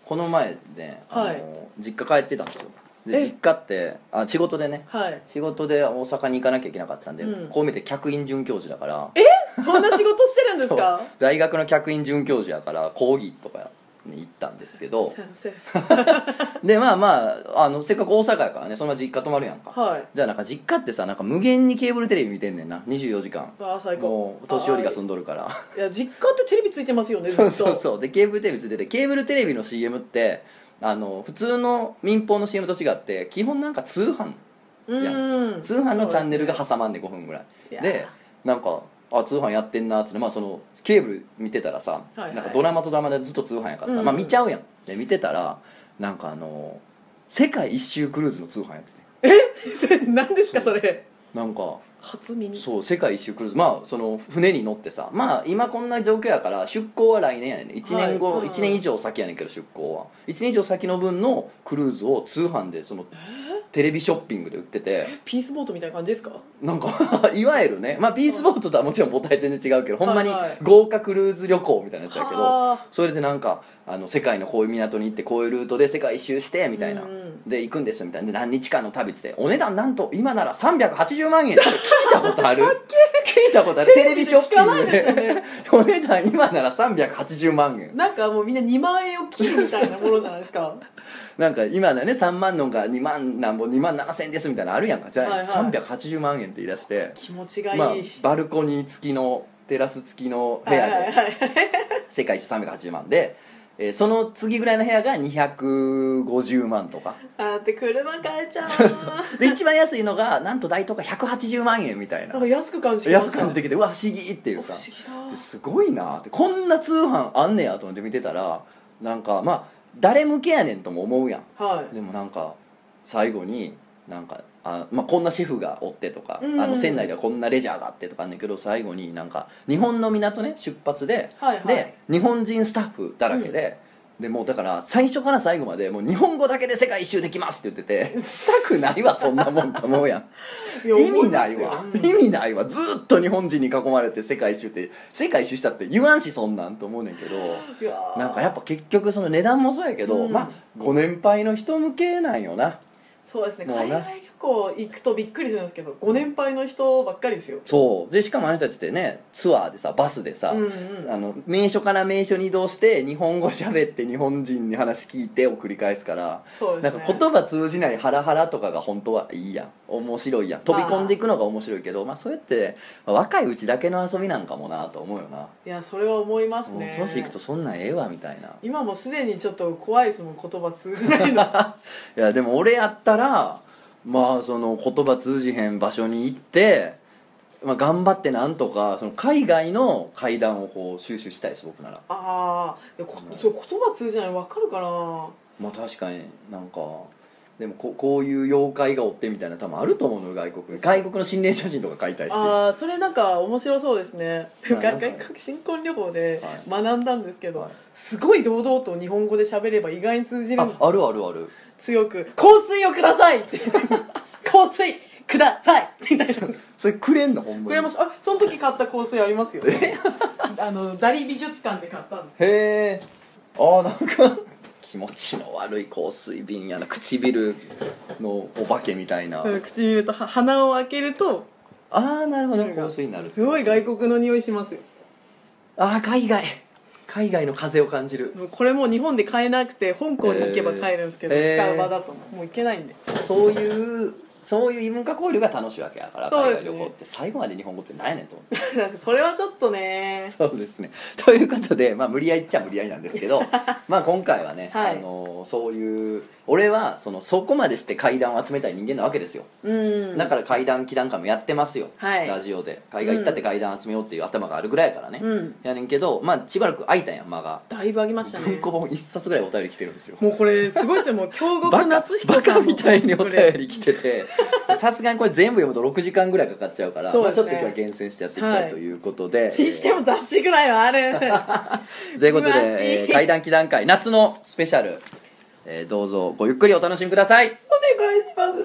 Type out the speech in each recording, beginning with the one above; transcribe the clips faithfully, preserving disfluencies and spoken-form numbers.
この前ね、あの、 はい、 実家帰ってたんですよ。で実家ってあ仕事でね、 はい、 仕事で大阪に行かなきゃいけなかったんで、うん、こう見て客員准教授だから。 えそんな仕事してるんですか？ 大学の客員准教授やから講義とかに行ったんですけど、 先生でまあまあ、あのせっかく大阪やからね、そのまま実家泊まるやんか、 はい、 じゃあなんか実家ってさ、なんか無限にケーブルテレビ見てんねんな、にじゅうよじかん。 あ最高。 もう年寄りが住んどるから。 いや実家ってテレビついてますよね。 そうそうそう。でケーブルテレビついてて、ケーブルテレビの シーエム ってあの普通の民放の シーエム と違って基本なんか通販やん。通販のチャンネルが挟まんでごふんぐらい で, でなんかあ通販やってんなっつって、まあ、そのケーブル見てたらさ、はいはい、なんかドラマとドラマでずっと通販やからさ、うん、まあ、見ちゃうやん。で見てたらなんかあの世界一周クルーズの通販やってて、え何ですかそれ。 なんか初耳。 そう世界一周クルーズ、まあその船に乗ってさ、まあ今こんな状況やから出港は来年やねん。いちねんご、はい、いちねん以上先やねんけど、出港はいちねん以上先の分のクルーズを通販でそのテレビショッピングで売ってて、 ピースボートみたいな感じですか？なんかいわゆるね、まあピースボートとはもちろん母体全然違うけど、ほんまに豪華クルーズ旅行みたいなやつやけど、それでなんかあの世界のこういう港に行ってこういうルートで世界一周してみたいな、で行くんですみたいな、で何日間の旅ってお値段なんと今ならさんびゃくはちじゅうまんえんって聞いたことある？聞いたことある？テレビショッピングで、ね、お値段今ならさんびゃくはちじゅうまんえん。 なんかもうみんなにまんえんを切るみたいなものじゃないですか。 なんか今ならねさんまんのがにまんなんぼにまんななせんえんですみたいなのあるやんか。じゃあ、はいはい、さんびゃくはちじゅうまんえんって言い出して、 気持ちがいい、 まあ、バルコニー付きのテラス付きの部屋で、はいはいはい、世界一さんびゃくはちじゅうまんで、えー、その次ぐらいの部屋がにひゃくごじゅうまんとか。 あって車買えちゃう。 そうそうで一番安いのがなんと大東がひゃくはちじゅうまんえんみたいな。 なんか安く感じてきました。 安く感じてきて、うわ不思議っていうさ、 不思議だ。 ですごいなって、こんな通販あんねやと思って見てたら、なんかまあ誰向けやねんとも思うやん、はい、でもなんか最後になんかあ、まあ、こんなシェフがおってとか、うん、あの船内ではこんなレジャーがあってとかあんねんけど、最後になんか日本の港ね出発で、はいはい、で日本人スタッフだらけで、うん、でもうだから最初から最後までもう日本語だけで世界一周できますって言ってて、したくないわそんなもんと思うやん。意味ないわ、うん、意味ないわ、ずっと日本人に囲まれて世界一周って、世界一周したって言わんしそんなんと思うねんけど、なんかやっぱ結局その値段もそうやけど、うん、まあご年配の人向けなんよな。 そうですね、海外旅行行くとびっくりするんですけどご年配の人ばっかりですよ。 そうでしかもあの人たちってねツアーでさバスでさ、うんうん、あの名所から名所に移動して日本語喋って日本人に話聞いてを繰り返すから、そうですね、なんか言葉通じないハラハラとかが本当はいいやん、面白いやん、飛び込んでいくのが面白いけど、まあそれって、まあ、若いうちだけの遊びなんかもなと思うよな。 いやそれは思いますね。 年いくとそんなんええわみたいな。 今もすでにちょっと怖いですもん、言葉通じないの。 いやでも俺やったらまあその言葉通じへん場所に行って、まあ、頑張ってなんとかその海外の怪談をこう収集したいです僕なら。 ああ、そう言葉通じないの分かるかな。 まあ確かになんかでも こ, こういう妖怪がおってみたいな多分あると思うのよ、外国外国の心霊写真とか買いたいし。ああそれなんか面白そうですね。外国新婚旅行で学んだんですけど、はい、すごい堂々と日本語で喋れば意外に通じるんです。 あ, あるあるある強く香水をくださいって香水くださいって言った。 それくれんのほんまに。 くれました。あその時買った香水ありますよ。あのダリ美術館で買ったんです。 へえ。ああなんか気持ちの悪い香水瓶やな、唇のお化けみたいな、 うん、唇と鼻を開けるとああなるほど香水になる。 すごい外国の匂いしますよ。 ああ海外海外の風を感じる。 これもう日本で買えなくて香港に行けば買えるんですけど、えー、近場だともう行けないんで、 そういうそういう異文化交流が楽しいわけやから、海外旅行って最後まで日本語って何やねんと思ってそれはちょっとね。 そうですね。ということで、まあ、無理やりっちゃ無理やりなんですけどまあ今回はね、はい、あのそういう俺はそのそこまでして怪談を集めたい人間なわけですよ。うんだから怪談祈談会もやってますよ、はい、ラジオで海外行ったって怪談集めようっていう頭があるぐらいやからね、うん、やねんけど、まあしばらく空いたんや間が。 だいぶ空きましたね。 文庫本一冊ぐらいお便り来てるんですよ。 もうこれすごいですよ。もう京極夏彦さんバカみたいにお便り来ててさすがにこれ全部読むとろくじかんぐらいかかっちゃうから、ねまあ、ちょっと今日は厳選してやっていきたいということで、 に、はい、しても雑誌ぐらいはあるということで、えー、怪談祈談会夏のスペシャル、えー、どうぞごゆっくりお楽しみください。 お願いします。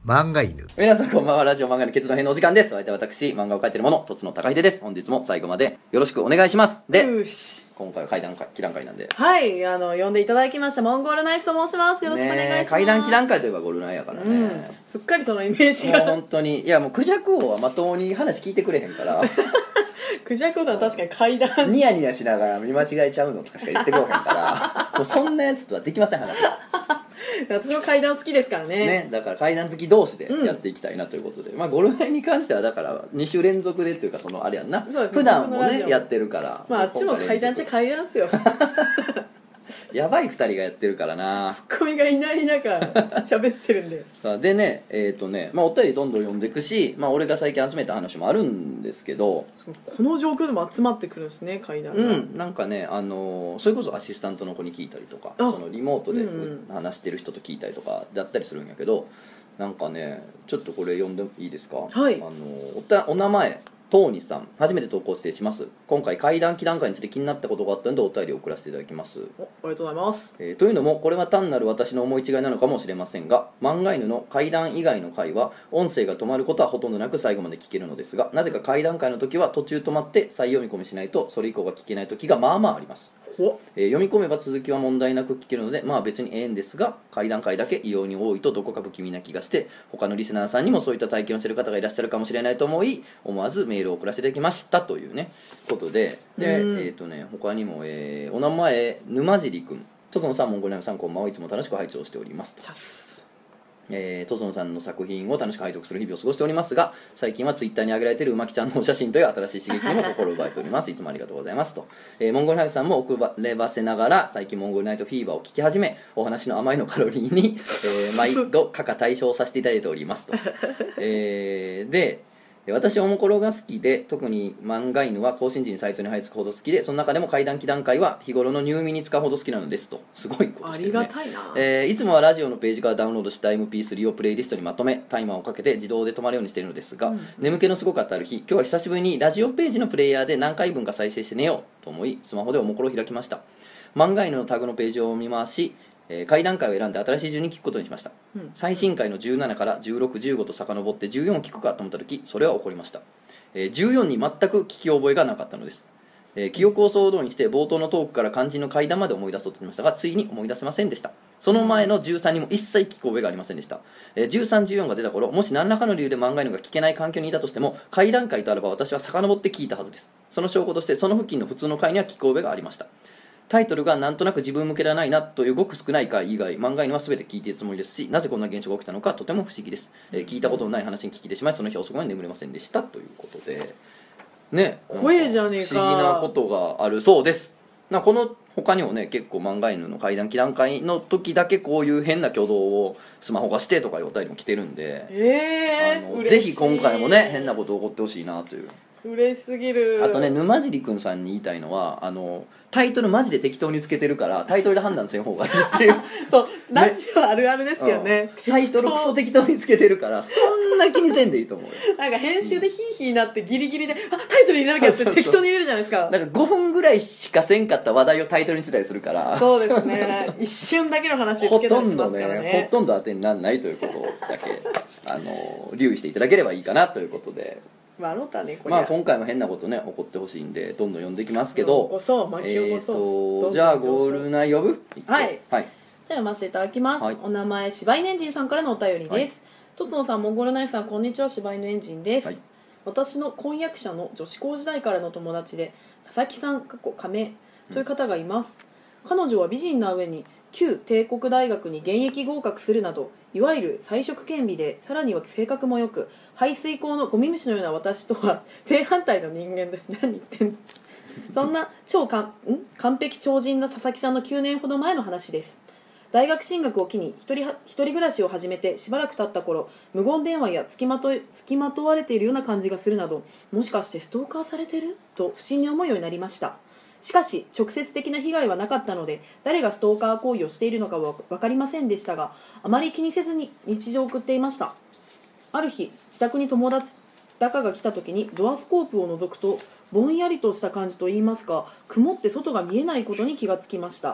漫画犬。 皆さんこんばんは。ラジオ漫画の結論編のお時間です。お相手は私、漫画を描いている者、とつの高秀です。本日も最後までよろしくお願いします。で、 よし今回は怪談会、祈談会なんで。 はい、あの呼んでいただきましたモンゴールナイフと申します。よろしくお願いします。 怪談祈談会といえばゴルナイやからね、うん、 すっかりそのイメージがもう本当にいやもうクジャク王はまともに話聞いてくれへんからクジャク王さん確かに怪談ニヤニヤしながら見間違えちゃうのとかしか言ってくれへんからもうそんなやつとはできません話私も怪談好きですからね。 ね、だから怪談好き同士でやっていきたいなということで、うん、まあゴルナイに関してはだからに週連続でっていうかそのあれやんな、普段もねやってるから、 まああっちも怪談っちゃ怪談っすよやばいふたりがやってるからな、 ツッコミがいない中喋ってるんででねえっ、ー、とねまあお便りどんどん読んでいくし、まあ俺が最近集めた話もあるんですけど、 この状況でも集まってくるんですね怪談が。 うんなんかねあのー、それこそアシスタントの子に聞いたりとか、そのリモートで話してる人と聞いたりとかだったりするんやけど、なんかねちょっとこれ読んでもいいですか。 はい。 あのー、おたお名前トーニさん、初めて投稿失礼します。今回怪談祈談会について気になったことがあったのでお便りを送らせていただきます。 おありがとうございます、 えー、というのもこれは単なる私の思い違いなのかもしれませんが、漫画犬の怪談以外の回は音声が止まることはほとんどなく最後まで聞けるのですが、なぜか怪談会の時は途中止まって再読み込みしないとそれ以降が聞けない時がまあまああります。えー、読み込めば続きは問題なく聞けるのでまあ別にええんですが、怪談会だけ異様に多いとどこか不気味な気がして、他のリスナーさんにもそういった体験をしている方がいらっしゃるかもしれないと思い、思わずメールを送らせていただきましたというねことで、で、えーとね、他にも、えー、お名前沼尻くん、とぞのさん、モンゴルナイフさん、こんばんは。いつも楽しく拝聴しておりますと。えー、トゾンさんの作品を楽しく拝読する日々を過ごしておりますが、最近はツイッターに上げられているうまきちゃんのお写真という新しい刺激にも心奪えておりますいつもありがとうございますと、えー、モンゴルナイフさんも遅ればせながら最近モンゴルナイトフィーバーを聞き始め、お話の甘いのカロリーに、えー、毎度価格対象させていただいておりますと、えー、で私はおもころが好きで、特に漫画犬は更新時にサイトに這いつくほど好きで、その中でも怪談祈談会は日頃の入眠に使うほど好きなのですと。すごいことしてるね。 ありがたいな、 えー、いつもはラジオのページからダウンロードした エムピースリー をプレイリストにまとめタイマーをかけて自動で止まるようにしているのですが、うん、眠気のすごかったある日、今日は久しぶりにラジオページのプレイヤーで何回分か再生して寝ようと思い、スマホでおもころを開きました。漫画犬のタグのページを見回し、えー、怪談会を選んで新しい順に聞くことにしました、うん、最新回のじゅうななからじゅうろく、じゅうごと遡ってじゅうよんを聞くかと思った時、それは起こりました。えー、じゅうよんに全く聞き覚えがなかったのです。えー、記憶を総動員して冒頭のトークから肝心の怪談まで思い出そうとしましたが、ついに思い出せませんでした。その前のじゅうさんにも一切聞き覚えがありませんでした。えー、じゅうさん、じゅうよんが出た頃、もし何らかの理由で漫画犬が聞けない環境にいたとしても、怪談会とあれば私は遡って聞いたはずです。その証拠としてその付近の普通の回には聞き覚えがありました。タイトルがなんとなく自分向けではないなというごく少ない回以外、漫画犬は全て聞いているつもりですし、なぜこんな現象が起きたのかとても不思議です。えー、聞いたことのない話に聞きてしまい、その日遅くまで眠れませんでしたということでね、 怖えじゃねえか、 不思議なことがあるそうです。なこの他にもね、結構漫画犬の怪談祈談会の時だけこういう変な挙動をスマホがしてとかいうお便りも来てるんで、 えー、 あのぜひ今回もね変なこと起こってほしいなという。 嬉しすぎる。 あとね、沼尻くんさんに言いたいのは、あのタイトルマジで適当につけてるからタイトルで判断せん方がいいっていうそうラジオあるあるですけどね、 うん、タイトルクソ適当につけてるからそんな気にせんでいいと思うよなんか編集でヒーヒーなってギリギリで、うん、あタイトル入れなきゃって適当に入れるじゃないですか。 なんかごふんぐらいしかせんかった話題をタイトルにしてたりするから。 そうですね一瞬だけの話でつけたりしますからね。ほとんどねほとんど当てにならないということだけあの留意していただければいいかなということで、 笑ったねこれ。 まあ今回も変なことね起こってほしいんでどんどん読んでいきますけど、 こそ巻き起こそう、 えー、とじゃあゴール内呼ぶはい、 はい、じゃあ読ませていただきます、はい、お名前柴犬エンジンさんからのお便りです、はい、とつのさん、モンゴルナイフさん、こんにちは。柴犬エンジンです、はい、私の婚約者の女子高時代からの友達で佐々木さん過去亀という方がいます、うん、彼女は美人な上に旧帝国大学に現役合格するなどいわゆる才色兼備で、さらには性格も良く排水口のゴミ虫のような私とは正反対の人間です。何言ってんのそんな超かんん完璧超人な佐々木さんのきゅうねんほど前の話です。大学進学を機に一人は一人暮らしを始めてしばらく経った頃、無言電話や付きまと付きまとわれているような感じがするなど、もしかしてストーカーされてると不審に思うようになりました。しかし直接的な被害はなかったので、誰がストーカー行為をしているのかは分かりませんでしたが、あまり気にせずに日常を送っていました。ある日、自宅に友達だかが来た時にドアスコープを覗くと、ぼんやりとした感じといいますか、曇って外が見えないことに気がつきました。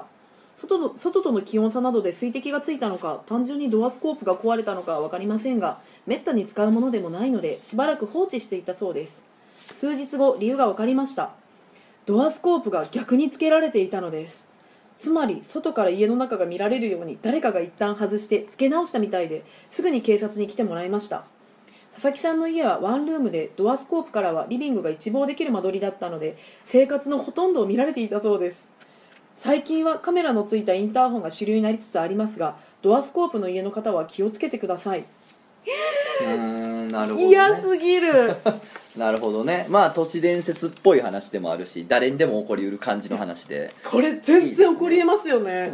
外の外との気温差などで水滴がついたのか、単純にドアスコープが壊れたのかは分かりませんが、めったに使うものでもないのでしばらく放置していたそうです。数日後、理由が分かりました。ドアスコープが逆につけられていたのです。つまり外から家の中が見られるように誰かが一旦外して付け直したみたいで、すぐに警察に来てもらいました。佐々木さんの家はワンルームで、ドアスコープからはリビングが一望できる間取りだったので、生活のほとんどを見られていたそうです。最近はカメラのついたインターホンが主流になりつつありますが、ドアスコープの家の方は気をつけてください。 うーん、なるほどね、 嫌すぎるなるほどね。まあ都市伝説っぽい話でもあるし、誰にでも起こりうる感じの話で、 これ全然起こりえますよね。 うん、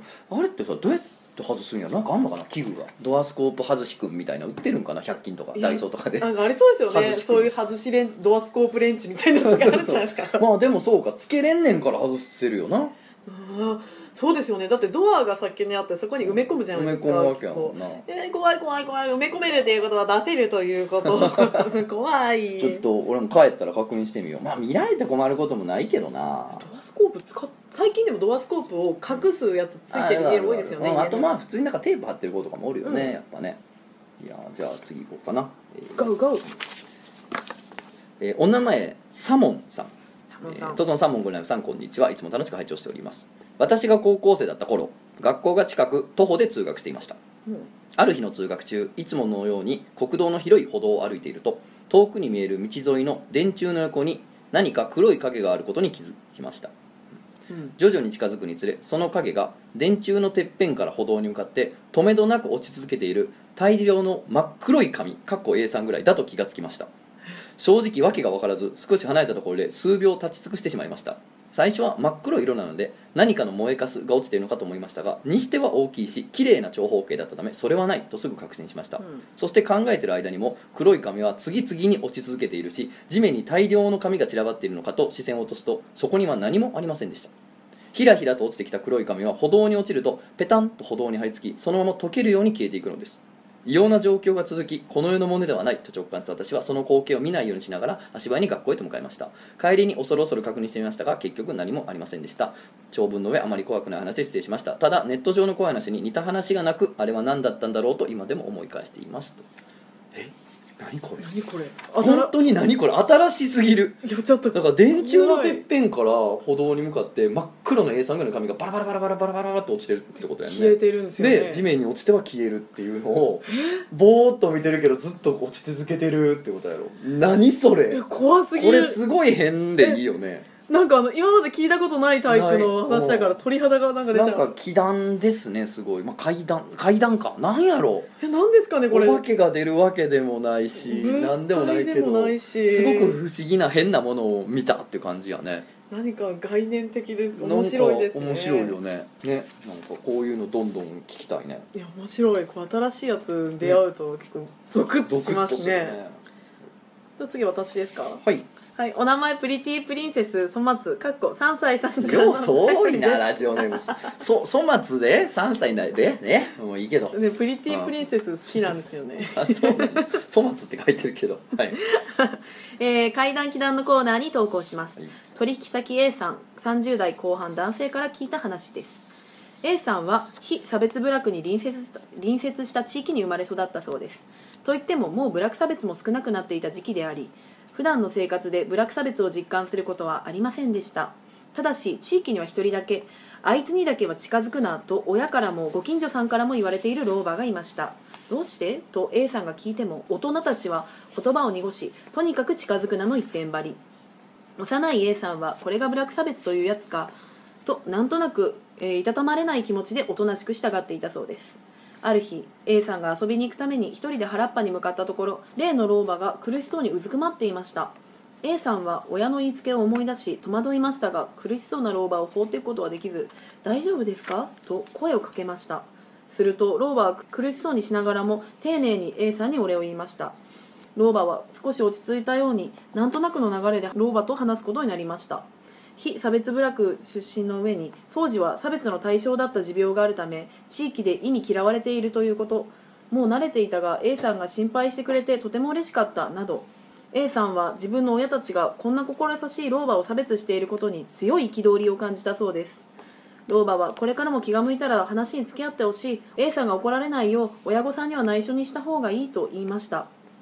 あれってさ、どうやって外すんやろ。なんかあんのかな、器具が。ドアスコープ外しくんみたいな売ってるんかな、ひゃく均とかダイソーとかで。 なんかありそうですよね。そういう外しレンドアスコープレンチみたいなやつがあるじゃないですかまあでもそうか、つけれんねんから外せるよな。 あ、そうですよね。だってドアが先にあってそこに埋め込むじゃないですか。 埋め込むわけやもんな。 えー、怖い怖い怖い、埋め込めるっていうことは出せるということ怖い。 ちょっと俺も帰ったら確認してみよう。まあ見られて困ることもないけどな。 ドアスコープ使っ最近でもドアスコープを隠すやつついてる家多いですよね。 あ, あ, あ, あ, あとまあ普通になんかテープ貼ってる子とかもおるよね、うん、やっぱね。いやじゃあ次行こうかな。 ゴーゴー。 えー、お名前サモンさん。トトンサモンごらんさん、こんにちは。いつも楽しく拝聴しております。私が高校生だった頃、学校が近く徒歩で通学していました、うん、ある日の通学中、いつものように国道の広い歩道を歩いていると、遠くに見える道沿いの電柱の横に何か黒い影があることに気づきました、うん、徐々に近づくにつれ、その影が電柱のてっぺんから歩道に向かって止めどなく落ち続けている大量の真っ黒い紙 エーさん ぐらいだと気がつきました。正直訳が分からず、少し離れたところで数秒立ち尽くしてしまいました。最初は真っ黒い色なので何かの燃えかすが落ちているのかと思いましたが、にしては大きいし綺麗な長方形だったため、それはないとすぐ確信しました、うん、そして考えている間にも黒い紙は次々に落ち続けているし、地面に大量の紙が散らばっているのかと視線を落とすと、そこには何もありませんでした。ひらひらと落ちてきた黒い紙は歩道に落ちるとペタンと歩道に張り付き、そのまま溶けるように消えていくのです。異様な状況が続き、この世のものではないと直感した私は、その光景を見ないようにしながら足早に学校へと向かいました。帰りに恐る恐る確認してみましたが、結局何もありませんでした。長文の上、あまり怖くない話で失礼しました。ただネット上の怖い話に似た話がなく、あれは何だったんだろうと今でも思い返していますと。え、何これ、 何これ、 本当に何これ、新しすぎる。 いやちょっとだから電柱のてっぺんから歩道に向かって真っ黒の エーさん ぐらいの紙がバラバラバラバラバラバラって落ちてるってことやね。 消えてるんですよね。 で地面に落ちては消えるっていうのをぼーっと見てるけどずっと落ち続けてるってことやろ。何それ、 怖すぎる。 これすごい変でいいよね。 なんかあの今まで聞いたことないタイプの話だから鳥肌がなんか出ちゃう。 なんか奇談ですね、すごい。まあ、怪談怪談かなんやろう。 え、なんですかねこれ。 お化けが出るわけでもないし、なんでもないけど、すごく不思議な変なものを見たっていう感じやね。 何か概念的です。面白いですね。 面白いよね。ね、なんかこういうのどんどん聞きたいね。 いや面白い。こう新しいやつ出会うと結構ゾクッとしますね。ね、じゃあ次私ですか。 はい。 はい、お名前プリティプリンセス粗末かっこさんさいさんからの。ようそう多いなラジオネーム。そ粗末でさんさいでね、もういいけど。 ね、プリティプリンセス好きなんですよね。 あ、そうなんだ。粗末って書いてるけど。はい。 えー、怪談奇談のコーナーに投稿します。はい、取引先 A さん、さんじゅう代後半男性から聞いた話です。A さんは非差別部落に隣接した隣接した地域に生まれ育ったそうです。といってももう部落差別も少なくなっていた時期であり、普段の生活で部落差別を実感することはありませんでした。ただし地域には一人だけ、あいつにだけは近づくなと親からもご近所さんからも言われている老婆がいました。どうしてと A さんが聞いても、大人たちは言葉を濁し、とにかく近づくなの一点張り。幼い A さんはこれが部落差別というやつかとなんとなく、えー、いたたまれない気持ちでおとなしく従っていたそうです。ある日 A さんが遊びに行くために一人で原っぱに向かったところ、例の老婆が苦しそうにうずくまっていました。 A さんは親の言いつけを思い出し戸惑いましたが、苦しそうな老婆を放っていくことはできず、大丈夫ですかと声をかけました。すると老婆は苦しそうにしながらも丁寧に A さんにお礼を言いました。老婆は少し落ち着いたように、なんとなくの流れで老婆と話すことになりました。非差別部落出身の上に当時は差別の対象だった持病があるため、地域で意味嫌われているということ、もう慣れていたが A さんが心配してくれてとても嬉しかったなど、 A さんは自分の親たちがこんな心優しい老婆を差別していることに強い憤りを感じたそうです。 老婆はこれからも気が向いたら話に付き合ってほしい。 A さんが怒られないよう親御さんには内緒にした方がいいと言いました。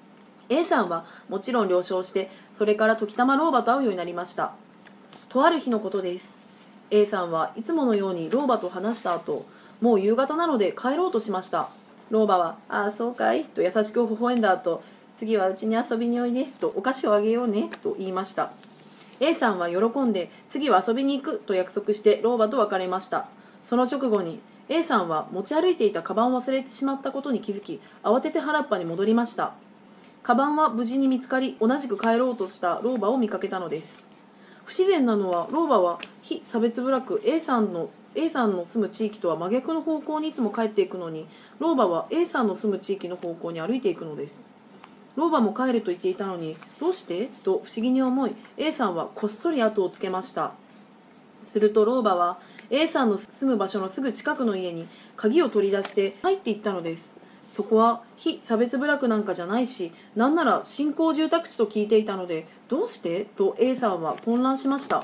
A さんはもちろん了承して、それから時たま老婆と会うようになりました。とある日のことです。 A さんはいつものように老婆と話した後、もう夕方なので帰ろうとしました。老婆は「ああそうかい」と優しく微笑んだ後、次はうちに遊びにおいでとお菓子をあげようねと言いました。 A さんは喜んで次は遊びに行くと約束して老婆と別れました。その直後に A さんは持ち歩いていたカバンを忘れてしまったことに気づき、慌てて原っぱに戻りました。カバンは無事に見つかり、同じく帰ろうとした老婆を見かけたのです。不自然なのは、老婆は非差別部落 A さんの A さんの住む地域とは真逆の方向にいつも帰っていくのに、老婆は A さんの住む地域の方向に歩いていくのです。老婆も帰ると言っていたのに、どうしてと不思議に思い、 A さんはこっそり後をつけました。すると老婆は A さんの住む場所のすぐ近くの家に鍵を取り出して入っていったのです。そこは非差別部落なんかじゃないし、なんなら新興住宅地と聞いていたので、どうしてと A さんは混乱しました。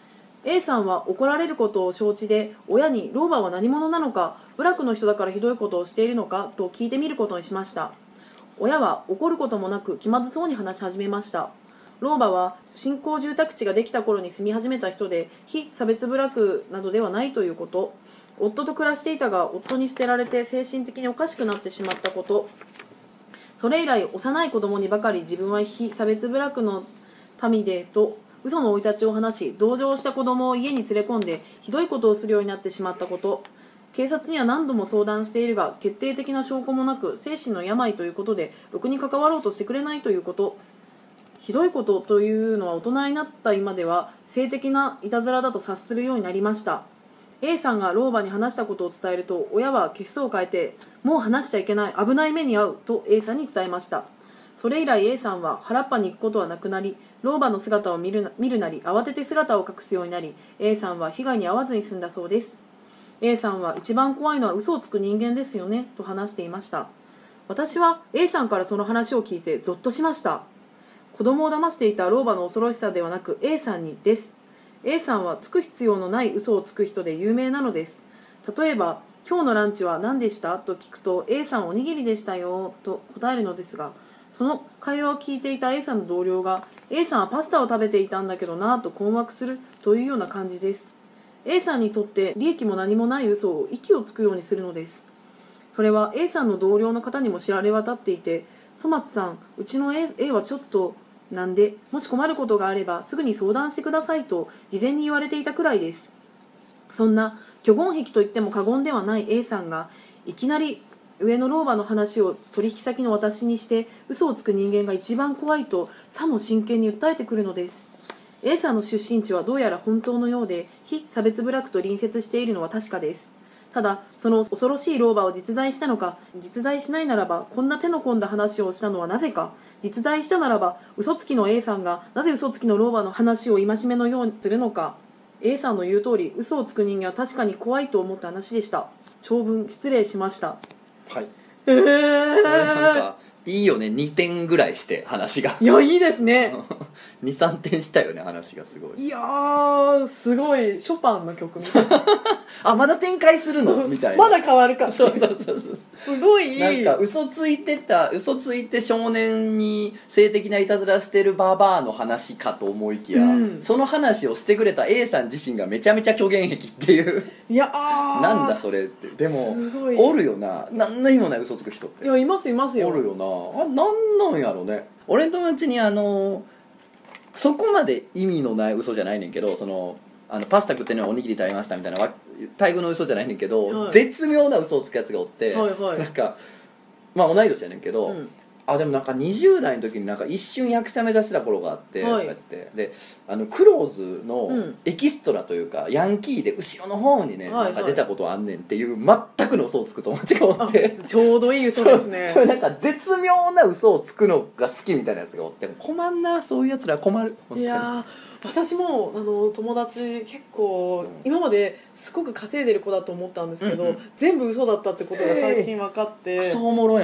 A さんは怒られることを承知で、親に老婆は何者なのか、部落の人だからひどいことをしているのかと聞いてみることにしました。親は怒ることもなく気まずそうに話し始めました。老婆は新興住宅地ができた頃に住み始めた人で、非差別部落などではないということ、夫と暮らしていたが夫に捨てられて精神的におかしくなってしまったこと、それ以来幼い子供にばかり自分は非差別部落の民でと嘘の生い立ちを話し、同情した子供を家に連れ込んでひどいことをするようになってしまったこと、警察には何度も相談しているが決定的な証拠もなく、精神の病ということでろくに関わろうとしてくれないということ、ひどいことというのは大人になった今では性的ないたずらだと察するようになりました。 A さんが老婆に話したことを伝えると、親は血相を変えてもう話しちゃいけない、危ない目に遭うと A さんに伝えました。それ以来 A さんは原っぱに行くことはなくなり、老婆の姿を見るな、見るなり慌てて姿を隠すようになり、 A さんは被害に遭わずに済んだそうです。 A さんは一番怖いのは嘘をつく人間ですよねと話していました。私は A さんからその話を聞いてゾッとしました。子供を騙していた老婆の恐ろしさではなく A さんにです。 A さんはつく必要のない嘘をつく人で有名なのです。例えば今日のランチは何でしたと聞くと A さんおにぎりでしたよと答えるのですが、その会話を聞いていた A さんの同僚が A さんはパスタを食べていたんだけどなと困惑するというような感じです。 A さんにとって利益も何もない嘘を息をつくようにするのです。それは A さんの同僚の方にも知られ渡っていて、粗末さん、うちの A, A はちょっとなんで、もし困ることがあればすぐに相談してくださいと事前に言われていたくらいです。そんな虚言癖と言っても過言ではない A さんがいきなり上の老婆の話を取引先の私にして嘘をつく人間が一番怖いとさも真剣に訴えてくるのです。 A さんの出身地はどうやら本当のようで、非差別部落と隣接しているのは確かです。ただその恐ろしい老婆を実在したのか、実在しないならばこんな手の込んだ話をしたのはなぜか、実在したならば嘘つきの A さんがなぜ嘘つきの老婆の話を戒めのようにするのか。 A さんの言う通り嘘をつく人間は確かに怖いと思った話でした。長文失礼しました。 はい。 えー、 なんかいいよね、にてんぐらいして話がいやいいですねにさんてんしたよね、話がすごい。 いやーすごいショパンの曲みたいなあ、まだ展開するのみたいなまだ変わるかそうそうそうそうすごいなんか嘘ついてた嘘ついて少年に性的ないたずらしてるババアの話かと思いきや、うん、その話をしてくれた A さん自身がめちゃめちゃ虚言癖っていういやあなんだそれって。でもおるよな、何の意味もない嘘つく人って。 いやいますいますよ。 おるよな。あ、なんなんやろね。俺の友達にあのそこまで意味のない嘘じゃないねんけど、そのあのパスタ食ってねおにぎり食べましたみたいな大群の嘘じゃないねんけど、はい、絶妙な嘘をつくやつがおって、はいはい、なんかまあ同い年やねんけど、うん、あでもなんかにじゅう代の時になんか一瞬役者目指してた頃があって、はい、とかやってであのクローズのエキストラというか、うん、ヤンキーで後ろの方にね、はいはい、なんか出たことあんねんっていう全くの嘘をつく友達がおって、 ちょうどいい嘘ですね。 そうなんか絶妙な嘘をつくのが好きみたいなやつがおって、困んな、そういうやつら困る。 いや私もあの友達結構、うん、今まですごく稼いでる子だと思ったんですけど、うんうん、全部嘘だったってことが最近分かって、 えー、クソおもろやん。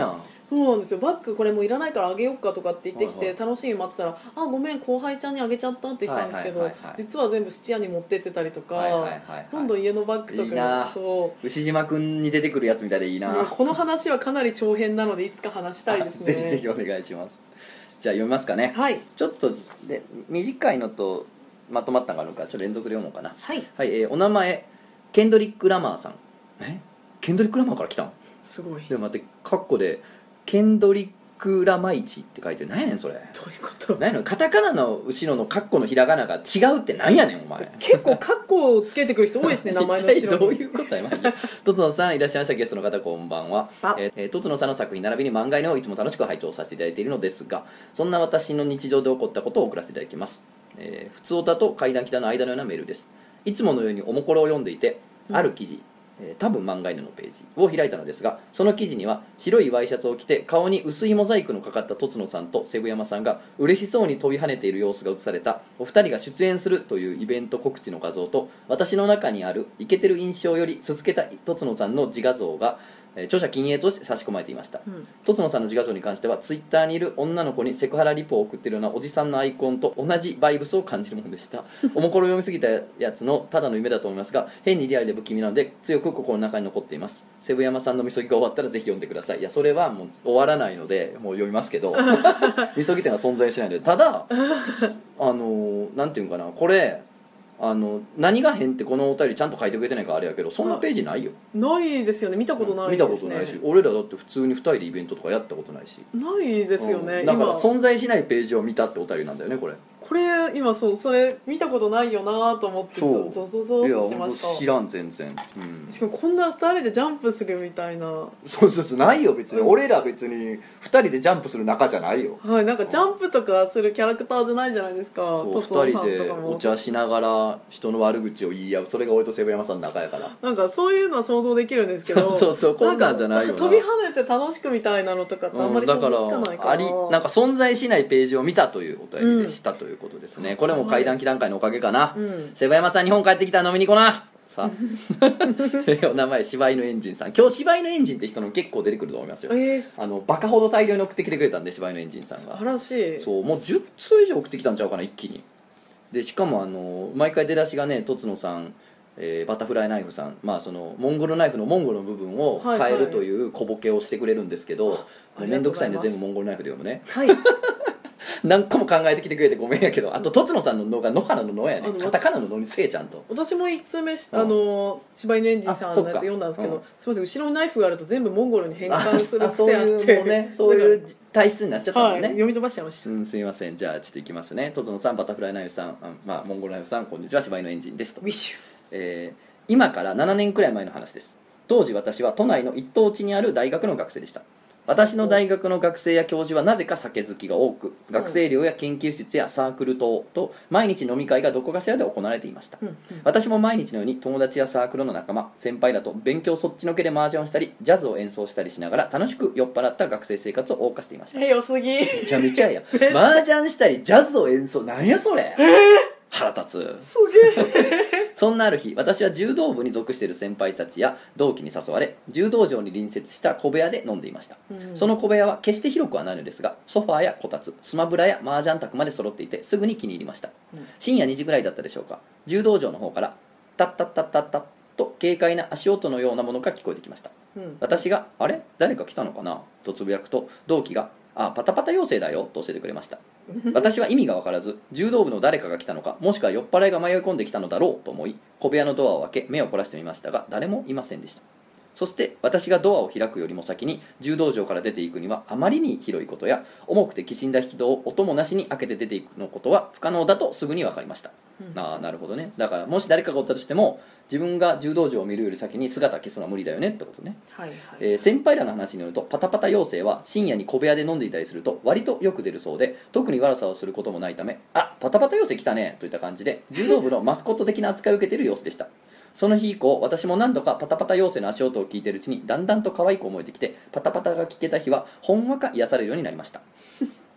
そうなんですよ。バッグこれもういらないからあげようかとかって言ってきて、はいはい、楽しみに待ってたら、あごめん後輩ちゃんにあげちゃったって言ってたんですけど、はいはいはいはい、実は全部質屋に持ってってたりとか、はいはいはいはい、どんどん家のバッグとかいいな。そう牛島くんに出てくるやつみたいでいいな。 この話はかなり長編なのでいつか話したいですね。 ぜひぜひお願いします。じゃあ読みますかね。 はい。 ちょっとで短いのとまとまったのがあるからちょっと連続で読もうかな。 はい、 はい。えー、お名前ケンドリック・ラマーさん。えケンドリック・ラマーから来たん？ すごい。 でも待ってカッコでケンドリック・ラマイチって書いてる。何やねんそれ。どういうこと？ 何やねん。カタカナの後ろのカッコのひらがなが違うって何やねんお前。 結構カッコをつけてくる人多いですね名前の後ろに。 どういうことや。とつのさんいらっしゃいました。ゲストの方こんばんは。えー、とつのさんの作品並びに漫画のをいつも楽しく拝聴させていただいているのですが、そんな私の日常で起こったことを送らせていただきます。えー、普通オタと怪談北の間のようなメールです。いつものようにおもころを読んでいて、ある記事、えー、多分漫画犬のページを開いたのですが、その記事には白いワイシャツを着て顔に薄いモザイクのかかったとつのさんとセブヤマさんが嬉しそうに飛び跳ねている様子が映されたお二人が出演するというイベント告知の画像と、私の中にあるイケてる印象よりすすけたとつのさんの自画像が著者禁影として差し込まれていました。とつのさんの自画像に関してはツイッターにいる女の子にセクハラリポを送っているようなおじさんのアイコンと同じバイブスを感じるものでした。おもころ読みすぎたやつのただの夢だと思いますが、変にリアルで不気味なので強く心の中に残っています。セブヤマさんのみそぎが終わったらぜひ読んでください。いやそれはもう終わらないのでもう読みますけどみそぎ店は存在しないので、ただあのなんていうかな、これあの何が変ってこのお便りちゃんと書いてくれてないからあれやけど、そんなページないよ。 ないですよね。見たことないですね。 見たことないし、俺らだって普通にふたりでイベントとかやったことないし。 ないですよね、 うん、だから存在しないページを見たってお便りなんだよねこれ。 これ今そうそれ見たことないよなと思ってゾゾゾゾとしました。 いや知らん全然、うん、 しかもこんなふたりでジャンプするみたいな。 そうそうそうないよ別に、うん、俺ら別にふたりでジャンプする仲じゃないよ。 はい、なんかジャンプとかするキャラクターじゃないじゃないですか。 ふたりでお茶しながら人の悪口を言い合う、それが俺とセブヤマさんの仲やから。 なんかそういうのは想像できるんですけど、 そうそうそうこんなんじゃないよな。 飛び跳ねて楽しくみたいなのとかってあんまり想像つかないから、うん、だからありなんか存在しないページを見たというお便りでした、うん、ということですね。これも怪談祈談会のおかげかな、うん、セブヤマさん日本帰ってきたら飲みに行こうなさあお名前柴犬エンジンさん。今日柴犬エンジンって人の結構出てくると思いますよ、えー、あのバカほど大量に送ってきてくれたんで柴犬エンジンさんが素晴らしい。 そうもうじゅっつう以上送ってきたんちゃうかな一気に。でしかもあの毎回出だしがねとつのさん、えー、バタフライナイフさん、まあ、そのモンゴルナイフのモンゴルの部分を変えるという小ボケをしてくれるんですけど、はいはい、もうめんどくさいんで全部モンゴルナイフで読むね。はい何個も考えてきてくれてごめんやけど、あととつのさんの「の」が野原の「の」やね。カタカナの「の」にせいちゃんと。 私もいちつめあの柴犬エンジンさんのやつ読んだんですけど、うん、すみません後ろにナイフがあると全部モンゴルに変換する癖あって、そういうねそういう体質になっちゃったもんね、 はい、読み飛ばしちゃいました、 うん、すみません。じゃあちょっといきますね。とつのさんバタフライナイフさん、まあ、モンゴルナイフさんこんにちは柴犬エンジンですと。 ウィッシュ、 えー、今からななねんくらい前の話です。当時私は都内の一等地にある大学の学生でした。私の大学の学生や教授はなぜか酒好きが多く、学生寮や研究室やサークル等と毎日飲み会がどこかしらで行われていました、うんうん、私も毎日のように友達やサークルの仲間先輩らと勉強そっちのけで麻雀をしたりジャズを演奏したりしながら楽しく酔っ払った学生生活を謳歌していました。 えよすぎ。 めちゃめちゃや麻雀したりジャズを演奏、なんやそれ、えー、腹立つ。 すげえそんなある日、私は柔道部に属している先輩たちや同期に誘われ柔道場に隣接した小部屋で飲んでいました、うん、その小部屋は決して広くはないのですがソファーやこたつスマブラや麻雀卓まで揃っていてすぐに気に入りました、うん、深夜にじぐらいだったでしょうか、柔道場の方からタッタッタッタッタッと軽快な足音のようなものが聞こえてきました、うん、私があれ誰か来たのかなとつぶやくと同期があパタパタ妖精だよと教えてくれました。私は意味が分からず柔道部の誰かが来たのかもしくは酔っ払いが迷い込んできたのだろうと思い小部屋のドアを開け目を凝らしてみましたが誰もいませんでした。そして私がドアを開くよりも先に柔道場から出ていくにはあまりに広いことや重くてきしんだ引き戸を音もなしに開けて出ていくのことは不可能だとすぐに分かりました、うん、ああなるほどね。だからもし誰かがおったとしても自分が柔道場を見るより先に姿消すのは無理だよねってことね、はいはいえー、先輩らの話によるとパタパタ妖精は深夜に小部屋で飲んでいたりすると割とよく出るそうで特に悪さをすることもないためあパタパタ妖精来たねといった感じで柔道部のマスコット的な扱いを受けている様子でした。その日以降私も何度かパタパタ妖精の足音を聞いているうちにだんだんと可愛く思えてきてパタパタが聞けた日はほんわか癒されるようになりました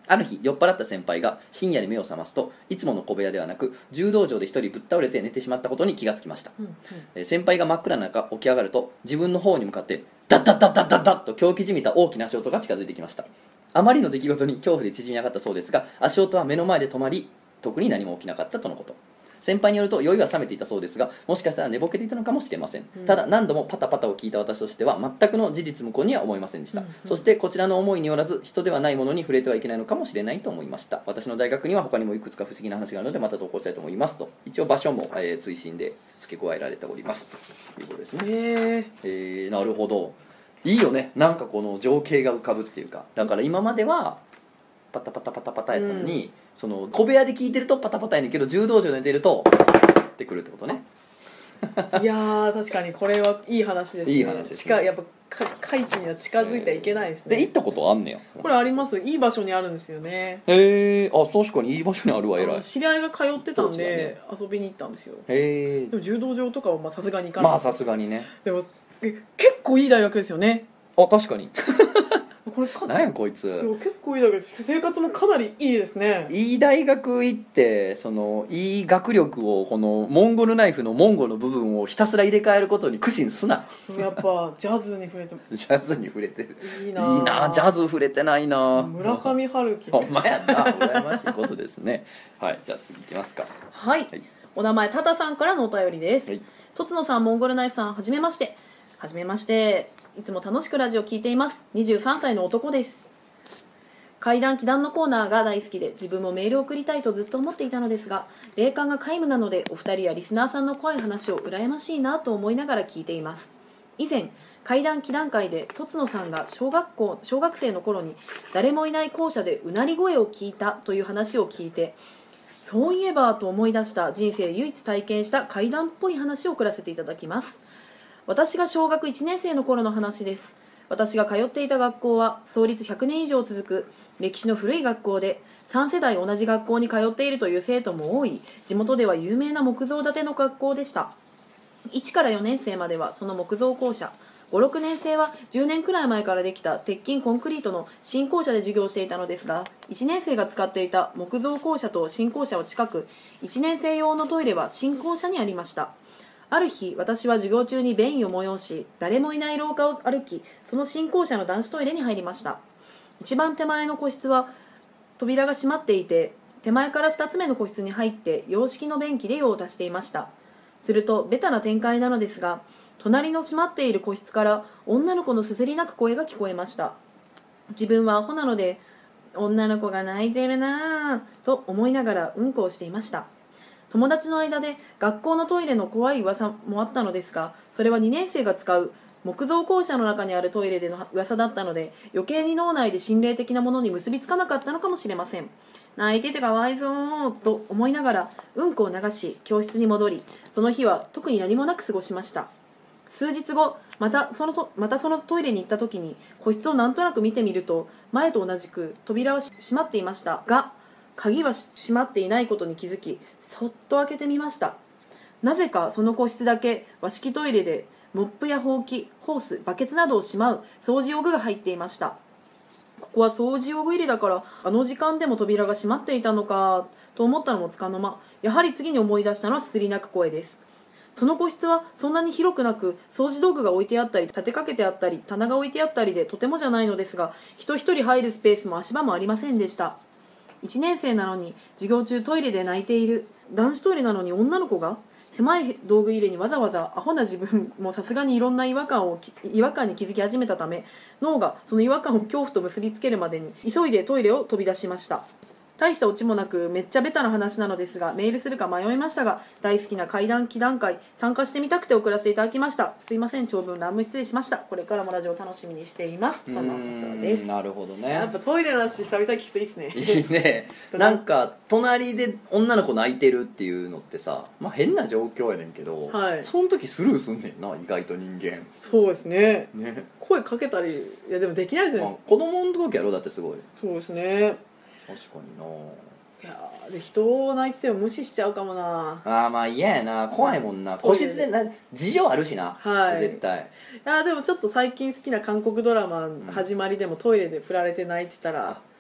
ある日酔っ払った先輩が深夜に目を覚ますと、いつもの小部屋ではなく柔道場で一人ぶっ倒れて寝てしまったことに気がつきました、うんうん、え先輩が真っ暗な中起き上がると、自分の方に向かってダッダッダッダッダッダッと狂気じみた大きな足音が近づいてきました。あまりの出来事に恐怖で縮み上がったそうですが、足音は目の前で止まり、特に何も起きなかったとのこと。先輩によると酔いは冷めていたそうですが、もしかしたら寝ぼけていたのかもしれません、うん、ただ何度もパタパタを聞いた私としては全くの事実無根には思いませんでした、うんうん、そしてこちらの思いによらず人ではないものに触れてはいけないのかもしれないと思いました。私の大学には他にもいくつか不思議な話があるのでまた投稿したいと思いますと、一応場所も、えー、追伸で付け加えられておりますということですね。へー、えー、なるほど、いいよね、なんかこの情景が浮かぶっていうか、だから今まではパタパタパタパタやったのに、うん、その小部屋で聞いてるとパタパタやねんけど、柔道場で寝てるとってくるってことね。 いやー確かにこれはいい話ですね。 いい話ですね。 近やっぱ怪奇には近づいてはいけないですね。 で行ったことあんねや。 これあります。いい場所にあるんですよね。 へえ、あ確かにいい場所にあるわ。偉い。 知り合いが通ってたんで、ね、遊びに行ったんですよ。へえ。でも柔道場とかはさすがに行かない。 まあさすがにね。 でもえ結構いい大学ですよね。 あ確かに。 これかなんやこいつ。 結構いい大学です。生活もかなりいいですね。 いい大学行ってそのいい学力をこのモンゴルナイフのモンゴの部分をひたすら入れ替えることに苦心すな。 やっぱジャズに触れてジャズに触れてる。 いいないいな、ジャズ触れてないな。 村上春樹。 ほんまやな、羨ましいことですね。はい、じゃあ次いきますか。 はい、はい、お名前タタさんからのお便りです。はい、とつのさん、モンゴルナイフさん、はじめまして。はじめまして。いつも楽しくラジオ聞いています。にじゅうさんさいの男です。怪談奇談のコーナーが大好きで、自分もメールを送りたいとずっと思っていたのですが、霊感が皆無なので、お二人やリスナーさんの怖い話を羨ましいなと思いながら聞いています。以前怪談奇談会でとつのさんが小学校小学生の頃に誰もいない校舎でうなり声を聞いたという話を聞いて、そういえばと思い出した人生唯一体験した怪談っぽい話を送らせていただきます。私が小学いちねん生の頃の話です。私が通っていた学校は創立ひゃくねん以上続く歴史の古い学校で、さん世代同じ学校に通っているという生徒も多い地元では有名な木造建ての学校でした。いちからよねん生まではその木造校舎、ご、ろくねん生はじゅうねんくらい前からできた鉄筋コンクリートの新校舎で授業していたのですが、いちねん生が使っていた木造校舎と新校舎は近く、いちねん生用のトイレは新校舎にありました。ある日、私は授業中に便意を催し、誰もいない廊下を歩き、その新校舎の男子トイレに入りました。一番手前の個室は扉が閉まっていて、手前から二つ目の個室に入って洋式の便器で用を足していました。するとベタな展開なのですが、隣の閉まっている個室から女の子のすすり泣く声が聞こえました。自分はアホなので、女の子が泣いてるなぁと思いながらうんこをしていました。友達の間で学校のトイレの怖い噂もあったのですが、それはにねん生が使う木造校舎の中にあるトイレでの噂だったので、余計に脳内で心霊的なものに結びつかなかったのかもしれません。泣いててかわいそうと思いながらうんこを流し、教室に戻り、その日は特に何もなく過ごしました。数日後、またそのとまたそのトイレに行った時に個室をなんとなく見てみると、前と同じく扉は閉まっていましたが、鍵は閉まっていないことに気づき、そっと開けてみました。なぜかその個室だけ和式トイレで、モップやほうき、ホース、バケツなどをしまう掃除用具が入っていました。ここは掃除用具入れだから、あの時間でも扉が閉まっていたのかと思ったのもつかの間、やはり次に思い出したのはすすり泣く声です。その個室はそんなに広くなく、掃除道具が置いてあったり、立てかけてあったり、棚が置いてあったりでとてもじゃないのですが、人一人入るスペースも足場もありませんでした。いちねん生なのに授業中トイレで泣いている。男子トイレなのに女の子が、狭い道具入れにわざわざアホな自分もさすがにいろんな違和感を違和感に気づき始めたため、脳がその違和感を恐怖と結びつけるまでに急いでトイレを飛び出しました。大したオチもなくめっちゃベタな話なのですが、メールするか迷いましたが、大好きな怪談祈談会参加してみたくて送らせていただきました。すいません、長文乱文失礼しました。これからもラジオ楽しみにしていますとのことです。 なるほどね。 やっぱトイレの話久々聞くといいですね。 いいね。なんか隣で女の子泣いてるっていうのってさ、まあ変な状況やねんけど、はい、その時スルーすんねんな、意外と人間。 そうですね。ね、声かけたり、いやでもできないですね。まあ、 子供の時やろ、だってすごい。 そうですね。 確かにな。 いやで人を泣いてても無視しちゃうかもな。 あーまあ嫌やな、怖いもんな、個室でな事情あるしな、はい、絶対。 いやでもちょっと最近好きな韓国ドラマ始まりでもトイレで振られて泣いてたら、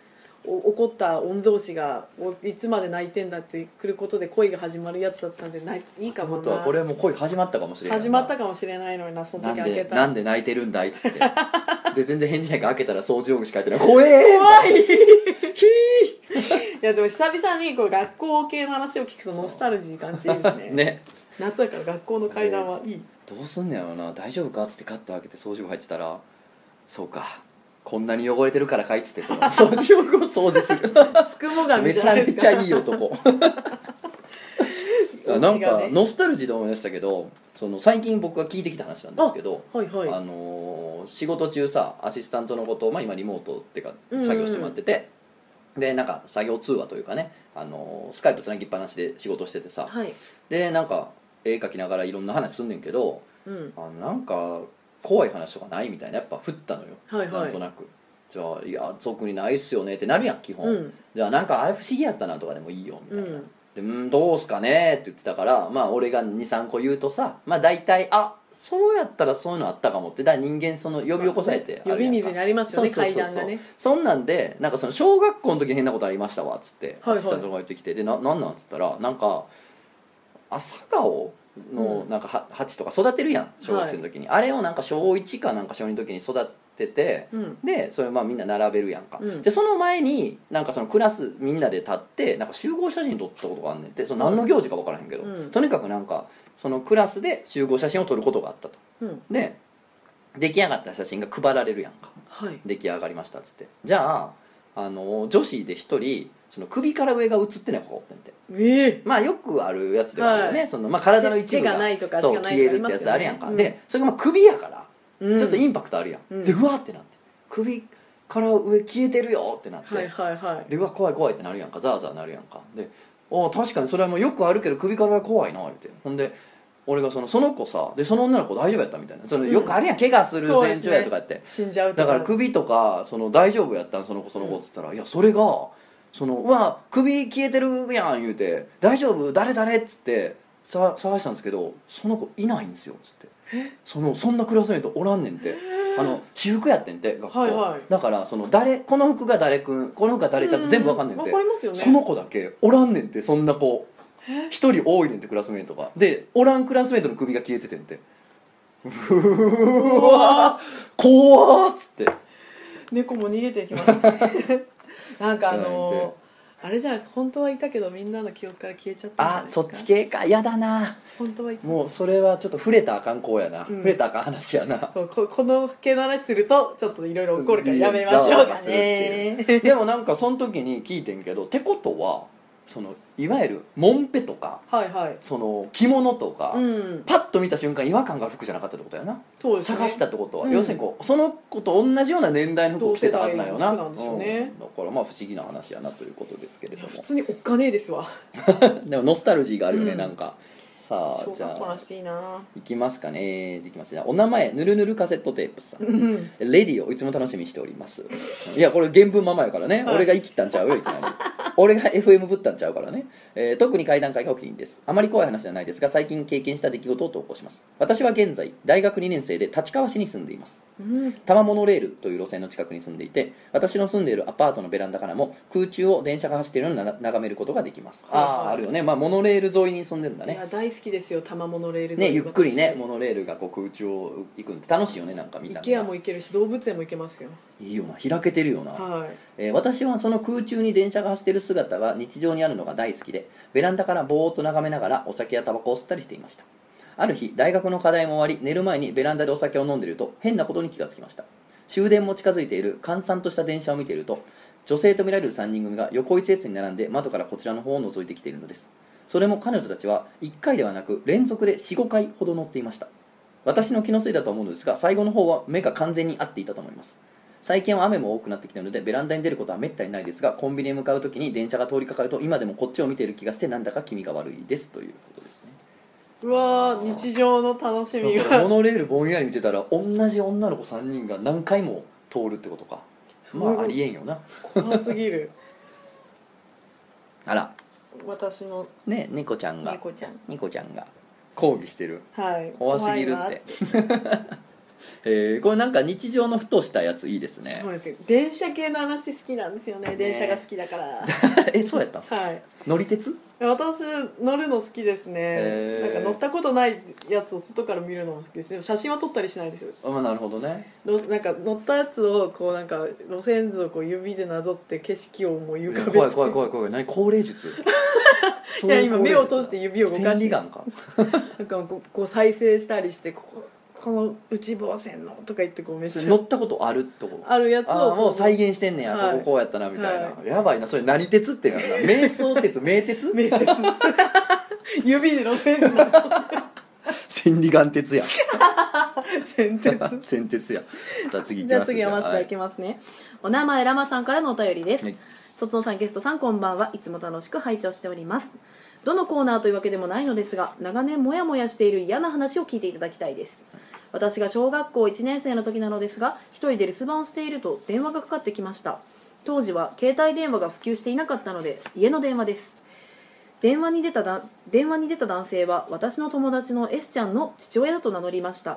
怒った御曹司がいつまで泣いてんだって来ることで恋が始まるやつだったんでないいいかもな。 ってことはこれも恋始まったかもしれない。 始まったかもしれないのにな。その時開けたなんでなんで泣いてるんだいっつってで全然返事ないから開けたら掃除用具しか入ってない。怖え怖いひいやでも久々にこう学校系の話を聞くとノスタルジー感じいいですねね、 夏だから学校の階段はいい、 どうすんねやろな。大丈夫かっつってカッと開けて掃除具入ってたら、そうかこんなに汚れてるからかいっつってその掃除用具を掃除するつくも神めちゃじゃないですか。 めちゃいい男なんかノスタルジーで思い出したけど、その最近僕が聞いてきた話なんですけど、 あ、はいはい、 あのー仕事中さアシスタントのことを、まあ、今リモートっていうか作業してもらってて、でなんか作業通話というかね、あのースカイプつなぎっぱなしで仕事しててさ、 はい、 でなんか絵描きながらいろんな話すんねんけど、 うん、 あなんか怖い話とかないみたいなやっぱ振ったのよ、 はいはい、 なんとなく。じゃあいや特にないっすよねってなるやん基本、 うん、 じゃあなんかあれ不思議やったなとかでもいいよみたいな、 うん、 でうんどうすかねって言ってたから、まあ俺が にさんこ言うとさ、まあ大体あそうやったらそういうのあったかもって、だから人間その呼び起こされてあるやんか、 呼び水になりますよね、 そうそうそうそう階段がね。 そんなんでなんかその小学校の時に変なことありましたわっつってはいはいアシスタントが言ってきて、でななんなんっつったらなんか朝顔のうんなんかは鉢とか育てるやん小学生の時に、あれをなんか小いちかなんか小にの時に育てて、 うんでそれまあみんな並べるやんか、 うんでその前になんかそのクラスみんなで立ってなんか集合写真撮ったことがあんねんって、その何の行事か分からへんけど、 うんとにかくなんかそのクラスで集合写真を撮ることがあったと。 うんで出来上がった写真が配られるやんか、 はい、 出来上がりましたっつって、じゃあ、あの女子で一人その首から上が写ってない子がおってんて、 ええまあよくあるやつではあるよね、 はいそのまあ、体の一部が手がないとかそう足がないとか消えるってやつあるやんか、 ありますよねでそれがまあ首やから、 うんちょっとインパクトあるやん、 うんでうわってなって首から上消えてるよってなって、 はいはいはい、 でうわ怖い怖いってなるやんか、ザーザーなるやんか、でお確かにそれはもうよくあるけど首から上怖いなって、ほんで俺がそのその子さでその女の子大丈夫やったみたいな、そのよくあるやん、怪我する前兆やとかって、 死んじゃうとかだから首とかその大丈夫やったんその子その子っつったら、いやそれがそのうわ首消えてるやん言うて大丈夫誰誰っつってさ探したんですけどその子いないんですよっつって、そのそんなクラスメートおらんねんて、あの私服やってんて学校、 はいはい、 だからその誰この服が誰くんこの服が誰ちゃんと全部わかんねんて、 わかりますよね、 その子だけおらんねんて、そんな子一人多いねんてクラスメートが、でおらんクラスメートの首が消えててんて、うわ怖っつって猫も逃げていきますなんかあのーあれじゃないですか、本当はいたけどみんなの記憶から消えちゃったんじゃないあですか。 そっち系かやだな、 本当はいた、 もうそれはちょっと触れたらあかん子やな、 うん触れたらあかん話やなここの系の話するとちょっといろいろ起こるからやめましょうかね。 でもなんかその時に聞いてんけど、ってことはそのいわゆるモンペとかはいはい、 その着物とか、 うん、 パッと見た瞬間違和感がある服じゃなかったってことやな、 そうですね、 探したってことは、 うん要するにこうその子と同じような年代の服を着てたはずなんよな、 同世代の服なんでしょうねうんだからまあ不思議な話やなということですけれども、 普通におっかねえですわ。 でもノスタルジーがあるよね、 うんなんかさあ小じゃあ学校の話いいないきますかね、いきます。じゃあお名前ぬるぬるカセットテープさん、 うんレディオいつも楽しみにしております。いやこれ原文ままやからね、 はい俺が生きったんちゃうよいきなり俺が エフエム ぶったんちゃうからね、えー特に会談会がお気に入りです。あまり怖い話じゃないですが最近経験した出来事を投稿します。私は現在大学にねん生で立川市に住んでいます。 うん多摩モノレールという路線の近くに住んでいて、私の住んでいるアパートのベランダからも空中を電車が走っているのをな眺めることができます。 はいはいあああるよね、まあモノレール沿いに住んでるんだね。 いや大好きですよ、多摩モノレールね、ゆっくりね私モノレールがこう空中を行くんで楽しいよね、なんか見た目が IKEA も行けるし動物園も行けますよ。 いいよな、開けてるよな、 はい、 えー私はその空中に電車が走っている姿が日常にあるのが大好きで、ベランダからぼーっと眺めながらお酒やタバコを吸ったりしていました。ある日大学の課題も終わり寝る前にベランダでお酒を飲んでいると変なことに気がつきました。終電も近づいている閑散とした電車を見ていると、女性とみられるさんにん組が横一列に並んで窓からこちらの方を覗いてきているのです。それも彼女たちはいっかいではなく連続で よん,ご 回ほど乗っていました。私の気のせいだと思うのですが最後の方は目が完全に合っていたと思います。最近は雨も多くなってきたのでベランダに出ることはめったにないですが、コンビニへ向かうときに電車が通りかかると今でもこっちを見ている気がしてなんだか気味が悪いですということですね。 うわー日常の楽しみがだからモノレールぼんやり見てたら同じ女の子さんにんが何回も通るってことか。まあありえんよな。 怖すぎるあら私のね、猫ちゃんが猫ちゃんニコちゃんが抗議してる。 はい怖すぎるって怖いなえー、これなんか日常のふとしたやついいですね。 電車系の話好きなんですよね。電車が好きだからえ、そうやった？ はい乗り鉄？ 私乗るの好きですね、えー、なんか乗ったことないやつを外から見るのも好きですね。写真は撮ったりしないですよ。 あ、なるほどね。 なんか乗ったやつをこうなんか路線図をこう指でなぞって景色をもう浮かべて、 怖い怖い怖い怖い。何高齢術？ いや今目を閉じて指を動かして千里眼かなんかこう、こう再生したりしてこここの内房線のとか言ってこうめっちゃ乗ったことあるとこあるやつをもう再現してんねや、はい、こここうやったなみたいな、はい、やばいなそれ。何鉄っていうのは瞑想鉄名鉄名鉄指で路線図な千里眼鉄や千鉄千鉄や。じゃあ次いきます。 じゃあ次山下いきますね、はい、お名前ラマさんからのお便りです。とつのさんゲストさんこんばんは。いつも楽しく拝聴しております。どのコーナーというわけでもないのですが、長年モヤモヤしている嫌な話を聞いていただきたいです。私が小学校いちねん生の時なのですが、一人で留守番をしていると電話がかかってきました。当時は携帯電話が普及していなかったので家の電話です。電話に出ただ電話に出た男性は私の友達の S ちゃんの父親だと名乗りました。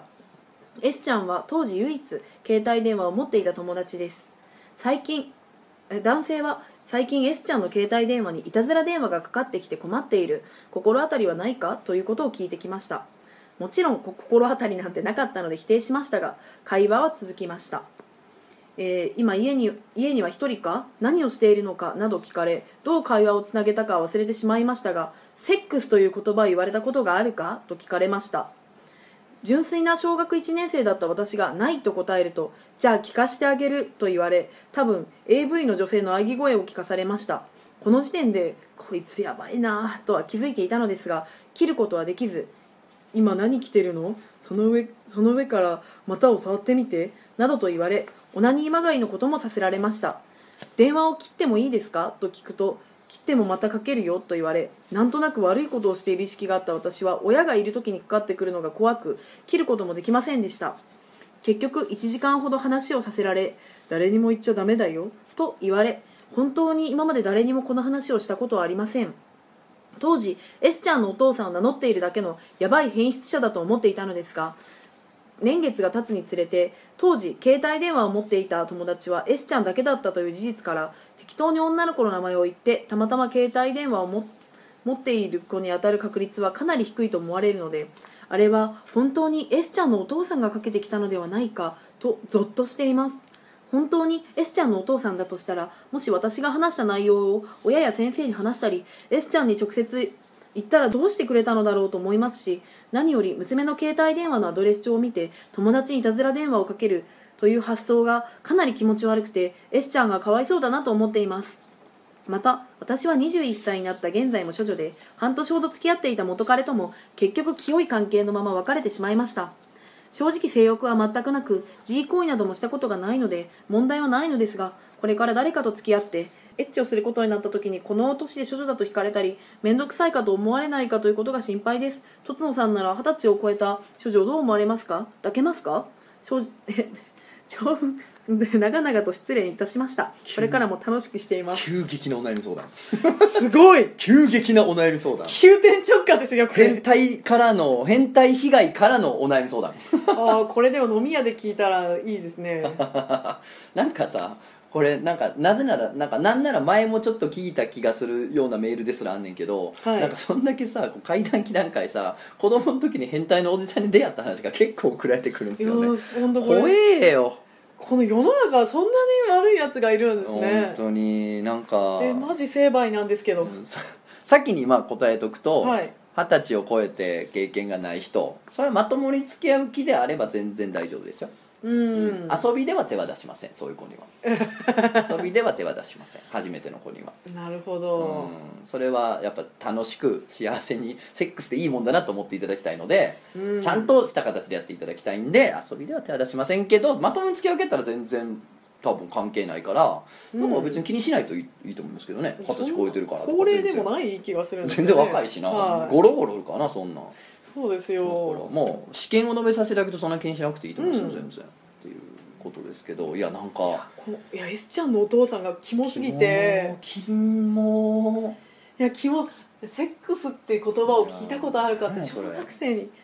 S ちゃんは当時唯一携帯電話を持っていた友達です。最近男性は最近 S ちゃんの携帯電話にいたずら電話がかかってきて困っている、心当たりはないかということを聞いてきました。もちろん心当たりなんてなかったので否定しましたが、会話は続きました。えー、今家に家には一人か、何をしているのかなど聞かれ、どう会話をつなげたか忘れてしまいましたが、セックスという言葉を言われたことがあるかと聞かれました。純粋な小学いちねん生だった私がないと答えると、じゃあ聞かしてあげると言われ、多分 エーブイ の女性の喘ぎ声を聞かされました。この時点でこいつやばいなとは気づいていたのですが、切ることはできず、今何着てるの？その上、その上から股を触ってみてなどと言われ、オナニーまがいのこともさせられました。電話を切ってもいいですかと聞くと、切ってもまたかけるよと言われ、なんとなく悪いことをしている意識があった私は、親がいる時にかかってくるのが怖く、切ることもできませんでした。結局いちじかんほど話をさせられ、誰にも言っちゃダメだよと言われ、本当に今まで誰にもこの話をしたことはありません。当時 S ちゃんのお父さんを名乗っているだけのヤバい変質者だと思っていたのですが、年月が経つにつれて、当時携帯電話を持っていた友達は S ちゃんだけだったという事実から、適当に女の子の名前を言ってたまたま携帯電話をも持っている子に当たる確率はかなり低いと思われるので、あれは本当に S ちゃんのお父さんがかけてきたのではないかとゾッとしています。本当に S ちゃんのお父さんだとしたら、もし私が話した内容を親や先生に話したり S ちゃんに直接言ったらどうしてくれたのだろうと思いますし、何より娘の携帯電話のアドレス帳を見て友達にいたずら電話をかけるという発想がかなり気持ち悪くて、 S ちゃんがかわいそうだなと思っています。また私はにじゅういっさいになった現在も処女で、半年ほど付き合っていた元彼とも結局清い関係のまま別れてしまいました。正直性欲は全くなく、自慰行為などもしたことがないので問題はないのですが、これから誰かと付き合ってエッチをすることになった時にこの年で処女だと惹かれたり面倒くさいかと思われないかということが心配です。とつのさんなら二十歳を超えた処女をどう思われますか？抱けますか？正直え長文長々と失礼いたしました。これからも楽しくしています。 急激なお悩み相談すごい急激なお悩み相談、 急転直下ですよこれ。 変態からの変態被害からのお悩み相談ああ、これでも飲み屋で聞いたらいいですねなんかさ、これなんかなぜならなんかなんなら前もちょっと聞いた気がするようなメールですらあんねんけど、はい、なんかそんだけさ怪談気談会さ、子供の時に変態のおじさんに出会った話が結構送られてくるんですよね。怖えよ、 この世の中そんなに悪いやつがいるんですね。 本当になんかえマジ成敗なんですけど、うん、 先にまあ答えとくと、 はい、 二十歳を超えて経験がない人、それはまともに付き合う気であれば全然大丈夫ですよ。 うん、うん、 遊びでは手は出しません。そういう子には遊びでは手は出しません、初めての子には。 なるほど、 うん、それはやっぱ楽しく幸せにセックスでいいもんだなと思っていただきたいので、うん、ちゃんとした形でやっていただきたいんで、遊びでは手は出しませんけど、まともに付き合うけたら全然多分関係ないから、うん、だから別に気にしないといい、いいと思いますけどね。二十歳超えてるからとか高齢でもない気がするんですよね。全然若いしな、はい、ゴロゴロかなそんな。 そうですよ。 だからもう試験を述べさせていただくとそんな気にしなくていいと思うんですよ、うん、全然っていうことですけど、いやなんかいや S ちゃんのお父さんがキモすぎて、 キモいやキモセックスって言葉を聞いたことあるかって小学生にあ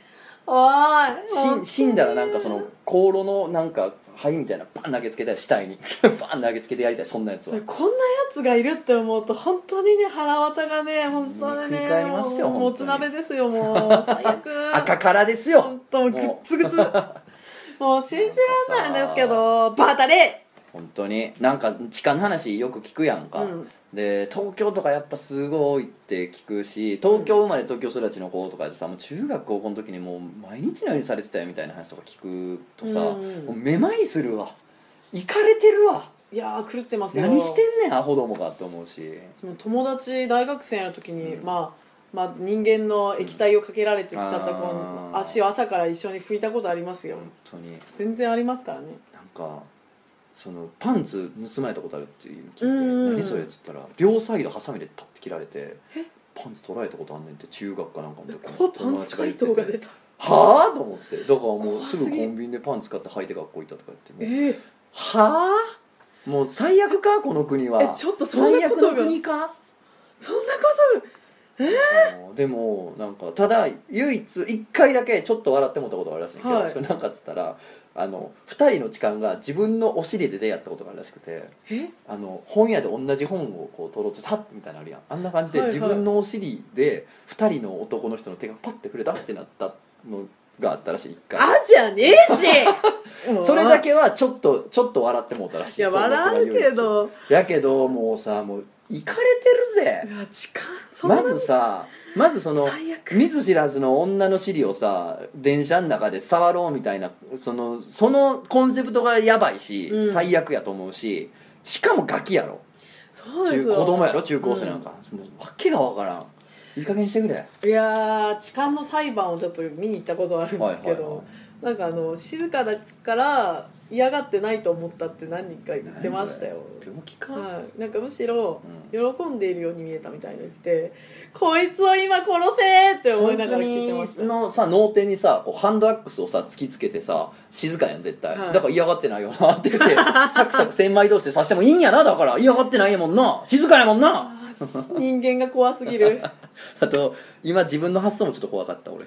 おい死んだらなんかその香炉のなんか灰みたいなバン投げつけたい、死体にバン投げつけてやりたい、そんなやつは。 こんなやつがいるって思うと本当にね、腹渡がね、本当にね、 繰り返りますよ、 もつ鍋ですよ、もう最悪赤からですよ、 本当グッツグツもう信じられないんですけど、バタレ本当になんか痴漢の話よく聞くやんか、うん、で東京とかやっぱすごいって聞くし、東京生まれ東京育ちの子とかでさ、もう中学高校の時にもう毎日のようにされてたよみたいな話とか聞くとさ、うん、もうめまいするわ、イカれてるわ、 いやー狂ってますよ、 何してんねんアホどもがって思うし、 その友達大学生の時に、うん、まあまあ、人間の液体をかけられてっちゃった子の足を朝から一緒に拭いたことありますよ。 本当に全然ありますからね。 なんかそのパンツ盗まれたことあるっていうの聞いて、何それっつったら両サイドハサミでパッて切られて、パンツ取られたことあんねんって、中学かなんかの時に友達が言ってて、 はぁと思って、だからもうすぐコンビニでパンツ買って履いて学校行ったとか言って、えー、はぁもう最悪かこの国は。 えちょっとそんなことが最悪の国か、 そんなことえー、でもなんかただ唯一いっかいだけちょっと笑ってもらったことがあるらしいけど、はい、それなんかっつったら、あのふたりの痴漢が自分のお尻で出会ったことがあるらしくて、あの本屋で同じ本をこう取ろうとさっみたいなのあるやん、あんな感じで自分のお尻でふたりの男の人の手がパッて触れたってなったのがあったらしい、いっかい。 あじゃねえしそれだけはちょっとちょっと笑ってもうたらしい。 いや笑うけど、 やけどもうさ、もうイカれてるぜ。 いや痴漢そんなまずさまずその見ず知らずの女の尻をさ電車の中で触ろうみたいな、そのそのコンセプトがやばいし、うん、最悪やと思うし、しかもガキやろ、 そうですよ子供やろ、中高生なんか、うん、もうわけがわからん、いい加減してくれ。 いやー痴漢の裁判をちょっと見に行ったことあるんですけど、はいはいはい、なんかあの静かだから嫌がってないと思ったって何人か言ってましたよ。 病気か、 はい、なんかむしろ喜んでいるように見えたみたいな言ってて、うん、こいつを今殺せって思いながら聞いてました。 そいつのさ脳天にさこうハンドアックスをさ突きつけてさ、静かやん絶対、はい、だから嫌がってないよなって言ってサクサク千枚同士で刺してもいいんやな、だから嫌がってないやもんな、静かやもんな人間が怖すぎるあと今自分の発想もちょっと怖かった俺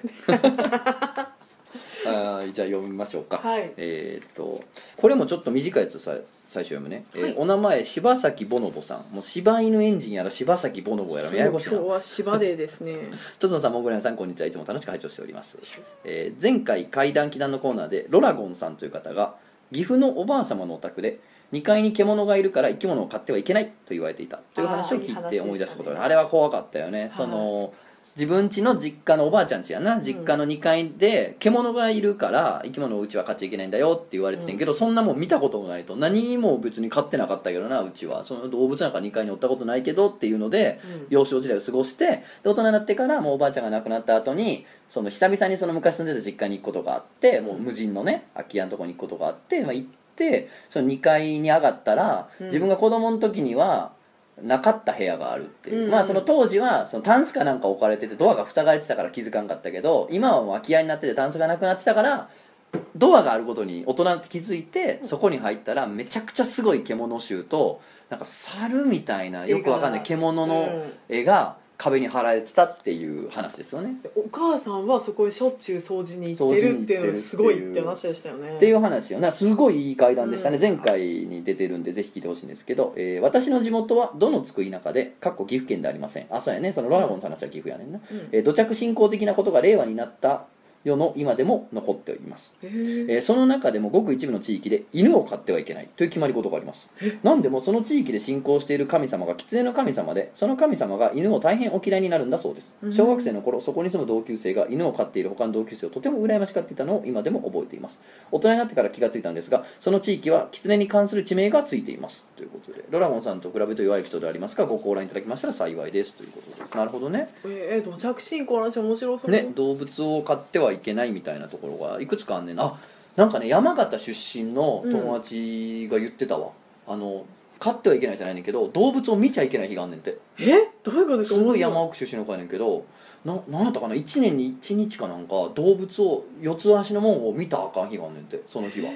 あじゃあ読みましょうか、 はい、 えー、っとこれもちょっと短いやつさ最初読むね、はい、えー、お名前柴崎ボノボさん、もう柴犬エンジンやら柴崎ボノボやらややこしいな。 今日は柴デーですねとつのさん、もぐらやさん、こんにちは。いつも楽しく拝聴しております、えー、前回怪談祈談のコーナーでロラゴンさんという方が岐阜のおばあ様のお宅でにかいに獣がいるから生き物を飼ってはいけないと言われていたという話を聞いて思い出したことが あ, いい、ね、あれは怖かったよね、はい、その自分家の実家のおばあちゃん家やな、実家のにかいで獣がいるから生き物をうちは飼っちゃいけないんだよって言われててんけど、うん、そんなもん見たこともないと、何も別に飼ってなかったけどな、うちはその動物なんかにかいにおったことないけどっていうので、うん、幼少時代を過ごして、で大人になってからもうおばあちゃんが亡くなった後にその久々にその昔住んでた実家に行くことがあって、もう無人のね空き家のとこに行くことがあって、まあ、行ってそのにかいに上がったら、うん、自分が子供の時にはなかった部屋があるっていう、うんうん、まあその当時はそのタンスかなんか置かれててドアが塞がれてたから気づかんかったけど、今はもう空き家になっててタンスがなくなってたからドアがあることに大人って気づいて、そこに入ったらめちゃくちゃすごい獣臭となんか猿みたいなよくわかんない獣の絵が壁に貼られてたっていう話ですよね。 お母さんはそこにしょっちゅう掃除に行ってるっていうのがすごいって話でしたよね。 っていう話よな、すごいいい怪談でしたね、うん、前回に出てるんでぜひ聞いてほしいんですけど、えー、私の地元はどのつく田舎でかっこ岐阜県でありません。あ、そうやね、そのロナゴンさんの話は岐阜やねんな、うん、えー、土着信仰的なことが令和になった世の今でも残っております、えー、その中でもごく一部の地域で犬を飼ってはいけないという決まり事があります。何でもその地域で信仰している神様が狐の神様で、その神様が犬を大変お嫌いになるんだそうです。小学生の頃そこに住む同級生が犬を飼っている他の同級生をとても羨ましがっていたのを今でも覚えています。大人になってから気がついたんですが、その地域は狐に関する地名がついていますということで、ロラゴンさんと比べると弱いエピソードありますがご考覧いただきましたら幸いですということです。なるほどね。 えー、土着信仰の話面白そうね。動物を飼ってはいけないみたいなところがいくつかあんねんな。あ、なんかね山形出身の友達が言ってたわ、うん、あの飼ってはいけないじゃないねんけど動物を見ちゃいけない日があんねんて。 えどういうことですか。 すごい山奥出身の子やねんけど、ななんやったかないちねんにいちにちかなんか動物を四つ足のもんを見たらあかん日があんねんて、その日は。 え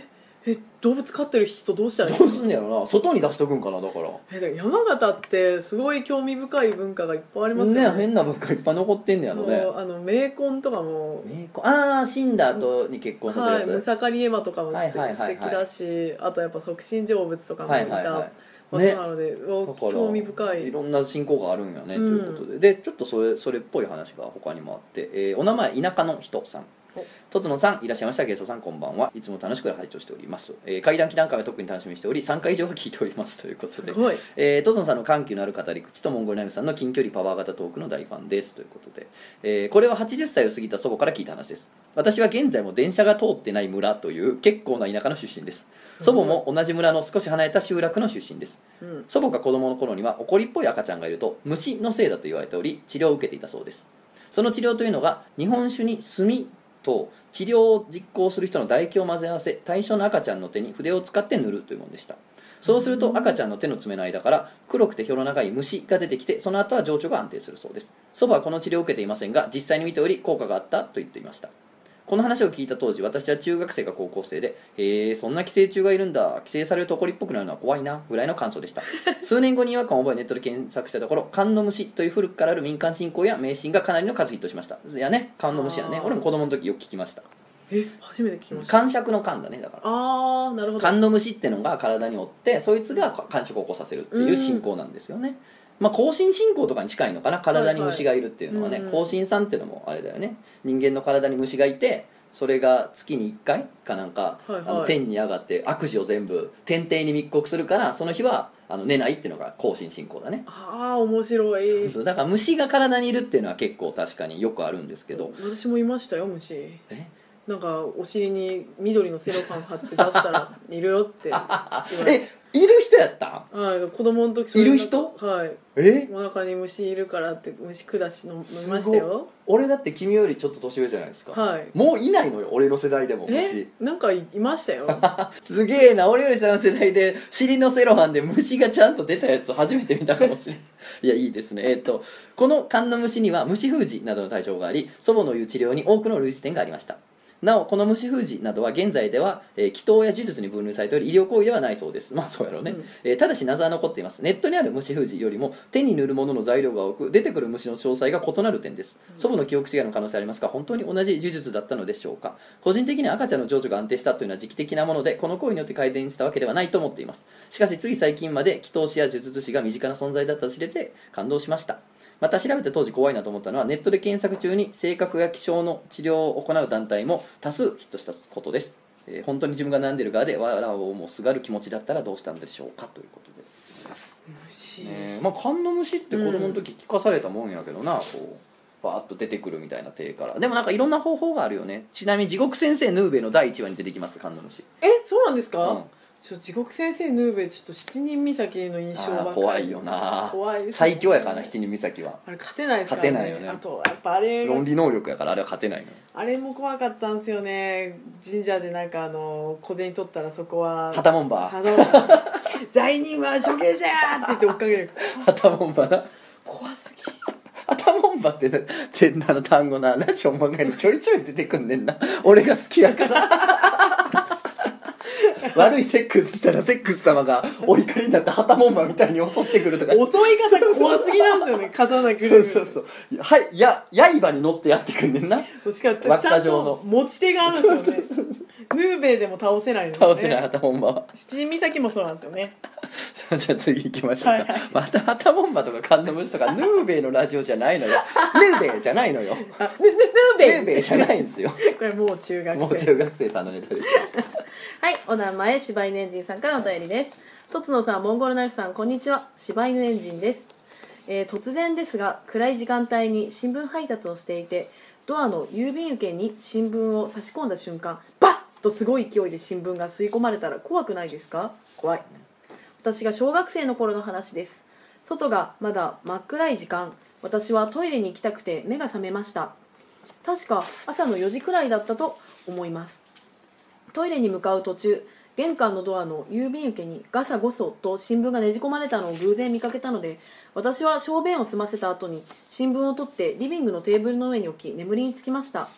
え動物飼ってる人どうしたらいいどうすんねやろな、外に出しとくんかな。だからえでも山形ってすごい興味深い文化がいっぱいありますよね。 ね、変な文化いっぱい残ってんねやろね。 もうあの冥婚とかも冥婚、ああ死んだ後に結婚させるやつ、 はい、ムサカリエマとかも素はいはいはいはい素敵だし、あとやっぱ促進成仏とかもいたはいはいはい場所なので、おだから興味深い。 いろんな信仰があるんやね、 うんということで、でちょっとそれそれっぽい話が他にもあって、えーお名前田舎の人さん。とつのさんいらっしゃいました。ゲストさんこんばんは。いつも楽しく拝聴しております、えー、怪談祈談会は特に楽しみにしておりさんかい以上は聞いておりますということで、 すごい、 えー、とつのさんの緩急のある語り口とモンゴルナイフさんの近距離パワー型トークの大ファンですということで、えーこれははちじゅっさいを過ぎた祖母から聞いた話です。私は現在も電車が通ってない村という結構な田舎の出身です。祖母も同じ村の少し離れた集落の出身です、うん、祖母が子供の頃には怒りっぽい赤ちゃんがいると虫のせいだと言われており治療を受けていたそうです。その治療というのが日本酒に炭と治療を実行する人の唾液を混ぜ合わせ対象の赤ちゃんの手に筆を使って塗るというものでした。そうすると赤ちゃんの手の爪の間から黒くてひょろ長い虫が出てきて、その後は情緒が安定するそうです。祖母はこの治療を受けていませんが実際に見ており効果があったと言っていました。この話を聞いた当時、私は中学生か高校生で、へえそんな寄生虫がいるんだ、寄生されると怒りっぽくなるのは怖いなぐらいの感想でした。数年後に違和感を覚えネットで検索したところ、カンノムシという古くからある民間信仰や迷信がかなりの数ヒットしました。いやね、カンノムシやね、俺も子供の時よく聞きました。 え初めて聞きました。 感触の感だね、だからああなるほど。 カンノムシってのが体におってそいつが感触を起こさせるっていう信仰なんですよね。まあ後進信仰とかに近いのかな、体に虫がいるっていうのはね、はいはい、後進さんっていうのもあれだよね、人間の体に虫がいてそれが月にいっかいかなんか、はいはい、あの天に上がって悪事を全部天帝に密告するからその日はあの寝ないっていうのが後進信仰だね。 ああ面白い。 そうそうだから虫が体にいるっていうのは結構確かによくあるんですけど、 私もいましたよ虫。 えなんかお尻に緑のセロハン貼って出したらいるよって言われてえいる人やったん？ はい、子供の時いる人？ はいえお腹に虫いるからって虫下し飲みましたよ。 俺だって君よりちょっと年上じゃないですか。 はいもういないのよ俺の世代でも虫。 えなんか い, いましたよすげえな、俺より下の世代で尻のセロハンで虫がちゃんと出たやつを初めて見たかもしれないいやいいですね。えっ、ー、とこのカンノムシには虫封じなどの対象があり、祖母の言う治療に多くの類似点がありました。なおこの虫封じなどは現在では、えー、祈祷や呪術に分類されており医療行為ではないそうです。まあそうやろうね、うんえー、ただし謎は残っています。ネットにある虫封じよりも手に塗るものの材料が多く出てくる虫の詳細が異なる点です、うん、祖母の記憶違いの可能性ありますが本当に同じ呪術だったのでしょうか。個人的には赤ちゃんの情緒が安定したというのは時期的なものでこの行為によって改善したわけではないと思っています。しかしつい最近まで祈祷師や呪術師が身近な存在だったと知れて感動しました。また調べて当時怖いなと思ったのはネットで検索中に性格や気象の治療を行う団体も多数ヒットしたことです、えー、本当に自分が悩んでいる側でわらをもすがる気持ちだったらどうしたんでしょうかということで、 虫、 えーまあ、カンノムシって子供の時聞かされたもんやけどな、うん、こうバーッと出てくるみたいな手からでもなんかいろんな方法があるよね。ちなみに地獄先生ヌーベのだいいちわに出てきますカンノムシ。 えそうなんですか、うんちょ地獄先生ヌーベちょっと七人岬の印象ばっかり。 怖いよな。 怖いです、ね、 最強やからな七人岬は。 あれ勝てないですからね。 勝てないよね。 あとやっぱあれ論理能力やからあれは勝てないの。 あれも怖かったんですよね。神社でなんかあの小銭取ったらそこは旗門馬罪人は処刑じゃーって言って追っかける旗門馬な怖すぎ。 旗門馬ってな全裸の単語なラジオ漫画にちょいちょい出てくんねんな俺が好きやから悪いセックスしたらセックス様がお怒りになって旗門馬みたいに襲ってくるとか襲い方怖すぎなんですよね刀くるそうそうそうはいや刃に乗ってやってくんねんな。 しかもちゃんと持ち手があるんですよねヌーベイでも倒せないのね。 倒せない旗門馬は七人岬もそうなんですよねじゃあ次行きましょうか、はいはい、また旗門馬とかカンノムシとかヌーベイのラジオじゃないのよヌーベイじゃないのよヌーベイヌーベイじゃないんですよこれもう中学生もう中学生さんのネタですはい、お名前柴犬エンジンさんからお便りです。とつのさん、モンゴルナイフさん、こんにちは。柴犬エンジンです、えー、突然ですが暗い時間帯に新聞配達をしていてドアの郵便受けに新聞を差し込んだ瞬間バッとすごい勢いで新聞が吸い込まれたら怖くないですか？怖い。私が小学生の頃の話です。外がまだ真っ暗い時間、私はトイレに行きたくて目が覚めました。確か朝のよじくらいだったと思います。トイレに向かう途中、玄関のドアの郵便受けにガサゴソと新聞がねじ込まれたのを偶然見かけたので、私は小便を済ませた後に新聞を取ってリビングのテーブルの上に置き眠りにつきました。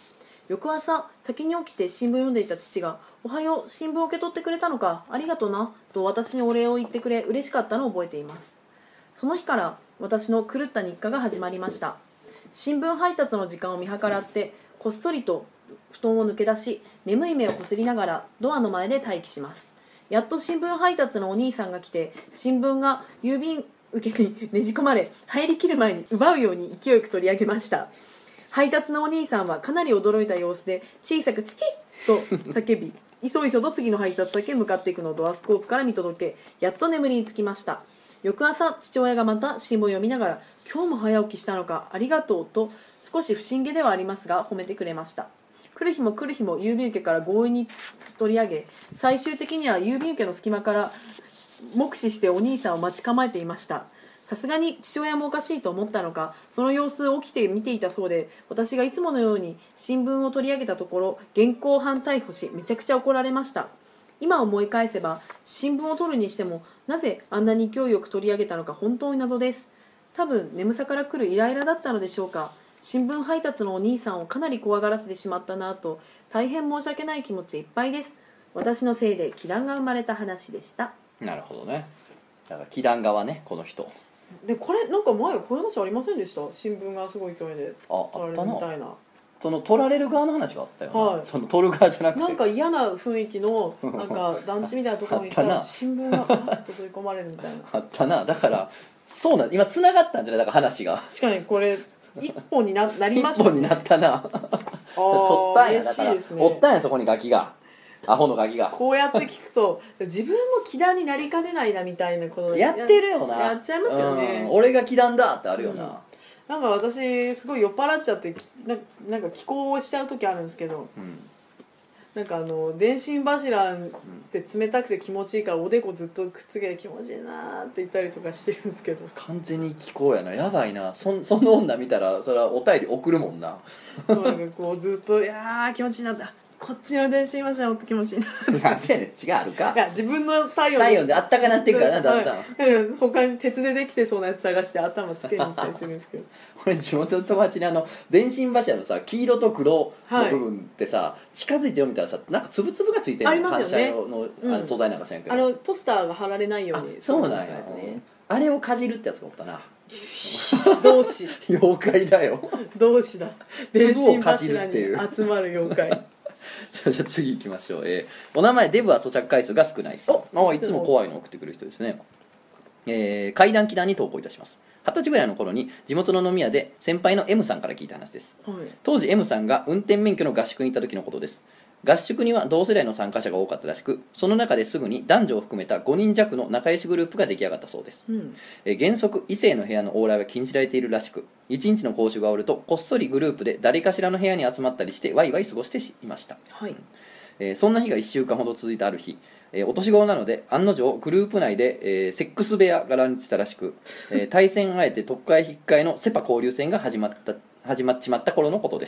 翌朝先に起きて新聞読んでいた父が「おはよう、新聞を受け取ってくれたのか、ありがとうな」と私にお礼を言ってくれ嬉しかったのを覚えています。その日から私の狂った日課が始まりました。新聞配達の時間を見計らってこっそりと布団を抜け出し、眠い目をこすりながらドアの前で待機します。やっと新聞配達のお兄さんが来て、新聞が郵便受けにねじ込まれ入りきる前に奪うように勢いよく取り上げました。配達のお兄さんはかなり驚いた様子で小さく「ヒッ!」と叫び、いそいそと次の配達先へ向かっていくのをドアスコープから見届け、やっと眠りにつきました。翌朝父親がまた新聞を読みながら「今日も早起きしたのか、ありがとう」と少し不審げではありますが褒めてくれました。来る日も来る日も郵便受けから強引に取り上げ、最終的には郵便受けの隙間から目視してお兄さんを待ち構えていました。さすがに父親もおかしいと思ったのか、その様子を起きて見ていたそうで、私がいつものように新聞を取り上げたところ現行犯逮捕し、めちゃくちゃ怒られました。今思い返せば新聞を取るにしてもなぜあんなに勢いよく取り上げたのか本当に謎です。多分眠さから来るイライラだったのでしょうか。新聞配達のお兄さんをかなり怖がらせてしまったなと大変申し訳ない気持ちいっぱいです。私のせいで気談が生まれた話でした。 なるほどね。だから気談側ね、この人で、これなんか前こういう話ありませんでした？新聞がすごい勢いであ取られるみたいな。 その取られる側の話があったよな、 はい、 その取る側じゃなくてなんか嫌な雰囲気のなんか団地みたいなところに行ったら新聞がパッと取り込まれるみたいなあったな。だからそうなん、今繋がったんじゃない、だから話が確かにこれ一本に な, なりましたね。一本になったな。取ったんや、だから、ね、おったんやそこにガキが、アホのガキが。 こうやって聞くと自分も気団になりかねないなみたいなことやってるよな。 やっちゃいますよね、 うん、俺が気団だってあるよな、うん、 なんか私すごい酔っ払っちゃってななんか気候しちゃう時あるんですけど、うん、なんかあの電信柱って冷たくて気持ちいいからおでこずっとくっつけて気持ちいいなって言ったりとかしてるんですけど、 完全に気候やな。やばいな。 そ, その女見たらそれはお便り送るもんな。 そうなんかこうずっといやー気持ちいいなって、こっちの電信柱もっと気持ちいいななんでね、違うあるか。 いや自分の体温体温であったかなってるからな、だんだん、はい、 他に鉄でできてそうなやつ探して頭つけに行ったりするんですけどこれ地元の友達にあの電信柱のさ黄色と黒の部分ってさ、はい、近づいて読みたらさなんかつぶつぶがついてるの、ありますよね、反射用の、うん、あの素材なんかしないけど、 あのポスターが貼られないように。 そうなんや、ね、あれをかじるってやつがおったな。 同志妖怪だよ。 同志だ。 電信柱に集まる妖怪じゃあ次行きましょう、えー、お名前デブは咀嚼回数が少ないです。あいつも怖いの送ってくる人ですね。えー、怪談祈談に投稿いたします。はたちぐらいの頃に地元の飲み屋で先輩の M さんから聞いた話です、はい、当時 M さんが運転免許の合宿に行った時のことです。合宿には同世代の参加者が多かったらしく、その中ですぐに男女を含めたごにん弱の仲良しグループが出来上がったそうです、うん、え原則異性の部屋の往来は禁じられているらしく、いちにちの講習が終わるとこっそりグループで誰かしらの部屋に集まったりしてワイワイ過ごしていました、はいえー、そんな日がいっしゅうかんほど続いたある日、えー、お年頃なので案の定グループ内で、えー、セックス部屋が乱立したらしく、えー、対戦あえて特会引っかえのセパ交流戦が始まった始まっちまった頃のことです。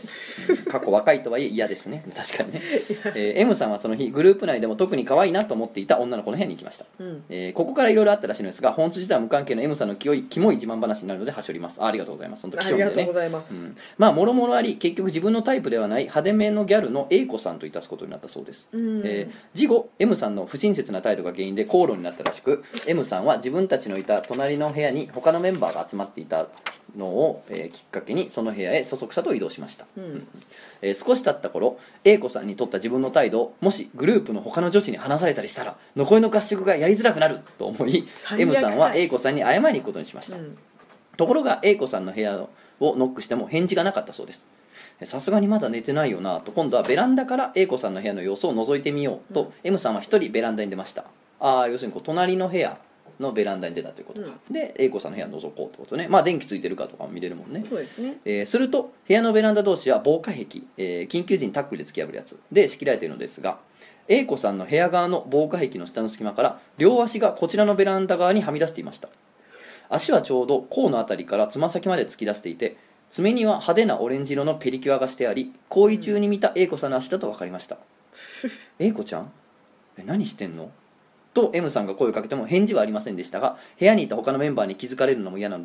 過去若いとはいえ嫌ですね。確かにね、えー、M さんはその日グループ内でも特に可愛いなと思っていた女の子の部屋に行きました、うんえー、ここからいろいろあったらしいのですが、本筋とは無関係の M さんのキモいキモい自慢話になるのではしょります。 あ, ありがとうございます。その時ありがとうございます、 うん、まあもろもろあり結局自分のタイプではない派手めのギャルの A 子さんといたすことになったそうです、うんえー、事後 M さんの不親切な態度が原因で口論になったらしく、 M さんは自分たちのいた隣の部屋に他のメンバーが集まっていたのを、えー、きっかけにその部屋へそそくさと移動しました、うんえー、少し経った頃 A 子さんにとった自分の態度をもしグループの他の女子に話されたりしたら残りの合宿がやりづらくなると思い M さんは A 子さんに謝りに行くことにしました、うん、ところが A 子さんの部屋をノックしても返事がなかったそうです。さすがにまだ寝てないよなと今度はベランダから A 子さんの部屋の様子を覗いてみようと、うん、M さんは一人ベランダに出ました。あ要するにこう隣の部屋のベランダに出たということか、うん、で A 子さんの部屋を覗こうってことね。まあ電気ついてるかとかも見れるもんね。 そうですね、 えー、すると部屋のベランダ同士は防火壁、えー、緊急時にタックルで突き破るやつで仕切られているのですが、 A 子さんの部屋側の防火壁の下の隙間から両足がこちらのベランダ側にはみ出していました。足はちょうど甲のあたりからつま先まで突き出していて、爪には派手なオレンジ色のペリキュアがしてあり、行為中に見た A 子さんの足だと分かりました、うん、A 子ちゃんえ何してんのと M さんが声をかけても返事はありませんでしたが、部屋にいた他のメンバーに気づかれるのも嫌なので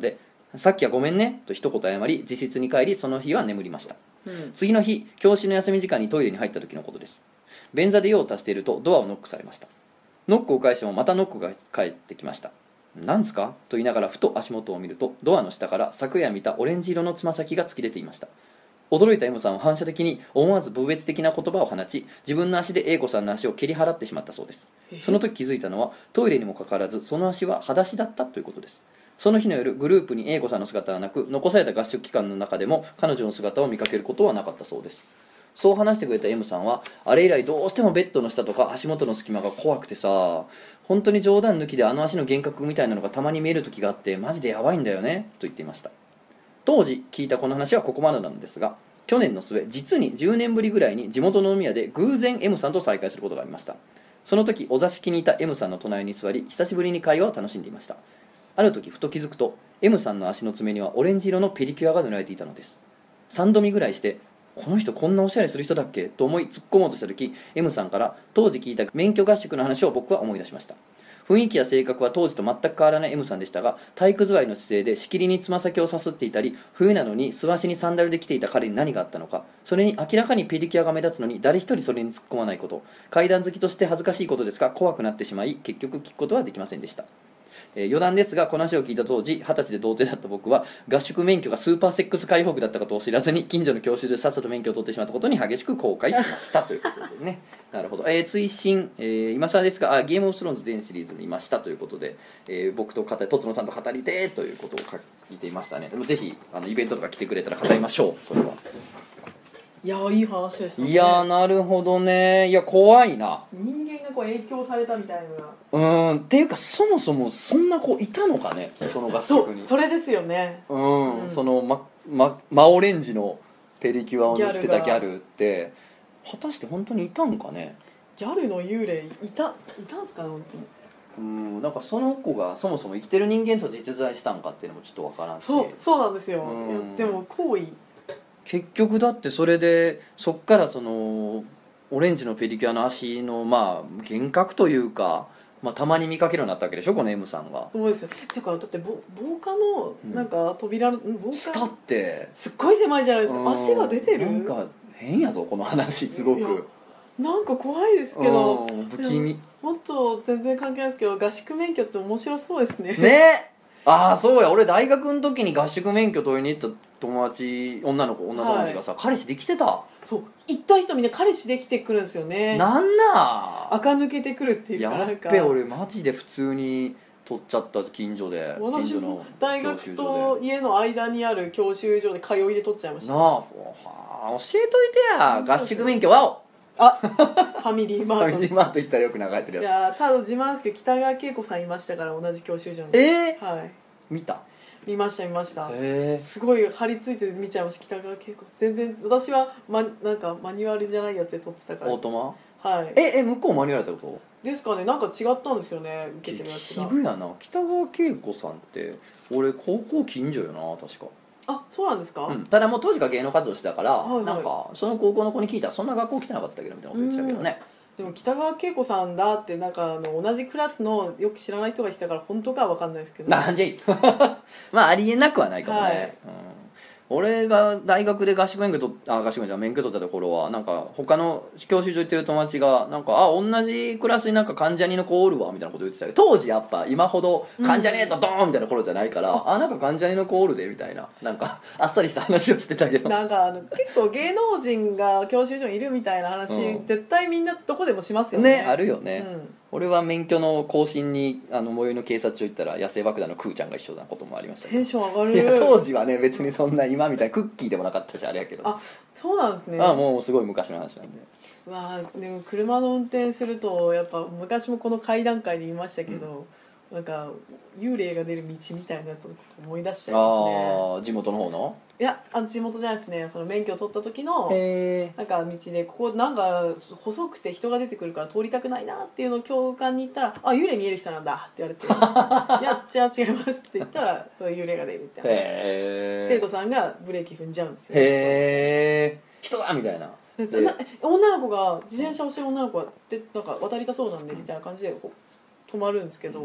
さっきはごめんねと一言謝り自室に帰り、その日は眠りました。 うん、 次の日、教師の休み時間にトイレに入った時のことです。便座で用を足しているとドアをノックされました。ノックを返してもまたノックが返ってきました。何すかと言いながらふと足元を見ると、ドアの下から昨夜見たオレンジ色のつま先が突き出ていました。驚いた M さんは反射的に思わず侮蔑的な言葉を放ち、自分の足で A 子さんの足を蹴り払ってしまったそうです。その時気づいたのは、トイレにもかかわらずその足は裸足だったということです。その日の夜、グループに A 子さんの姿はなく、残された合宿期間の中でも彼女の姿を見かけることはなかったそうです。そう話してくれた M さんは、あれ以来どうしてもベッドの下とか足元の隙間が怖くてさ、本当に冗談抜きであの足の幻覚みたいなのがたまに見える時があって、マジでやばいんだよねと言っていました。当時聞いたこの話はここまでなんですが、去年の末、実にじゅうねんぶりぐらいに地元の飲み屋で偶然 M さんと再会することがありました。その時お座敷にいた M さんの隣に座り、久しぶりに会話を楽しんでいました。ある時ふと気づくと、 M さんの足の爪にはオレンジ色のペディキュアが塗られていたのです。さんど見ぐらいして、この人こんなおしゃれする人だっけと思い突っ込もうとした時、 M さんから当時聞いた免許合宿の話を僕は思い出しました。雰囲気や性格は当時と全く変わらない M さんでしたが、体育座りの姿勢でしきりにつま先をさすっていたり、冬なのに素足にサンダルで来ていた彼に何があったのか、それに明らかにペディキュアが目立つのに誰一人それに突っ込まないこと、階段好きとして恥ずかしいことですが怖くなってしまい、結局聞くことはできませんでした。えー、余談ですが、この話を聞いた当時はたちで童貞だった僕は、合宿免許がスーパーセックス解放区だったことを知らずに近所の教習でさっさと免許を取ってしまったことに激しく後悔しましたということでね。なるほど、えー、追伸、えー、今更ですが、あゲームオブスローンズ全シリーズ見ましたということで、えー、僕と語りとつのさんと語りてーということを書いていましたね。でもぜひあのイベントとか来てくれたら語りましょう。それはいやいい話でしたね。 いやなるほどね。いや怖いな、 人間がこう影響されたみたいな。 うーんっていうか、そもそもそんな子いたのかね、その合宿に。 そ, それですよね。 うん、うん、そのまま真オレンジのペディキュアを塗ってたギャルって果たして本当にいたんかね。 ギャルの幽霊いたいたんすかね本当に。 うん、なんかその子がそもそも生きてる人間と実在したんかっていうのもちょっとわからんし。 そうそうなんですよ、 うん、 いやでも行為結局だってそれでそっからそのオレンジのペディキュアの足のまあ幻覚というか、まあ、たまに見かけるようになったわけでしょ、この M さんが。 そうですよ。っていうかだって防火のなんか扉の、うん、防火下ってすっごい狭いじゃないですか。足が出てる。 なんか変やぞこの話すごく。 なんか怖いですけど、 不気味。 もっと全然関係ないですけど、合宿免許って面白そうですね。 ね。ああそうや、俺大学の時に合宿免許取りに行った友達、女の子女友達がさ、はい、彼氏できてた。 そう行った人みんな彼氏できてくるんですよね。 なんな垢抜けてくるっていうか。 やっべ、俺マジで普通に取っちゃった。近所で、近所の大学と家の間にある教習所で通いで取っちゃいました。 なあ、はあ、教えといてや、合宿免許はおあファミリーマートファミリーマート行ったらよく流れてるやつ。 いやただ自慢ですけど北川景子さんいましたから、同じ教習所に。 えー、 はい、 見た見ました見ました、 えー、 すごい張り付いて見ちゃいました。北川景子全然私は、ま、なんかマニュアルじゃないやつで撮ってたから。 オートマ。 はいええ向こうマニュアルってことですかね。なんか違ったんですよね、受けてるやつが。 渋やな。北川景子さんって俺高校近所よな確か。 あ、そうなんですか、 うん、ただもう当時が芸能活動してたから、 はいはい、 なんかその高校の子に聞いたらそんな学校来てなかったけどみたいなこと言ってたけどね。 でも北川景子さんだってなんかあの同じクラスのよく知らない人がいたから本当かは分かんないですけど。 なんじゃいまあありえなくはないかもね、はい、うん、俺が大学で合宿免許取あ合宿免許じゃ免許取ったところはなんか他の教習所行ってる友達がなんかあ同じクラスになんか関ジャニの子おるわみたいなこと言ってたけど、当時やっぱ今ほど関ジャニとドーンみたいな頃じゃないから、うん、あなんか関ジャニの子おるでみたいななんかあっさりした話をしてたけど、 なんかあの結構芸能人が教習所にいるみたいな話、うん、絶対みんなどこでもしますよね。 ね、あるよね、うん、俺は免許の更新にあの最寄りの警察署行ったら野生爆弾のクーちゃんが一緒なこともありました、ね、 テンション上がる。 いや当時はね別にそんな今みたいなクッキーでもなかったしあれやけど。 あそうなんですね。 あもうすごい昔の話なんで。 うわでも車の運転するとやっぱ昔もこの階段階で言いましたけど、うん、なんか幽霊が出る道みたいなこと思い出しちゃいますね。 あ地元の方のいやあ地元じゃないですね。その免許を取った時のなんか道でここなんか細くて人が出てくるから通りたくないなっていうのを教官に言ったら「あ幽霊見える人なんだ」って言われて「いやじゃあ違います」って言ったらそういう幽霊が出るみたいな。生徒さんがブレーキ踏んじゃうんですよ、ね、へえ人だみたいな。 な女の子が自転車をしてる女の子がでなんか渡りたそうなんでみたいな感じでこう止まるんですけど、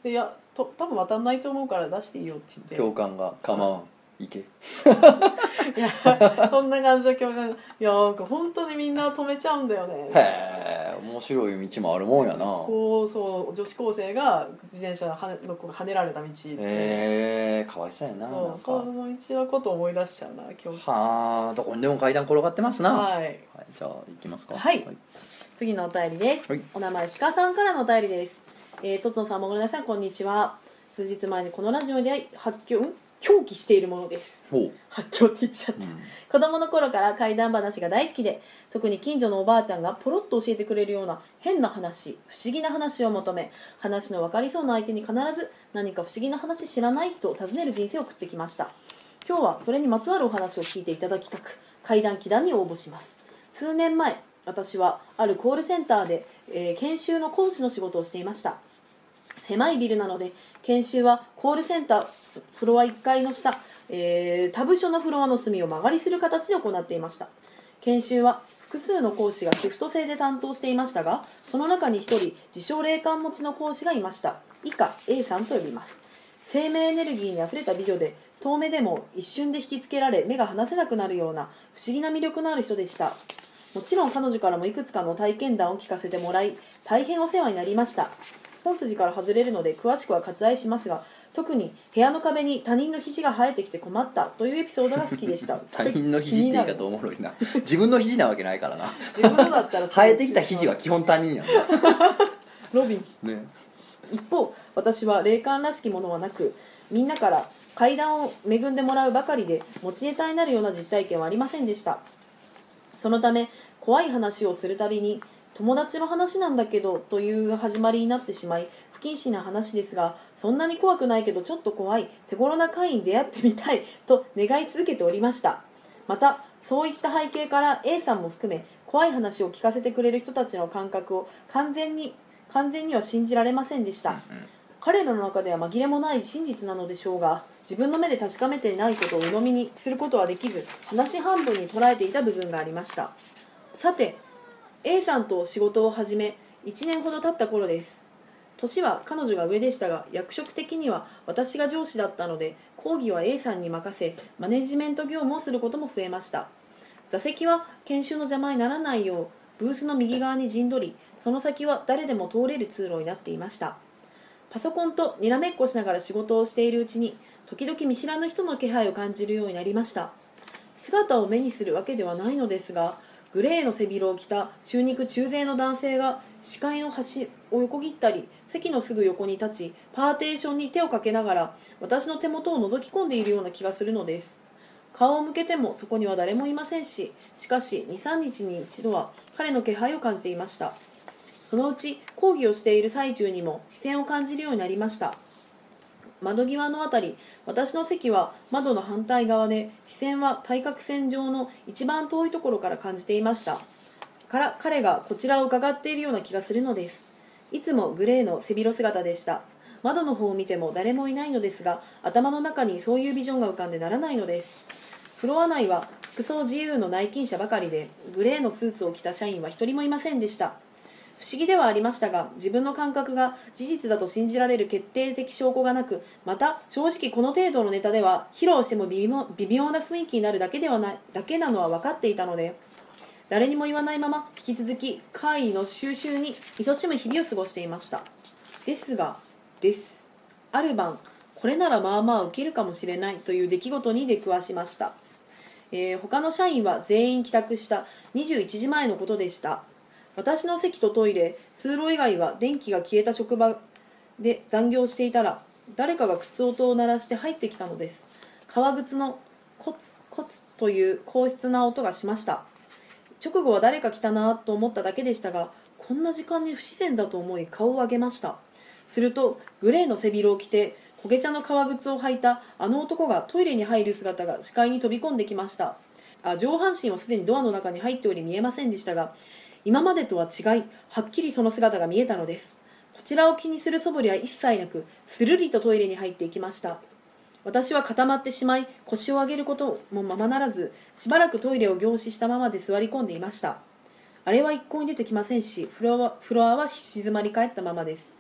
でいやと多分渡んないと思うから出していいよって言って教官が構わん行けいやそんな感じの教官がいやなんか本当にみんな止めちゃうんだよね。 へえ面白い道もあるもんやな。 こうそう女子高生が自転車はねの子がはねられた道ってへえかわいそうやな。 そうなんかその道のことを思い出しちゃうな今日。 はあどこにでも階段転がってますな。 はい、 はい、じゃあ行きますか。 はい、はい、次のお便りです、はい、お名前鹿さんからのお便りです。えー、とつのさんもごめんなさいこんにちは。数日前にこのラジオで発狂ん狂気しているものです。発狂って言っちゃった、うん、子供の頃から怪談話が大好きで、特に近所のおばあちゃんがポロッと教えてくれるような変な話、不思議な話を求め、話の分かりそうな相手に必ず何か不思議な話知らないと尋ねる人生を送ってきました。今日はそれにまつわるお話を聞いていただきたく怪談祈談に応募します。数年前私はあるコールセンターで、えー、研修の講師の仕事をしていました。狭いビルなので研修はコールセンターフロアいっかいの下、えー、他部署のフロアの隅を間借りする形で行っていました。研修は複数の講師がシフト制で担当していましたが、その中にひとり自称霊感持ちの講師がいました。以下 A さんと呼びます。生命エネルギーにあふれた美女で、遠目でも一瞬で引きつけられ目が離せなくなるような不思議な魅力のある人でした。もちろん彼女からもいくつかの体験談を聞かせてもらい、大変お世話になりました。本筋から外れるので詳しくは割愛しますが、特に部屋の壁に他人の肘が生えてきて困ったというエピソードが好きでした他人の肘って言い方おもろいな自分の肘なわけないからな自分のだったら生えてきた肘は基本他人やんロビン、ね、一方私は霊感らしきものはなく、みんなから怪談を恵んでもらうばかりで持ちネタになるような実体験はありませんでした。そのため怖い話をするたびに友達の話なんだけどという始まりになってしまい、不謹慎な話ですが、そんなに怖くないけどちょっと怖い、手頃な会に出会ってみたいと願い続けておりました。またそういった背景から A さんも含め怖い話を聞かせてくれる人たちの感覚を完全に完全には信じられませんでした。彼らの中では紛れもない真実なのでしょうが、自分の目で確かめていないことを鵜呑みにすることはできず、話半分に捉えていた部分がありました。さてA さんと仕事を始めいちねんほど経った頃です。年は彼女が上でしたが、役職的には私が上司だったので講義は A さんに任せ、マネジメント業務をすることも増えました。座席は研修の邪魔にならないようブースの右側に陣取り、その先は誰でも通れる通路になっていました。パソコンとにらめっこしながら仕事をしているうちに、時々見知らぬ人の気配を感じるようになりました。姿を目にするわけではないのですが、グレーの背広を着た中肉中背の男性が視界の端を横切ったり、席のすぐ横に立ちパーテーションに手をかけながら私の手元を覗き込んでいるような気がするのです。顔を向けてもそこには誰もいませんし、しかし にさんにちに一度は彼の気配を感じていました。そのうち講義をしている最中にも視線を感じるようになりました。窓際のあたり、私の席は窓の反対側で、視線は対角線上の一番遠いところから感じていました。から彼がこちらを伺っているような気がするのです。いつもグレーの背広姿でした。窓の方を見ても誰もいないのですが、頭の中にそういうビジョンが浮かんでならないのです。フロア内は服装自由の内勤者ばかりで、グレーのスーツを着た社員は一人もいませんでした。不思議ではありましたが、自分の感覚が事実だと信じられる決定的証拠がなく、また正直この程度のネタでは披露しても微妙、微妙な雰囲気になるだけではないだけなのは分かっていたので、誰にも言わないまま引き続き会議の収集に勤しむ日々を過ごしていました。ですがですある晩、これならまあまあ受けるかもしれないという出来事に出くわしました。えー、他の社員は全員帰宅したにじゅういちじまえのことでした。私の席とトイレ、通路以外は電気が消えた職場で残業していたら、誰かが靴音を鳴らして入ってきたのです。革靴のコツコツという硬質な音がしました。直後は誰か来たなと思っただけでしたが、こんな時間に不自然だと思い顔を上げました。するとグレーの背広を着て焦げ茶の革靴を履いたあの男がトイレに入る姿が視界に飛び込んできました。あ上半身はすでにドアの中に入っており見えませんでしたが、今までとは違い、はっきりその姿が見えたのです。こちらを気にする素振りは一切なく、するりとトイレに入っていきました。私は固まってしまい、腰を上げることもままならず、しばらくトイレを凝視したままで座り込んでいました。あれは一向に出てきませんし、フロアは、フロアは静まり返ったままです。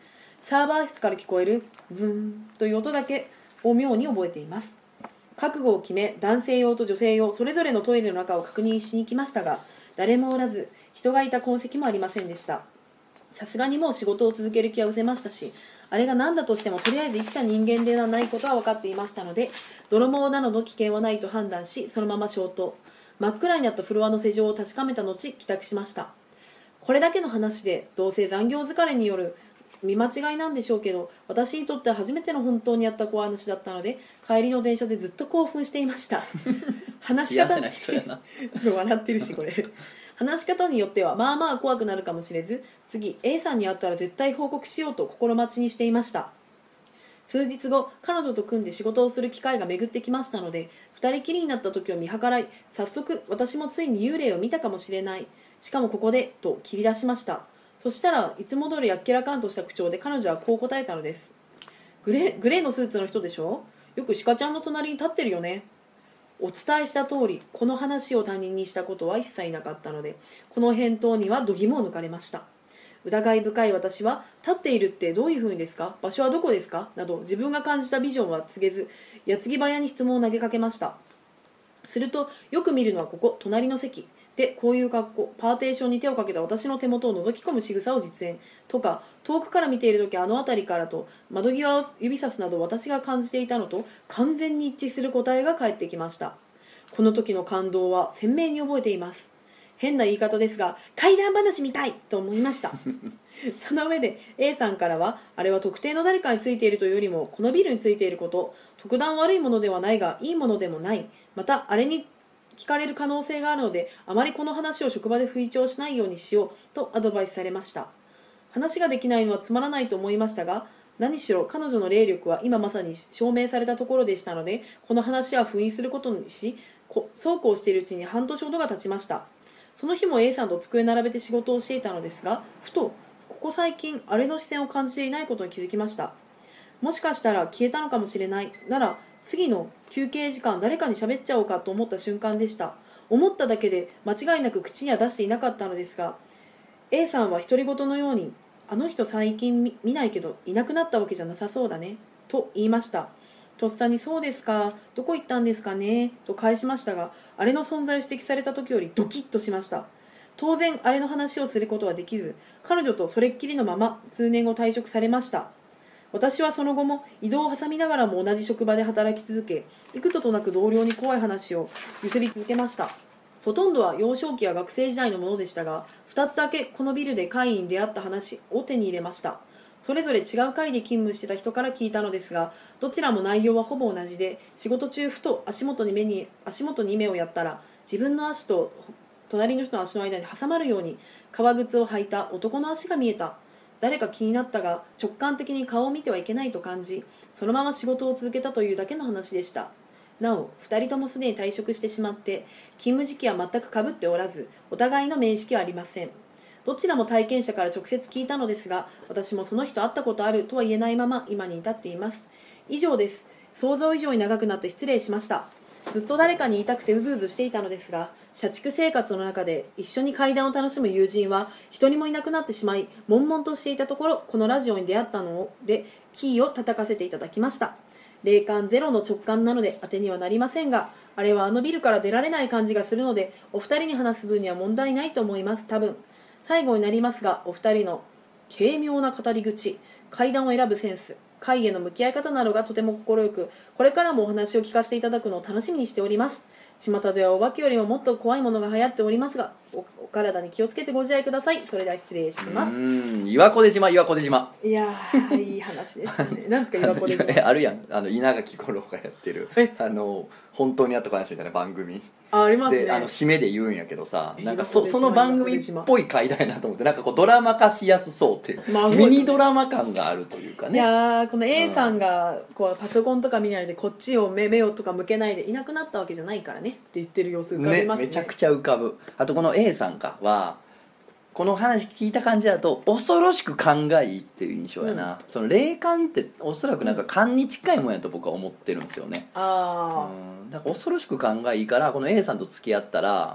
サーバー室から聞こえるブンという音だけを妙に覚えています。覚悟を決め、男性用と女性用それぞれのトイレの中を確認しに来ましたが、誰もおらず人がいた痕跡もありませんでした。さすがにもう仕事を続ける気は失せましたし、あれが何だとしてもとりあえず生きた人間ではないことは分かっていましたので、泥棒などの危険はないと判断し、そのまま消灯。真っ暗になったフロアの施錠を確かめた後帰宅しました。これだけの話でどうせ残業疲れによる見間違いなんでしょうけど、私にとっては初めての本当にやった小話だったので、帰りの電車でずっと興奮していました。話し方幸せな人やなすごい笑ってるしこれ話し方によってはまあまあ怖くなるかもしれず、次 A さんに会ったら絶対報告しようと心待ちにしていました。数日後、彼女と組んで仕事をする機会が巡ってきましたので、二人きりになった時を見計らい、早速私もついに幽霊を見たかもしれない、しかもここでと切り出しました。そしたらいつも通りあっけらかんとした口調で彼女はこう答えたのです。グレー、グレーのスーツの人でしょ。よく鹿ちゃんの隣に立ってるよね。お伝えした通り、この話を他人にしたことは一切なかったので、この返答には度肝を抜かれました。疑い深い私は、立っているってどういうふうにですか、場所はどこですかなど自分が感じたビジョンは告げず、矢継ぎ早に質問を投げかけました。すると、よく見るのはここ、隣の席で、こういう格好、パーテーションに手をかけた私の手元を覗き込む仕草を実演とか、遠くから見ているときあの辺りからと窓際を指さすなど私が感じていたのと完全に一致する答えが返ってきました。この時の感動は鮮明に覚えています。変な言い方ですが、怪談話みたいと思いました。その上で A さんからは、あれは特定の誰かについているというよりもこのビルについていること、特段悪いものではないがいいものでもない、またあれに聞かれる可能性があるので、あまりこの話を職場で吹聴しないようにしようとアドバイスされました。話ができないのはつまらないと思いましたが、何しろ彼女の霊力は今まさに証明されたところでしたので、この話は封印することにし、そうこうしているうちに半年ほどが経ちました。その日も A さんと机並べて仕事をしていたのですが、ふとここ最近あれの視線を感じていないことに気づきました。もしかしたら消えたのかもしれない。なら次の休憩時間誰かに喋っちゃおうかと思った瞬間でした。思っただけで間違いなく口には出していなかったのですが、 A さんは独り言のように、あの人最近 見, 見ないけどいなくなったわけじゃなさそうだねと言いました。とっさにそうですか、どこ行ったんですかねと返しましたが、あれの存在を指摘された時よりドキッとしました。当然あれの話をすることはできず、彼女とそれっきりのまま数年後退職されました。私はその後も移動を挟みながらも同じ職場で働き続け、幾度となく同僚に怖い話をゆすり続けました。ほとんどは幼少期や学生時代のものでしたが、ふたつだけこのビルで会員に出会った話を手に入れました。それぞれ違う階で勤務してた人から聞いたのですが、どちらも内容はほぼ同じで、仕事中ふと足元に目に足元に目をやったら、自分の足と隣の人の足の間に挟まるように革靴を履いた男の足が見えた。誰か気になったが直感的に顔を見てはいけないと感じ、そのまま仕事を続けたというだけの話でした。なおふたりともすでに退職してしまって、勤務時期は全く被っておらず、お互いの面識はありません。どちらも体験者から直接聞いたのですが、私もその人会ったことあるとは言えないまま今に至っています。以上です。想像以上に長くなって失礼しました。ずっと誰かに言いたくてうずうずしていたのですが、社畜生活の中で一緒に怪談を楽しむ友人は一人もいなくなってしまい、悶々としていたところ、このラジオに出会ったのでキーを叩かせていただきました。霊感ゼロの直感なので当てにはなりませんが、あれはあのビルから出られない感じがするので、お二人に話す分には問題ないと思います。多分最後になりますが、お二人の軽妙な語り口、怪談を選ぶセンス、怪への向き合い方などがとても心よく、これからもお話を聞かせていただくのを楽しみにしております。巷ではお化けよりももっと怖いものが流行っておりますが、 お, お体に気をつけてご自愛ください。それでは失礼します。 うーん、岩子出島、岩子出島。 いやー、いい話ですね。何ですか岩子出島。 あるやん、あの稲垣吾郎がやってるあの本当にあった話みたいな番組。 あ, ありますね。 であの締めで言うんやけどさ、なんか そ, その番組っぽい回題なと思って、なんかこうドラマ化しやすそうっていう、まあ、ミニドラマ感があるというかね。 いやこの A さんがこうパソコンとか見ないでこっちを 目, 目をとか向けないでいなくなったわけじゃないからねって言ってる様子浮かびますね。 ね、めちゃくちゃ浮かぶ。あとこの A さんかはこの話聞いた感じだと恐ろしく勘がいいっていう印象やな、うん、その霊感っておそらくなんか勘に近いもんやと僕は思ってるんですよね。 あ、 うん、だから恐ろしく勘がいいから、この A さんと付き合ったら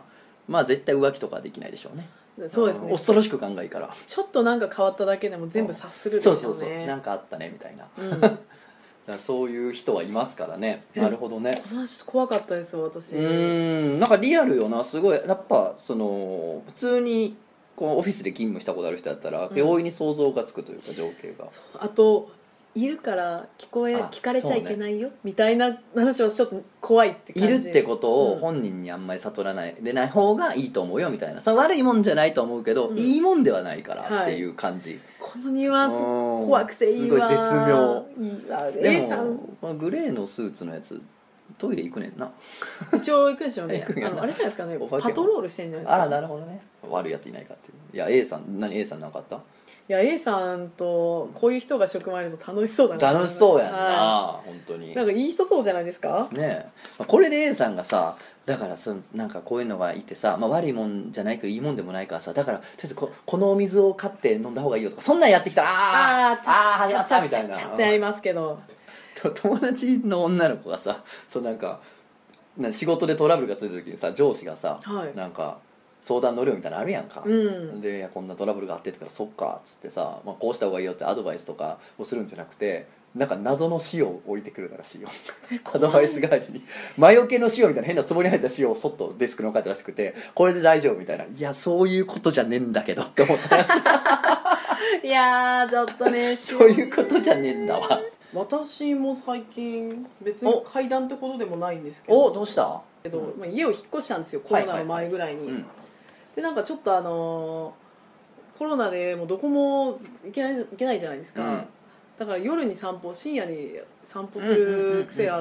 まあ絶対浮気とかはできないでしょうね。 そうですね、 恐ろしく考えいいからちょっとなんか変わっただけでも全部察するでしょうね。 そうそうそう、なんかあったねみたいな、 うん、 だからそういう人はいますからね。なるほどね。 この話怖かったですよ私。 うーん、なんかリアルよな。すごいやっぱその普通にこうオフィスで勤務したことある人だったら、うん、容易に想像がつくというか情景が。 あといるから聞こえ聞かれちゃいけないよ、ね、みたいな話はちょっと怖いって感じ。 いるってことを本人にあんまり悟らないでない方がいいと思うよみたいな。その悪いもんじゃないと思うけど、うん、いいもんではないからっていう感じ、はい、 このニュアンス怖くていいわ。 すごい絶妙。 いいわ。 でもこのグレーのスーツのやつトイレ行くねんな。 一応行くんでしょうね。あのあれじゃないですかね、パトロールしてんじゃないですか。 ああ、なるほどね。悪いやついないかっていう。いや A さん、何 A さんなかった？ いや A さんとこういう人が職場にいると楽しそうだな。 楽しそうやんな、 はい、 本当に。 なんかいい人そうじゃないですかねえ。これで A さんがさ、だからそなんかこういうのがいてさ、まあ、悪いもんじゃないけどいいもんでもないからさ、だからとりあえず こ, このお水を買って飲んだ方がいいよとか、そんなんやってきたらあーあー始まったみたいなちゃってやりますけど、 友達の女の子がさ、そうなんか仕事でトラブルがついた時にさ、上司がさ、はい、なんか相談乗るよみたいなのあるやんか、うん、でいやこんなトラブルがあってとか、そっかっつってさ、まあ、こうした方がいいよってアドバイスとかをするんじゃなくて、なんか謎の塩を置いてくるらしいよアドバイス代わりに魔除けの塩みたいな変な壺に入った塩をそっとデスクに置かれたらしくて、これで大丈夫みたいな。いやそういうことじゃねえんだけどって思ったらしいいやーちょっとねそういうことじゃねえんだわ。 私も最近別に階段ってことでもないんですけど、 おどうしたけど、まあ、家を引っ越したんですよ、コロナの前ぐらいに、はいはいはい、うん、でなんかちょっとあのー、コロナでもうどこも行けない、行けないじゃないですか、うん、だから夜に散歩、深夜に散歩する癖があって、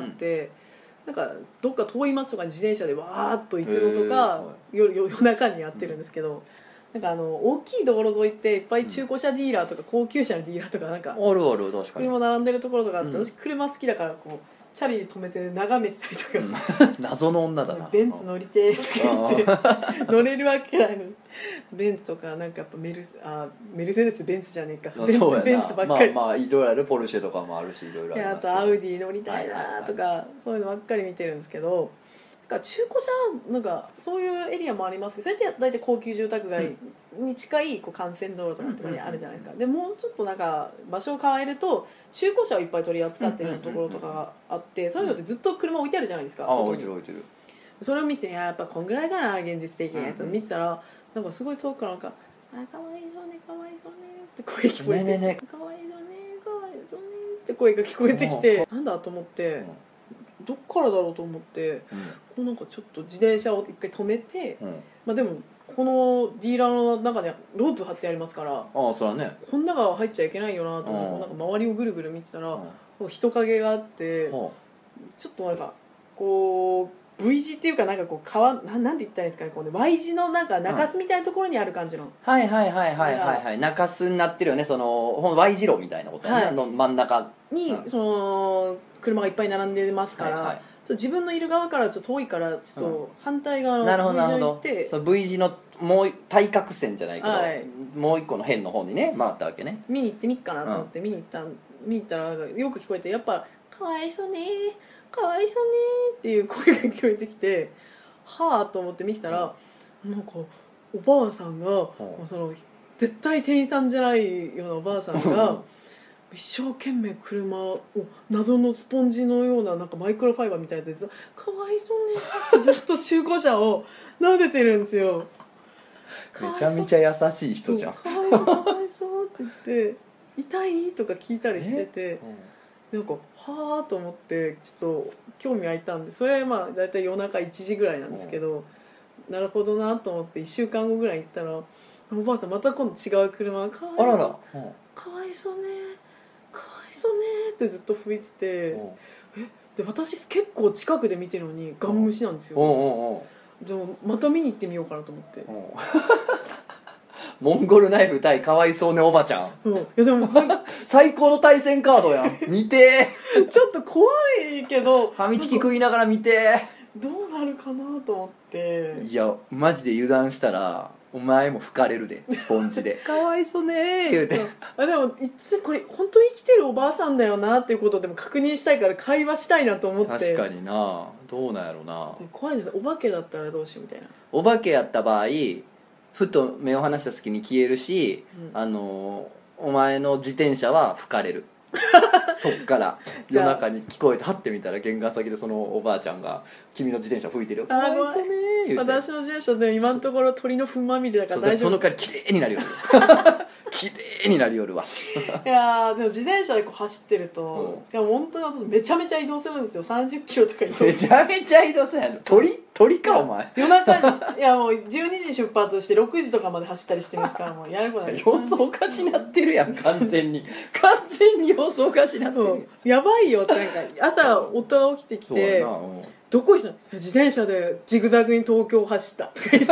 なんかどっか遠い町とかに自転車でわーっと行くのとか夜, 夜中にやってるんですけど、なんかあの大きい道路沿いっていっぱい中古車ディーラーとか高級車のディーラーとかなんかあるある、確かに車並んでるところとかあって、私車好きだからこうチャリ止めて眺めてたりとか、うん、 謎の女だな。 ベンツ乗りてーとか言って乗れるわけないのに、ベンツとかなんかやっぱメルあメルセデスベンツじゃねえか、ベンツ、ベンツばっかり、 まあまあいろいろある、ポルシェとかもあるしいろいろありますけど、 あとアウディ乗りたいなとか、はいはいはい、そういうのばっかり見てるんですけど、なんか中古車なんかそういうエリアもありますけど、それって大体高級住宅街に近いこう幹線道路とかとかにあるじゃないですか、でもうちょっとなんか場所を変えると中古車をいっぱい取り扱ってるようなところとかがあって、そういうのってずっと車置いてあるじゃないですか。 ああ置いてる置いてる。 それを見て、やっぱこんぐらいかな現実的なやつを見てたら、なんかすごい遠くからなんか「あかわいそうねかわいそうね」って声聞こえて「ねねねかわいそうねかわいそうね」って声が聞こえてきて、なんだと思って、どっからだろうと思って、うん、こうなんかちょっと自転車を一回止めて、うん、まあでもこのディーラーの中でロープ張ってありますから、ああそらね、 こん中入っちゃいけないよなと思って、なんか周りをぐるぐる見てたら、うん、人影があって、うん、ちょっとなんかこう V 字っていうかなんかこう川ななんて言ったらいいんですかね、こうね Y 字のなんか中州みたいなところにある感じの、うん、 はいはいはいはいはいはい、中州になってるよね、その Y 字路みたいなことやね、はい、の真ん中に、うん、その車がいっぱい並んでますから、はいはい、自分のいる側からちょっと遠いからちょっと反対側の V 字に行って、 うん、その V 字のもう対角線じゃないけど、はい、もう一個の辺の方にね回ったわけね。 見に行ってみっかなと思って見に行った、うん、見に行ったらよく聞こえて、やっぱかわいそうねかわいそうねっていう声が聞こえてきて、はあと思って見てたら、うん、なんかおばあさんが、うん、その絶対店員さんじゃないようなおばあさんが一生懸命車を謎のスポンジのようななんかマイクロファイバーみたいなやつでかわいそうねってずっと中古車を撫でてるんですよ。 めちゃめちゃ優しい人じゃん。 かわいそうかわいそうって言って痛いとか聞いたりしてて、なんかはあと思ってちょっと興味湧いたんで、それはまあ大体夜中いちじぐらいなんですけど、なるほどなと思っていっしゅうかんごぐらい行ったら、おばあさんまた今度違う車かわいそう、あらら、うん、かわいそうねかわいそうねってずっと吹いてて、えで私結構近くで見てるのにガン無視なんですよ。おうおうおう、でもまた見に行ってみようかなと思って。 モンゴルナイフ対かわいそうねおばちゃん、 うん、いやでも最高の対戦カードやん見てちょっと怖いけどファミチキ食いながら見てどうなるかなと思って。 いやマジで油断したらお前も吹かれるでスポンジでかわいそうねー言うてあでも一応これ本当に生きてるおばあさんだよなっていうことでも確認したいから会話したいなと思って。 確かにな、どうなんやろな。 怖いです。お化けだったらどうしようみたいな。 お化けやった場合ふと目を離した隙に消えるし、うん、あのお前の自転車は吹かれるそっから夜中に聞こえてはってみたら玄関先でそのおばあちゃんが君の自転車吹いてるよ、かわいそうねー言うて。 私の自転車でも今のところ鳥の糞まみれだから大丈夫。 その代わり綺麗になるよ綺麗になる夜はいやでも自転車でこう走ってると、うん、いや本当に私めちゃめちゃ移動するんですよ。さんじゅっキロとか移動する。 めちゃめちゃ移動するやん。鳥鳥かお前。 夜中にいやもうじゅうにじに出発してろくじとかまで走ったりしてるんですからもうやることない。 様子おかしなってるやん完全に完全に様子おかしなってる、うん、 やばいよってなんか朝夫が起きてきて、うん、どこ行ったの？自転車でジグザグに東京走ったとか言って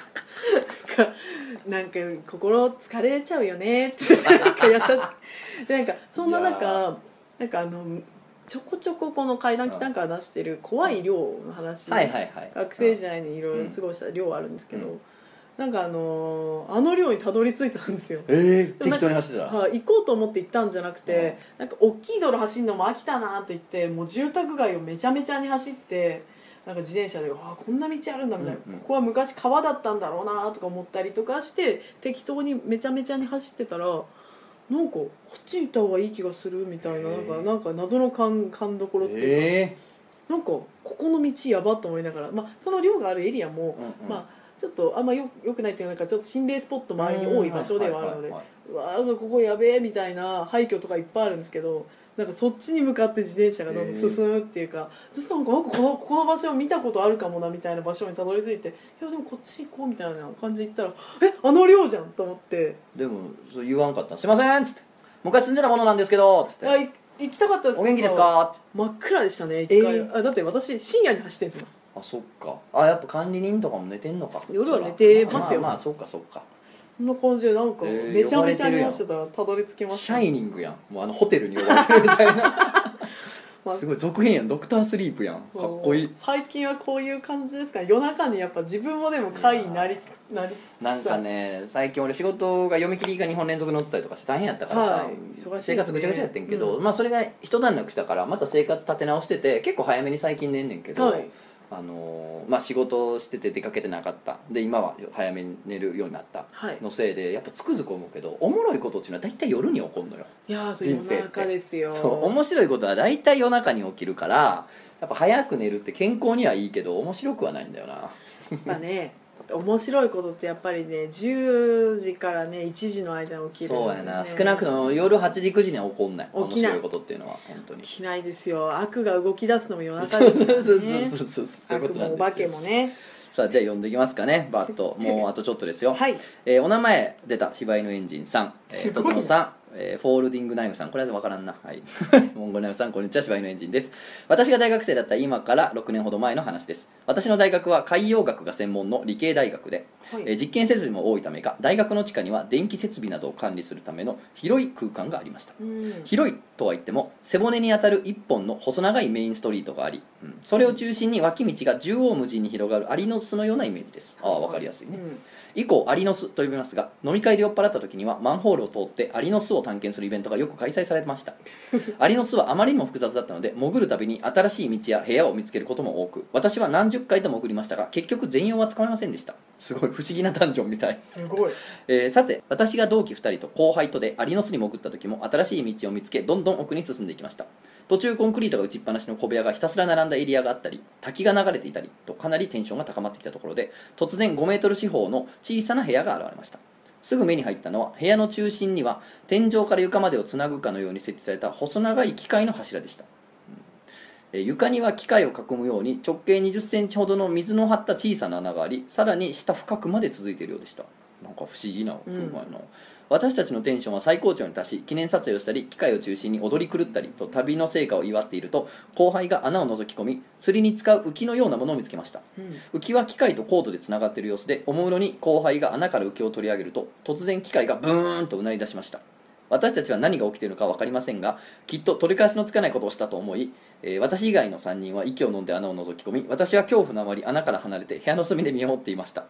なんか心疲れちゃうよねってなんか優しくでなんかそんな中なんかあのちょこちょここの怪談祈祷から出してる怖い寮の話、 はいはいはい、 学生時代にいろいろ過ごした寮あるんですけど、うん、なんかあのー、あの寮にたどり着いたんですよ。 えー、適当に走ってたら、 はあ、行こうと思って行ったんじゃなくて、うん、なんか大きい道路走るのも飽きたなと言ってもう住宅街をめちゃめちゃに走ってなんか自転車であこんな道あるんだみたいな、うんうん、ここは昔川だったんだろうなとか思ったりとかして適当にめちゃめちゃに走ってたらなんかこっちに行った方がいい気がするみたいな、なんかなんか謎の勘勘どころっていうか、なんかここの道やばと思いながら、まあ、その寮があるエリアも、うんうん、まあ、ちょっとあんまよよくないっていうかちょっと心霊スポット周りに多い場所ではあるので、うわーここやべえみたいな廃墟とかいっぱいあるんですけど、なんかそっちに向かって自転車がどんどん進むっていうか、ずっとなんかなんかこのこの場所を見たことあるかもなみたいな場所にたどり着いて、いやでもこっち行こうみたいな感じで行ったらえあの寮じゃんと思って。 でもそう言わんかった。すいませんっつって昔住んでたものなんですけどっつって。 あ行きたかったですけどお元気ですかって真っ暗でしたね一回、えー、あだって私深夜に走ってんですもん。 あそっか。あやっぱ管理人とかも寝てんのか。 夜は寝てますよ。 まあまあそっかそっか。 こんな感じでなんかめちゃめちゃに走ってたらたどり着きました、 ね、シャイニングやん。もうあのホテルに呼ばれてるみたいなすごい続編やん。ドクタースリープやん。かっこいい。 最近はこういう感じですか。夜中にやっぱ自分もでも怪異になりなりなんかね最近俺仕事が読み切りがにほん連続乗ったりとかして大変やったからさ、はいね、生活ぐちゃぐちゃやってんけど、うん、まあそれが一段落したからまた生活立て直してて結構早めに最近寝んねんけど、はい、あのー、まあ仕事してて出かけてなかったで今は早めに寝るようになったのせいで、はい、やっぱつくづく思うけどおもろいことっていうのは大体夜に起こるのよ。 いやー人生って夜中ですよ。 そう面白いことは大体夜中に起きるからやっぱ早く寝るって健康にはいいけど面白くはないんだよな。 まあね面白いことってやっぱりねじゅうじからねいちじの間に起きる、ね、 そうやな少なくとも夜はちじくじには起こんない面白いことっていうのは本当に起きないですよ。悪が動き出すのも夜中ですからね。 そうそうそうそうそういうことなんですよ。 悪もお化けもね。 さあじゃあ読んでいきますかねバッともうあとちょっとですよ、 はいえー、お名前出た柴犬エンジンさん、えー、とつのさんえー、フォールディングナイフさんこれは分からんな、はい、モンゴルナイフさんこんにちは柴犬エンジンです。私が大学生だった今からろくねんほど前の話です。私の大学は海洋学が専門の理系大学で、はいえー、実験設備も多いためか大学の地下には電気設備などを管理するための広い空間がありました。広いとは言っても背骨に当たる一本の細長いメインストリートがあり、うん、それを中心に脇道が縦横無尽に広がるアリの巣のようなイメージです。ああ分かりやすいね、うん以降アリの巣と呼びますが飲み会で酔っ払った時にはマンホールを通ってアリの巣を探検するイベントがよく開催されてましたアリの巣はあまりにも複雑だったので潜るたびに新しい道や部屋を見つけることも多く私は何十回と潜りましたが結局全容はつかめませんでした。すごい不思議なダンジョンみたいすごい、 えー、さて私が同期ふたりと後輩とでアリの巣に潜った時も新しい道を見つけどんどん奥に進んでいきました。途中コンクリートが打ちっぱなしの小部屋がひたすら並んだエリアがあったり滝が流れていたりとかなりテンションが高まってきたところで突然ごメートル四方の小さな部屋が現れました。すぐ目に入ったのは部屋の中心には天井から床までをつなぐかのように設置された細長い機械の柱でした。うん、床には機械を囲むように直径にじゅっセンチほどの水の張った小さな穴がありさらに下深くまで続いているようでした。なんか不思議な空間やな、うん私たちのテンションは最高潮に達し記念撮影をしたり機械を中心に踊り狂ったりと旅の成果を祝っていると後輩が穴を覗き込み釣りに使う浮きのようなものを見つけました。うん、浮きは機械とコードでつながっている様子でおもむろに後輩が穴から浮きを取り上げると突然機械がブーンとうなり出しました。私たちは何が起きているのか分かりませんがきっと取り返しのつかないことをしたと思い、えー、私以外のさんにんは息を飲んで穴を覗き込み私は恐怖のあまり穴から離れて部屋の隅で見守っていました。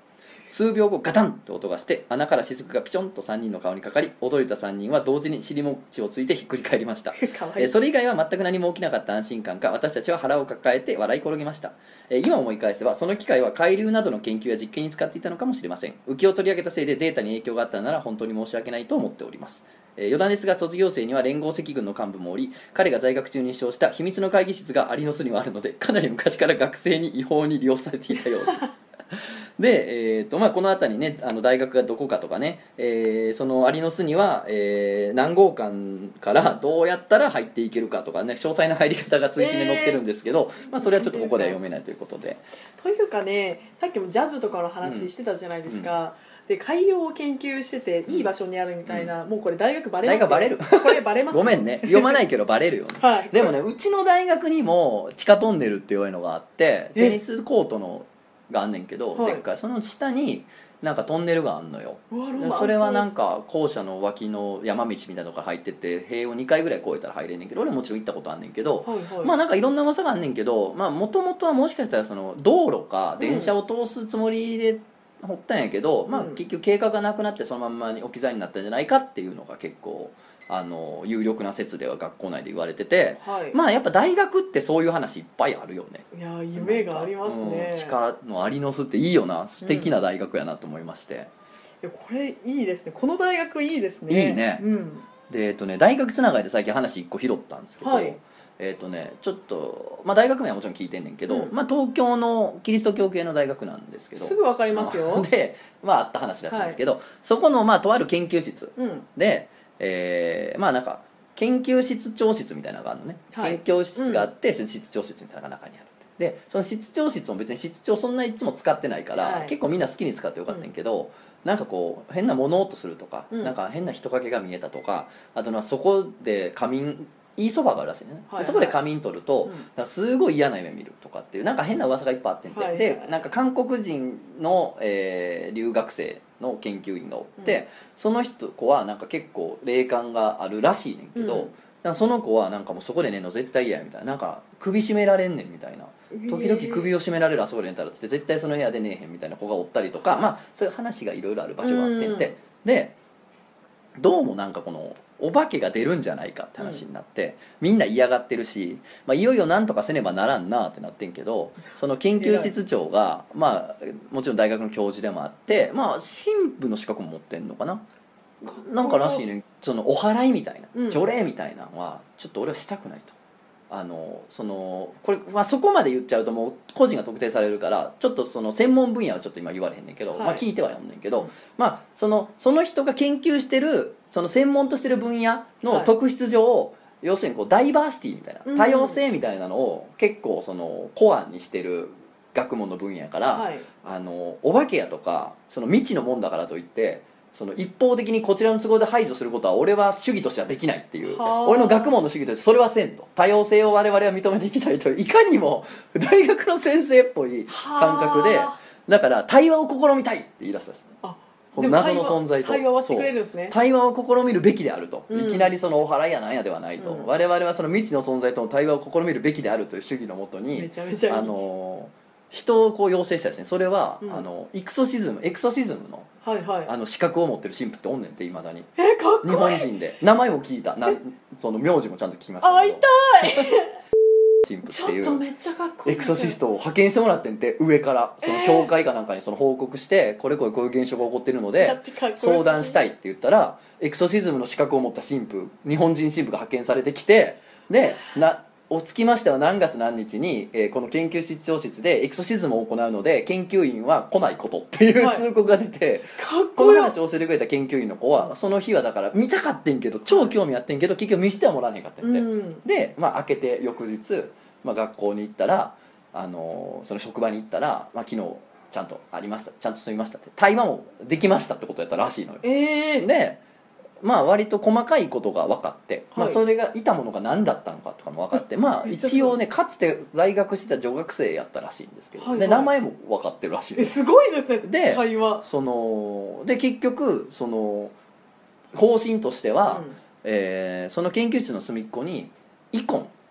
数秒後ガタンと音がして穴から雫がピチョンとさんにんの顔にかかり、驚いたさんにんは同時に尻餅をついてひっくり返りました。えーそれ以外は全く何も起きなかった安心感か、私たちは腹を抱えて笑い転げました。えー今思い返せばその機械は海流などの研究や実験に使っていたのかもしれません。浮きを取り上げたせいでデータに影響があったなら本当に申し訳ないと思っております。えー余談ですが、卒業生には連合赤軍の幹部もおり、彼が在学中に使用した秘密の会議室がアリの巣にはあるので、かなり昔から学生に違法に利用されていたようですで、えーとまあ、この辺りね、あの大学がどこかとかね、えーそのアリの巣には、えー何号館からどうやったら入っていけるかとかね、詳細な入り方が追試で載ってるんですけど、まあ、それはちょっとここでは読めないということで。 というかね、さっきもジャズとかの話してたじゃないですか、うん、で海洋を研究してていい場所にあるみたいな、うん、もうこれ大学バレますよ。 大学バレるこれバレますごめんね、読まないけどバレるよね、はい、でもね、うちの大学にも地下トンネルっていうのがあって、テニスコートのがあんねんけど、はい、でっかいその下になんかトンネルがあんのよ。それはなんか校舎の脇の山道みたいなとこから入ってって塀をにかいぐらい越えたら入れんねんけど、俺もちろん行ったことあんねんけど、はいはい、まあなんかいろんな噂があんねんけど、まあもともとはもしかしたらその道路か電車を通すつもりで掘ったんやけど、うん、まあ結局計画がなくなってそのまんまに置き去りになったんじゃないかっていうのが結構あの有力な説では学校内で言われてて、はい、まあやっぱ大学ってそういう話いっぱいあるよね。 いや夢がありますね、 うん、地下のアリの巣っていいよな、素敵な大学やなと思いまして、うん、いやこれいいですね、この大学いいですね。 いいね、うん、でえっとね大学つながりで最近話いっこ拾ったんですけど、はい、えっとねちょっと、まあ、大学名はもちろん聞いてんねんけど、うん、まあ、東京のキリスト教系の大学なんですけど、 すぐ分かりますよで、まあ、あった話らしいんですけど、はい、そこの、まあ、とある研究室で、うん、えー、まあなんか研究室長室みたいなのがあるのね、はい、研究室があって、うん、室長室みたいなのが中にある。でその室長室も別に室長そんないつも使ってないから、はい、結構みんな好きに使ってよかったんやけど、うん、なんかこう変な物音するとか、うん、なんか変な人影が見えたとか、あとなそこで仮眠いいソファがあるらしいね、はいはい、でそこで仮眠取ると、うん、なんかすごい嫌な夢見るとかっていうなんか変な噂がいっぱいあってんて、はいはい、でなんか韓国人の、えー、留学生の研究員がおって、うん、その人子はなんか結構霊感があるらしいねんけど、うん、なんかその子はなんかもうそこで寝るの絶対嫌やみたいな、なんか首絞められんねんみたいな、時々首を絞められるあそこで寝たらっつって絶対その部屋で寝えへんみたいな子がおったりとか、まあそういう話がいろいろある場所があってんて、うん、でどうもなんかこのお化けが出るんじゃないかって話になって、うん、みんな嫌がってるし、まあ、いよいよなんとかせねばならんなってなってんけど、その研究室長が、まあ、もちろん大学の教授でもあって、まあ、神父の資格も持ってんのかな、なんからしいね、そのお祓いみたいな除霊みたいなのはちょっと俺はしたくないと。あのそのこれ、まあ、そこまで言っちゃうともう個人が特定されるからちょっとその専門分野はちょっと今言われへんねんけど、はい、まあ、聞いては読んねんけど、うん、まあ、そのその人が研究してるその専門としてる分野の特質上、はい、要するにこうダイバーシティみたいな多様性みたいなのを結構そのコアにしてる学問の分野やから、はい、あのお化けやとかその未知のもんだからといってその一方的にこちらの都合で排除することは俺は主義としてはできないっていう俺の学問の主義としてそれはせんと、多様性を我々は認めていきたいといういかにも大学の先生っぽい感覚で、だから対話を試みたいって言い出したし、あこの謎の存在と対話はしてくれるんですね。 対話を試みるべきであると、うん、いきなりそのお祓いやなんやではないと、うん、我々はその未知の存在との対話を試みるべきであるという主義のもとにめちゃめちゃいい、 あの人をこう養成したですね。それは、うん、あのエクソシズムエクソシズムの、はいはい、あの資格を持ってる神父っておんねんっていまだに。 えー、かっこいい。 日本人で名前も聞いたな、その名字もちゃんと聞きましたけど。 会いたい神父っていうちょっとめっちゃかっこいいエクソシストを派遣してもらってんて、上からその教会かなんかにその報告して、これこれこういう現象が起こってるので相談したいって言ったら、エクソシズムの資格を持った神父日本人神父が派遣されてきて、でなをつきましては何月何日に、えー、この研究室長室でエクソシズムを行うので研究員は来ないことっていう通告が出て、はい、この話を教えてくれた研究員の子はその日はだから見たかってんけど超興味あってんけど結局見せてはもらわへんかったんで、うん、で、まあ、開けて翌日、まあ、学校に行ったら、あのー、その職場に行ったら、まあ、昨日ちゃんとありましたちゃんと済みましたって対話もできましたってことやったらしいのよ、えー、でまあ割と細かいことが分かって、はい、まあ、それがいたものが何だったのかとかも分かって、まあ一応ねかつて在学してた女学生やったらしいんですけど、はいはい、で名前も分かってるらしいです。 えすごいですね。 で会話そので結局その方針としては、うん、えー、その研究室の隅っこにイコン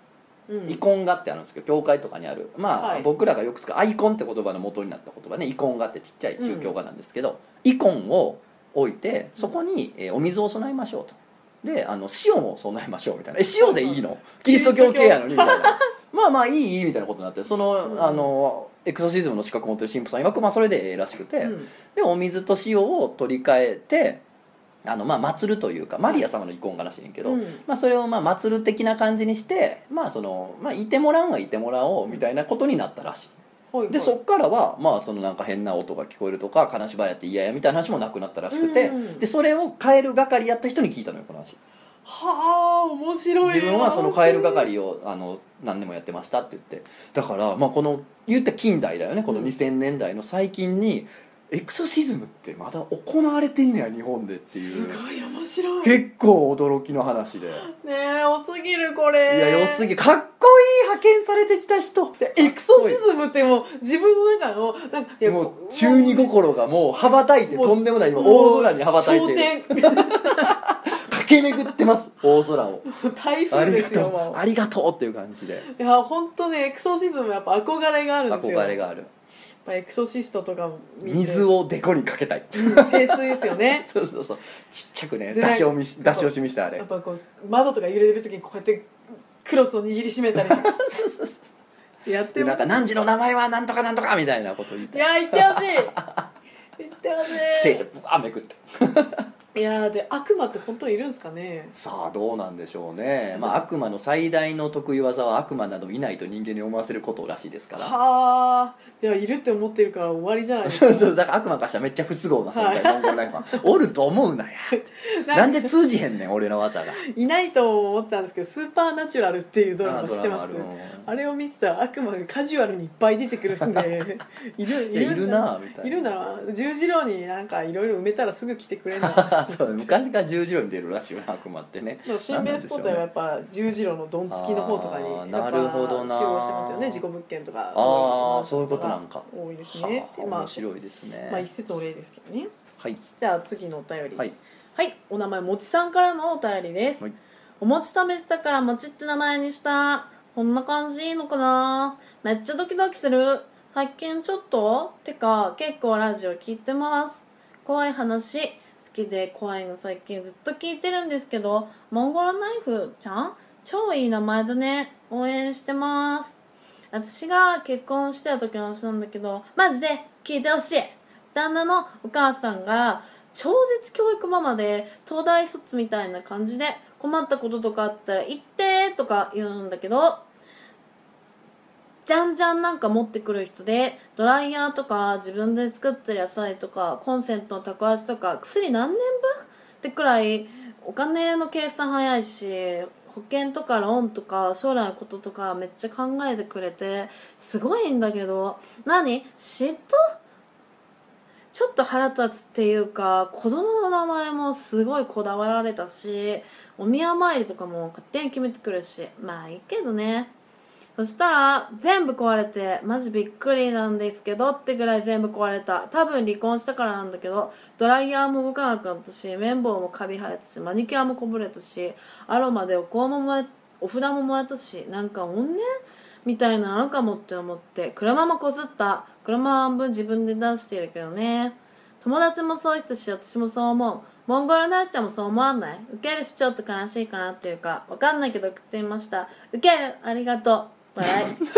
うん、 イコン画ってあるんですけど教会とかにある、まあ、 はい、 僕らがよく使うアイコンって言葉の元になった言葉ね、イコン画ってちっちゃい宗教画なんですけど、うん、イコンを置いてそこに、えー、お水を供えましょうと。であの塩も供えましょうみたいな。え塩でいいの？キリスト教系やのにみたいなまあまあいいいいみたいなことになって、その、うん、あのエクソシズムの資格持ってる神父さん曰く、まあ、それでええらしくて、うん、でお水と塩を取り替えてあのまあ祀るというかマリア様のイコンがらしいんけど、うん、まあ、それをまあ祀る的な感じにして、まあそのまあ、いてもらうんはいてもらおうみたいなことになったらしい。 はいはい、 でそっからは、まあ、そのなんか変な音が聞こえるとか金縛りやって嫌やみたいな話もなくなったらしくて、うん、でそれを変える係やった人に聞いたのよこの話。 はあ面白い。 自分はその変える係をあの何年もやってましたって言って、だから、まあ、この言った近代だよね、このにせんねんだいの最近にエクソシズムってまだ行われてんねや日本でっていう、 すごい面白い、 結構驚きの話で。 ねえ多すぎるこれ。 いや良すぎ、かっこいい派遣されてきた人でエクソシズムってもう自分の中のなんかいやもう中二心がもう羽ばたいてとんでもない今大空に羽ばたいてる駆け巡ってます大空を。 台風ですよ。もうありがとうっていう感じで。 いや本当ねエクソシズムやっぱ憧れがあるんですよ。 憧れがある。 やっぱエクソシストとか見て水をデコにかけたい、 うん、清水ですよねそうそうそうちっちゃくね出し惜し出し惜しみしたあれ。 やっぱこう窓とか揺れる時にこうやってクロスを握りしめたりそうそうそうやってます。 なんか何時の名前はなんとかなんとかみたいなこと言って、 いや言ってほしい言ってほしい。 聖書ブワーめくっていやで悪魔って本当にいるんですかね。 さあどうなんでしょうね、まあ、悪魔の最大の得意技は悪魔などいないと人間に思わせることらしいですから。 はあではいるって思ってるから終わりじゃないですか。 そうそうだから悪魔からしたらめっちゃ不都合な存在、モンゴルライフはおると思うなやなんで通じへんねん俺の技が。 いないと思ったんですけどスーパーナチュラルっていうドラマ知ってます？ あ, あれを見てたら悪魔がカジュアルにいっぱい出てくるんでいるいるいるなみたいな。 いるな十字路になんかいろいろ埋めたらすぐ来てくれるなそう昔から十字路に出るらしいよな悪魔ってね。 新名スポットはやっぱ十字路のドン付きの方とかにやっぱなるほどな使用してますよね。事故物件とかああそういうことなんか多いですね。 まあ面白いですね。 まあ一説の例ですけどね。 はい。 じゃあ次のお便り。 はい。 はい、お名前もちさんからのお便りです。はい、お餅食べてたからもちって名前にした。こんな感じいいのかな。めっちゃドキドキする。最近ちょっとてか結構ラジオ聞いてます。怖い話好きで怖いの最近ずっと聞いてるんですけど、モンゴルナイフちゃん超いい名前だね。応援してます。私が結婚してた時の話なんだけど、マジで聞いてほしい。旦那のお母さんが超絶教育ママで東大卒みたいな感じで、困ったこととかあったら言ってとか言うんだけど、じゃんじゃんなんか持ってくる人で、ドライヤーとか自分で作ってる野菜とかコンセントのタコ足とか薬何年分ってくらいお金の計算早いし、保険とかローンとか将来のこととかめっちゃ考えてくれてすごいんだけど、何嫉妬ちょっと腹立つっていうか、子供の名前もすごいこだわられたし、お宮参りとかも勝手に決めてくるし、まあいいけどね。そしたら全部壊れてマジびっくりなんですけどってぐらい全部壊れた。多分離婚したからなんだけど、ドライヤーも動かなくなったし、綿棒もカビ生えたし、マニキュアもこぼれたし、アロマでお香も燃えお札も燃えたし、なんか怨念みたいなのかもって思って、車もこすった。車は半分自分で出してるけどね。友達もそうしたし、私もそう思う。モンゴルナイフちゃんもそう思わない？受けるしちょっと悲しいかなっていうか、わかんないけど送ってみました。受ける、ありがとう。笑い。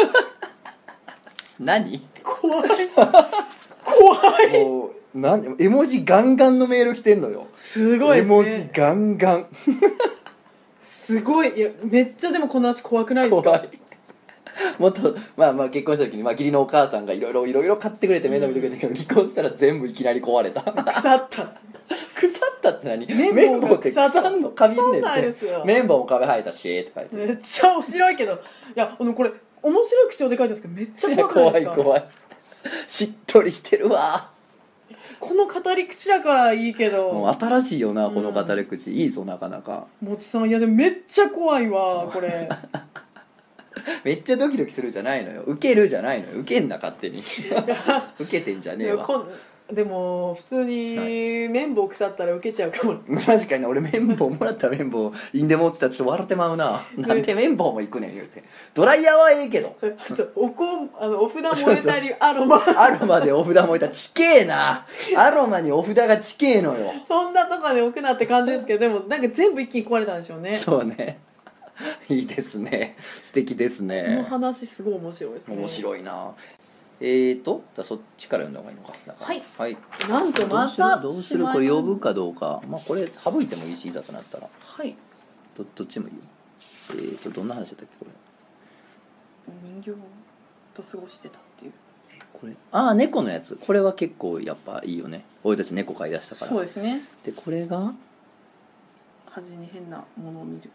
何？ 怖い。怖い。 もうなん絵文字ガンガンのメール来てんのよ。 すごいですね。 絵文字ガンガン。 すごい。いやめっちゃでもこの話怖くないですか？ 怖い。もっとまあまあ結婚した時に、まあ、義理のお母さんがいろいろいろいろ買ってくれて面倒見てくれたけど、うん、離婚したら全部いきなり壊れた。 腐った。 腐ったって何？ 綿棒って腐んの？カビんねんって。綿棒も壁生えたしとか言って。 めっちゃ面白いけど、いやあのこれ面白い口調で書いてるんですけどめっちゃ怖くないですか？ 怖い怖い。しっとりしてるわ。 この語り口だからいいけど、 もう新しいよなこの語り口、うん、いいぞなかなか。 もちさんいやでもめっちゃ怖いわこれ。 めっちゃドキドキするじゃないのよ。受けるじゃないのよ。受けんな勝手に。受けてんじゃねえわ。 でも普通に綿棒腐ったら受けちゃうかも、 確かに俺綿棒もらった綿棒いんでもって言ったらちょっと笑ってまうななんで綿棒もいくねん言うてドライヤーはええけどあとおこあのお札燃えたりアロマアロマでお札燃えたちけえなアロマにお札がちけえのよそんなとかで置くなって感じですけどでもなんか全部一気に壊れたんでしょうね。 そうねいいですね素敵ですね。 この話すごい面白いですね。 面白いな。えーとじゃあそっちから読んだ方がいいのか。 はい、 はい、 なんとまたどうするこれ呼ぶかどうか、まあこれ省いてもいいしいざとなったら、 はい、 ど, どっちもいいよ。えーとどんな話だったっけこれ。 人形と過ごしてたっていうこれああ猫のやつ。これは結構やっぱいいよね。俺たち猫飼い出したから。 そうですね。 でこれが端に変なものを見る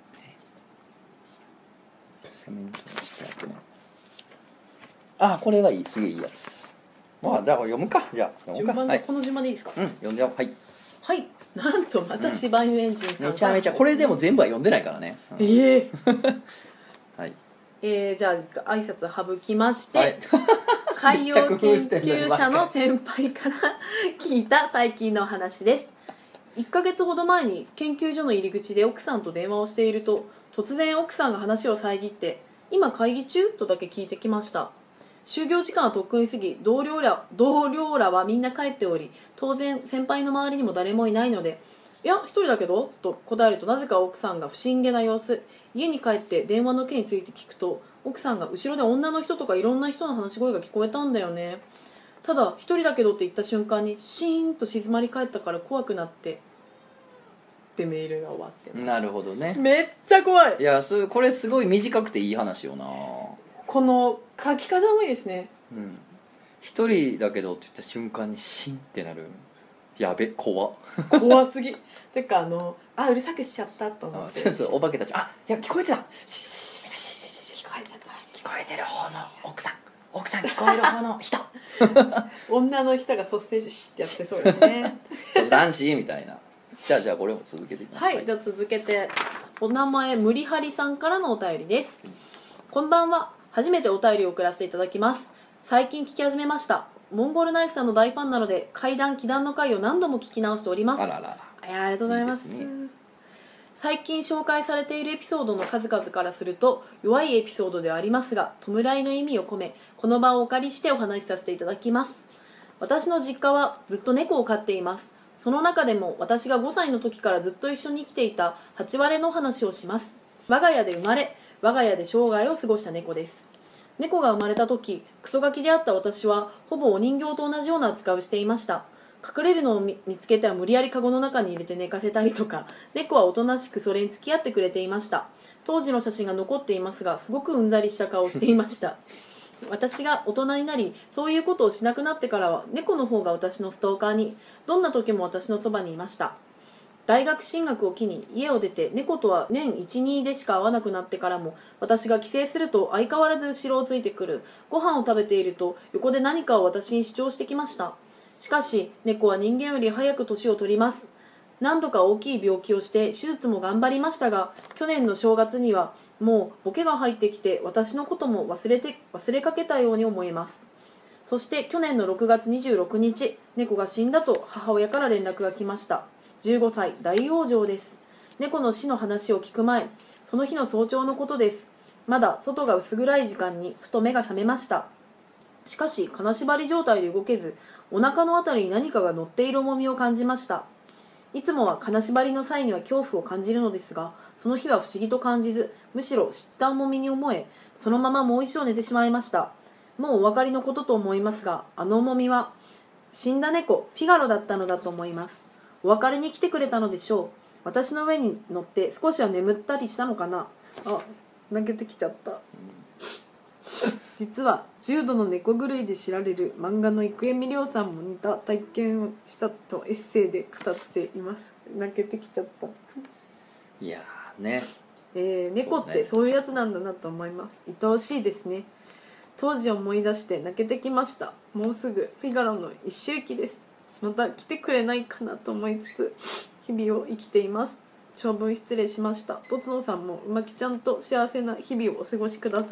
セメントの下やけね。あこれはいいすげえいいやつ。まあじゃあ読むか。じゃあ読むか。 順番で、はい、この順番でいいですか。 うん読んじゃおう。はいはい。なんとまた柴犬エンジンさん、 うん、めちゃめちゃこれでも全部は読んでないからね、 うん、ええー、 はいえー、じゃあ挨拶省きまして、はい、海洋研究者の先輩から聞いた最近の話です。いっかげつほど前に研究所の入り口で奥さんと電話をしていると突然奥さんが話を遮って今会議中とだけ聞いてきました。就業時間はとっくに過ぎ同僚ら同僚らはみんな帰っており当然先輩の周りにも誰もいないのでいや一人だけどと答えるとなぜか奥さんが不審げな様子。家に帰って電話の件について聞くと奥さんが後ろで女の人とかいろんな人の話し声が聞こえたんだよね。ただ一人だけどって言った瞬間にシーンと静まり返ったから怖くなってってメールが終わってます。 なるほどね。 めっちゃ怖い。 いやそこれすごい短くていい話よな。 この書き方もいいですね。 うん、一人だけどって言った瞬間にシンってなる。やべ怖怖すぎてかあのあうるさくしちゃったと思ってそうそうお化けたちあいや聞こえてた聞こえてた聞こえてる方の奥さん奥さん聞こえる方の人女の人が率先してやってそうですね男子みたいな。じゃあじゃあこれも続けていきます。 はい、はい、じゃあ続けてお名前無理はりさんからのお便りです、うん、こんばんは。初めてお便りを送らせていただきます。最近聞き始めました。モンゴルナイフさんの大ファンなので怪談奇談の回を何度も聞き直しております。 あららいやありがとうございます。いいですね。最近紹介されているエピソードの数々からすると弱いエピソードではありますが弔いの意味を込めこの場をお借りしてお話しさせていただきます。私の実家はずっと猫を飼っています。その中でも私がごさいの時からずっと一緒に生きていたハチワレの話をします。我が家で生まれ我が家で生涯を過ごした猫です。猫が生まれた時クソガキであった私はほぼお人形と同じような扱いをしていました。隠れるのを 見, 見つけては無理やりカゴの中に入れて寝かせたりとか猫はおとなしくそれに付き合ってくれていました。当時の写真が残っていますがすごくうんざりした顔をしていました私が大人になりそういうことをしなくなってからは猫の方が私のストーカーにどんな時も私のそばにいました。大学進学を機に家を出て猫とは年 いち,に でしか会わなくなってからも私が帰省すると相変わらず後ろをついてくる。ご飯を食べていると横で何かを私に主張してきました。しかし猫は人間より早く年を取ります。何度か大きい病気をして手術も頑張りましたが去年の正月にはもうボケが入ってきて私のことも忘れて忘れかけたように思えます。そして去年のろくがつにじゅうろくにち猫が死んだと母親から連絡が来ました。じゅうごさい大往生です。猫の死の話を聞く前その日の早朝のことです。まだ外が薄暗い時間にふと目が覚めました。しかし金縛り状態で動けずお腹のあたりに何かが乗っている重みを感じました。いつもは金縛りの際には恐怖を感じるのですがその日は不思議と感じずむしろ知った重みに思えそのままもう一生寝てしまいました。もうお分かりのことと思いますがあの重みは死んだ猫フィガロだったのだと思います。お別れに来てくれたのでしょう。私の上に乗って少しは眠ったりしたのかな。あ、泣けてきちゃった実は重度の猫狂いで知られる漫画の郁恵美涼さんも似た体験をしたとエッセイで語っています。泣けてきちゃったいやーね、 えー、猫ってそういうやつなんだなと思います。愛おしいですね。当時思い出して泣けてきました。もうすぐフィガロの一周忌です。また来てくれないかなと思いつつ日々を生きています。長文失礼しました。とつのさんもうまきちゃんと幸せな日々をお過ごしください。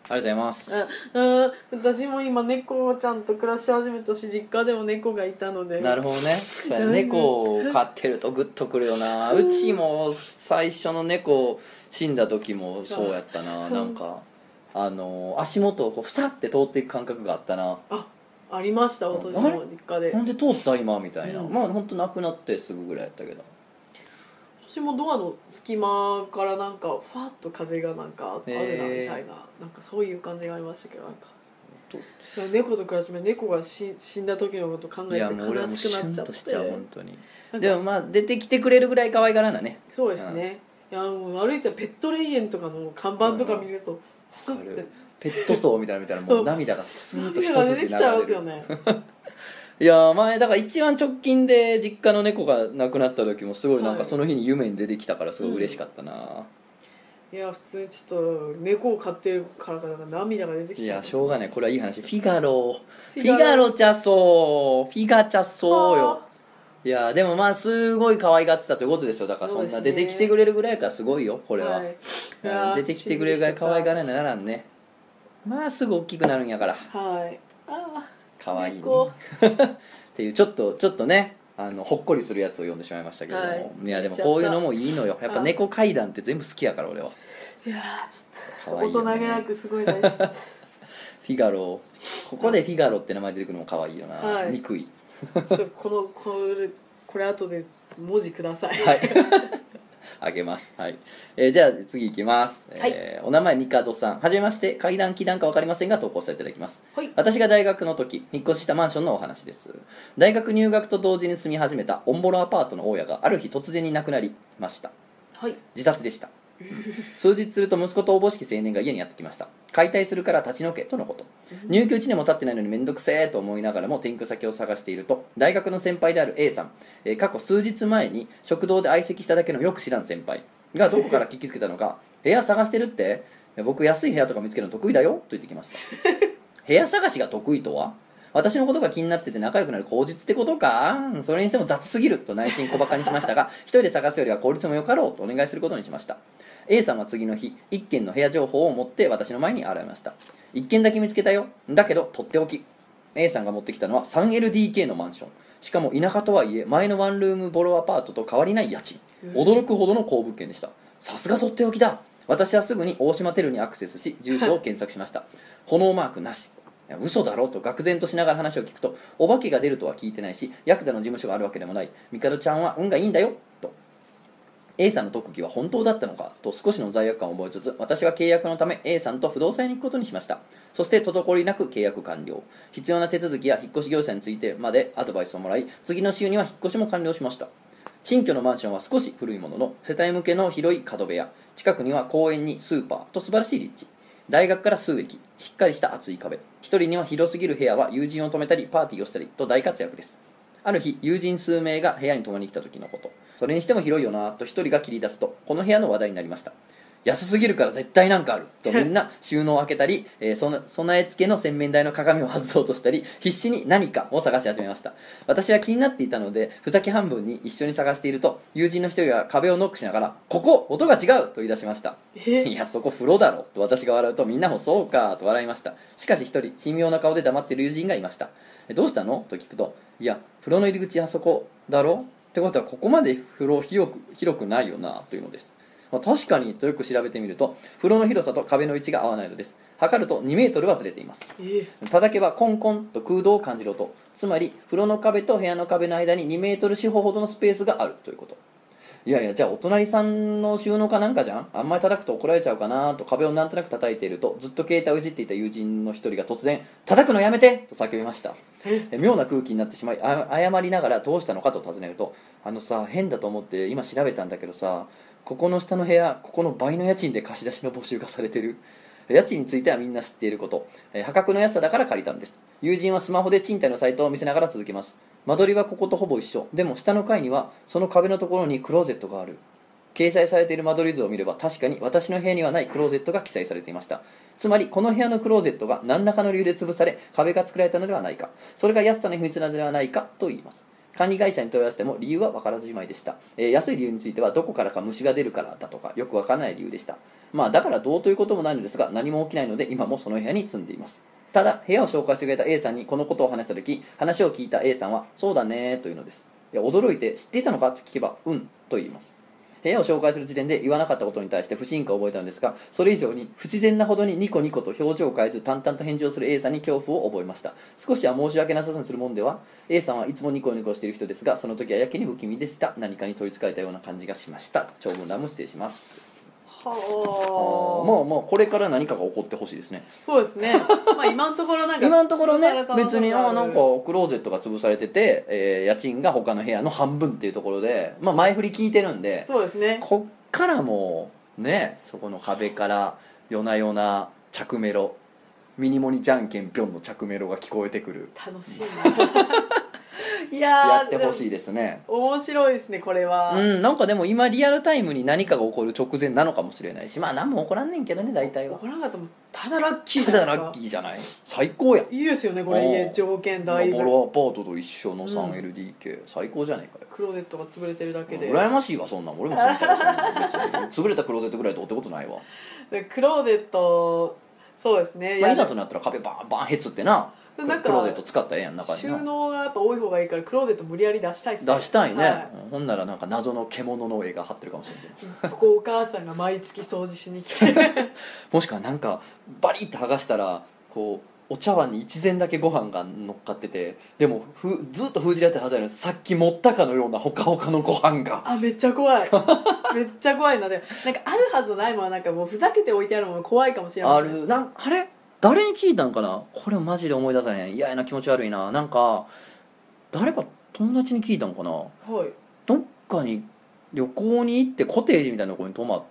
ありがとうございます。 うん、私も今猫ちゃんと暮らし始めたし、実家でも猫がいたので。 なるほどね。そうやね、猫を飼ってるとグッとくるよな。うちも最初の猫死んだ時もそうやったな。なんかあの足元をこうふさって通っていく感覚があったな。 あ、ありました、私も実家で。 なんで通った今みたいな、 うん、 まあ本当亡くなってすぐぐらいやったけど、 私もドアの隙間からなんかファッと風がなんかあるなみたいな、なんかそういう感じがありましたけど、なんか猫と暮らしめ猫が死んだ時のこと考えて悲しくなっちゃって、しちゃう本当に。 でもまあ出てきてくれるぐらい可愛がらなね。 そうですね、うん、いやもう歩いてペット霊園とかの看板とか見ると、うん、スッてペット層みたいな見たらもう涙がスーッと一筋流れる。涙が出てきちゃうんですよねいや前だから一番直近で実家の猫が亡くなった時もすごいなんかその日に夢に出てきたからすごい嬉しかったな、 うん、いや普通にちょっと猫を飼ってるからかなんか涙が出てきちゃう。 いやしょうがない、これはいい話。フィガロフィガロちゃそうフィガちゃそうよ。いやでもまあすごい可愛がってたということですよ。だからそんな出てきてくれるぐらいからすごいよこれは、はい、出てきてくれるぐらい可愛がらならんね。まあすぐ大きくなるんやから、 はい、あかわいいねっていうちょっとちょっとねあのほっこりするやつを読んでしまいましたけども、はい、いやでもこういうのもいいのよ。やっぱ猫怪談って全部好きやから俺は。 いやちょっと大人げなくすごい大事フィガロここでフィガロって名前出てくるのも可愛いよな、はい、憎いちょっとこのこれこれ後で文字ください。 はいあげます、はい。えー、じゃあ次いきます、はい。えー、お名前みかどさん、はじめまして。怪談祈談か分かりませんが投稿させていただきます、はい、私が大学の時引っ越ししたマンションのお話です。大学入学と同時に住み始めたオンボロアパートの大家がある日突然に亡くなりました、はい、自殺でした数日すると息子とおぼしき青年が家にやってきました。解体するから立ち退けとのこと。入居いちねんも経ってないのにめんどくせえと思いながらも転居先を探していると、大学の先輩である A さん、えー、過去数日前に食堂で相席しただけのよく知らん先輩がどこから聞きつけたのか部屋探してるって、僕安い部屋とか見つけるの得意だよと言ってきました部屋探しが得意とは、私のことが気になってて仲良くなる口実ってことか。それにしても雑すぎると内心小バカにしましたが一人で探すよりは効率もよかろうとお願いすることにしました。 A さんは次の日一軒の部屋情報を持って私の前に現れました。一軒だけ見つけたよ、だけどとっておき。 A さんが持ってきたのは スリーエルディーケー のマンション、しかも田舎とはいえ前のワンルームボロアパートと変わりない家賃、驚くほどの好物件でした。さすがとっておきだ。私はすぐに大島テルにアクセスし住所を検索しました炎マークなし。いや嘘だろと愕然としながら話を聞くと、お化けが出るとは聞いてないしヤクザの事務所があるわけでもない、ミカドちゃんは運がいいんだよと。 A さんの特技は本当だったのかと少しの罪悪感を覚えつつ、私は契約のため A さんと不動産屋に行くことにしました。そして滞りなく契約完了。必要な手続きや引っ越し業者についてまでアドバイスをもらい、次の週には引っ越しも完了しました。新居のマンションは少し古いものの世帯向けの広い角部屋、近くには公園にスーパーと素晴らしい立地、大学から数駅、しっかりした厚い壁、一人には広すぎる部屋は友人を泊めたりパーティーをしたりと大活躍です。ある日友人数名が部屋に泊まりに来た時のこと。それにしても広いよなと一人が切り出すと、この部屋の話題になりました。安すぎるから絶対なんかあるとみんな収納を開けたり、えー、その備え付けの洗面台の鏡を外そうとしたり必死に何かを探し始めました。私は気になっていたのでふざけ半分に一緒に探していると、友人の一人が壁をノックしながらここ音が違うと言い出しました。いやそこ風呂だろと私が笑うと、みんなもそうかと笑いました。しかし一人神妙な顔で黙っている友人がいました。どうしたのと聞くと、いや風呂の入り口あそこだろってことはここまで風呂広く広くないよなというのです。まあ、確かにとよく調べてみると風呂の広さと壁の位置が合わないのです。測るとにメートルはずれています。えー、叩けばコンコンと空洞を感じる音、つまり風呂の壁と部屋の壁の間ににメートル四方ほどのスペースがあるということ。いやいやじゃあお隣さんの収納かなんかじゃん、あんまり叩くと怒られちゃうかなと壁をなんとなく叩いていると、ずっと携帯をいじっていた友人の一人が突然叩くのやめてと叫びました。妙な空気になってしまい謝りながらどうしたのかと尋ねると、あのさ変だと思って今調べたんだけどさ、ここの下の部屋ここの倍の家賃で貸し出しの募集がされてる。家賃についてはみんな知っていること、破格の安さだから借りたんです。友人はスマホで賃貸のサイトを見せながら続けます。間取りはこことほぼ一緒、でも下の階にはその壁のところにクローゼットがある。掲載されている間取り図を見れば確かに私の部屋にはないクローゼットが記載されていました。つまりこの部屋のクローゼットが何らかの理由で潰され壁が作られたのではないか、それが安さの秘密なのではないかと言います。 管理会社に問い合わせても理由は分からずじまいでした、えー安い理由についてはどこからか虫が出るからだとかよく分からない理由でした。まあだからどうということもないのですが、何も起きないので今もその部屋に住んでいます。ただ部屋を紹介してくれた A さんにこのことを話した時、話を聞いた A さんはそうだねというのです。いや驚いて知っていたのかと聞けばうんと言います。部屋を紹介する時点で言わなかったことに対して不信感を覚えたのですが、それ以上に不自然なほどにニコニコと表情を変えず淡々と返事をする A さんに恐怖を覚えました。少しは申し訳なさそうにするもんでは。 A さんはいつもニコニコしている人ですが、その時はやけに不気味でした。何かに取りつかれたような感じがしました。長文欄も失礼します。 はあ、まあまあこれから何かが起こってほしいですね。 そうですね。まあ今のところなんか今のところね、別にあなんかクローゼットが潰されてて、えー、家賃が他の部屋の半分っていうところで、まあ前振り聞いてるんで、 そうですね。 こっからもうね、そこの壁から夜な夜な着メロ、ミニモニじゃんけんぴょんの着メロが聞こえてくる。 楽しいないややってほしいですね。 面白いですねこれは。 うん、なんかでも今リアルタイムに何かが起こる直前なのかもしれないし、まあ何も起こらんねんけどね、大体は。 起こらなかったもただラッキーただラッキーじゃない。最高やん。 いいですよねこれ家条件だいぶ。 ボロアパートと一緒の スリーエルディーケー、うん、最高じゃねえかよ。 クローゼットが潰れてるだけで羨ましいわ。そんなん俺も住みたい。そんなん別に潰れたクローゼットぐらいどうってことないわ。 でクローゼットそうですね、 まあ、いざとなったら壁バンバンへつってな、 なんかクローゼット使ったらええやん中にな。 収納がやっぱ多い方がいいからクローゼット無理やり出したいっすね。 出したいね、 はい、 ほんならなんか謎の獣の絵が貼ってるかもしれないそこお母さんが毎月掃除しに来てもしくはなんかバリッて剥がしたらこうお茶碗に一膳だけご飯が乗っかってて、でもふずっと封じられてるはずなのにさっき持ったかのようなほかほかのご飯が。 あ、めっちゃ怖いめっちゃ怖いな。でなんかあるはずないものはなんかもうふざけて置いてあるもの怖いかもしれない。 あるなんあれ誰に聞いたんかな、これマジで思い出さねえ、嫌やな、気持ち悪いな。なんか誰か友達に聞いたんかな、 はい、 どっかに旅行に行ってコテージみたいなところに泊まって、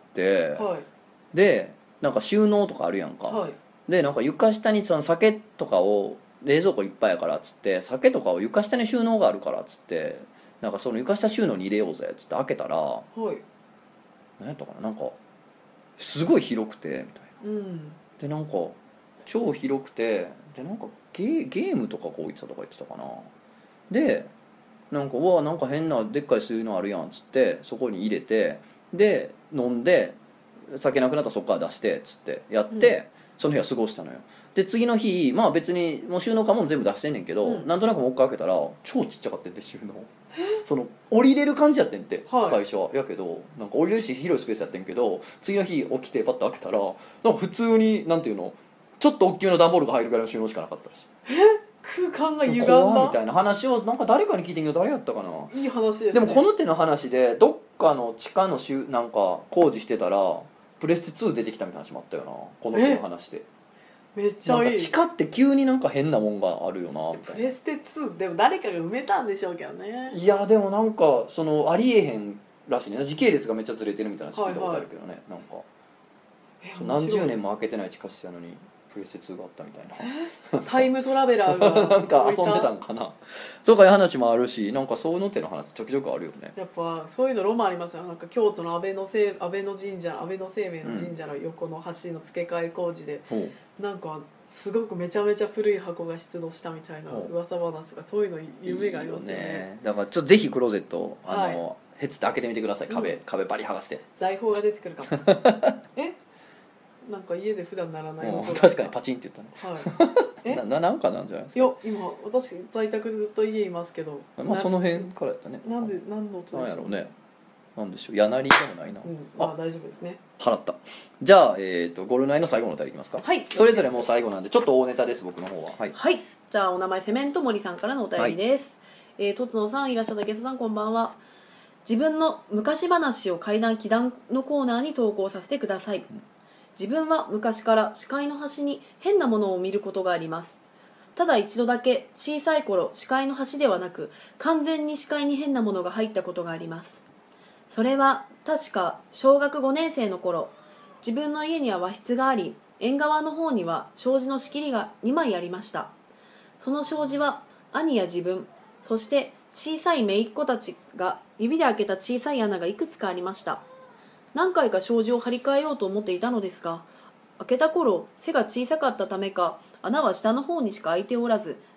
はい、 でなんか収納とかあるやんか、 はい、 でなんか床下にその酒とかを冷蔵庫いっぱいやからっつって、酒とかを床下に収納があるからっつって、なんかその床下収納に入れようぜっつって開けたら、はい、何やったかな、なんかすごい広くてみたいな、うん、でなんか超広くて、でなんかゲ, ゲームとかこう置いてたとか言ってたかな。でなんかうわなんか変なでっかい水のあるやんっつってそこに入れて、で飲んで酒なくなったらそこから出してっつってやって、うん、その日は過ごしたのよ。で次の日まあ別にもう収納かも全部出してんねんけど、うん、なんとなくもう一回開けたら超ちっちゃかったんで収納その降りれる感じやってんって、はい、最初はやけどなんか降りれるし広いスペースやってんけど、次の日起きてパッと開けたらなんか普通になんていうのちょっと大きめの段ボールが入るぐらいの収納しかなかったらしい。 え空間が歪んだみたいな話をなんか誰かに聞いてんけど誰やったかな。 いい話ですね。 でもこの手の話でどっかの地下のしゅなんか工事してたらプレステツー出てきたみたいな話もあったよな、この手の話で。 めっちゃいい。 なんか地下って急になんか変なもんがあるよなみたいな。 プレステツーでも誰かが埋めたんでしょうけどね。 いやでもなんかそのありえへんらしいね、時系列がめっちゃずれてるみたいな聞いたことあるけどね、はいはい、なんかそう何十年も開けてない地下室やのにプレステツーがあったみたいなタイムトラベラーがなんか遊んでたんかなとかいう話もあるし、なんかそういう手の話ちょくちょくあるよね。 やっぱそういうのロマンありますよ。なんか京都の安倍のせ安倍の神社安倍の生命の神社の横の橋の付け替え工事で、うん、なんかすごくめちゃめちゃ古い箱が出土したみたいな噂話とか、そういうの夢がありますよね。いいよね。 だからちょっとぜひクローゼットあの、はい、ヘッツって開けてみてください。壁、うん、壁バリ剥がして財宝が出てくるかもえなんか家で普段ならない音が、 確かにパチンって言ったね、はい、えななんかなんじゃないですか。 いや今私在宅ずっと家いますけど、 まあその辺からやったね。 なんで何の音でしょう。 なんやろうね、なんでしょう、やなりでもないな、 うん、まあ大丈夫ですね。 払った。じゃあ、えー、とゴルナイの最後のお便りいきますか。 はい、 それぞれもう最後なんでちょっと大ネタです僕の方は。はい、 はい、じゃあお名前セメント森さんからのお便りです、はい、えー、とつのさんいらっしゃったゲストさんこんばんは。自分の昔話を怪談奇談のコーナーに投稿させてください。自分は昔から視界の端に変なものを見ることがあります。ただ一度だけ小さい頃視界の端ではなく完全に視界に変なものが入ったことがあります。それは確か小学ごねん生の頃、自分の家には和室があり縁側の方には障子の仕切りがにまいありました。その障子は兄や自分、そして小さい姪っ子たちが指で開けた小さい穴がいくつかありました。何回か障子を張り替えようと思っていたのですが、開けた頃背が小さかったためか穴は下の方にしか開いておらず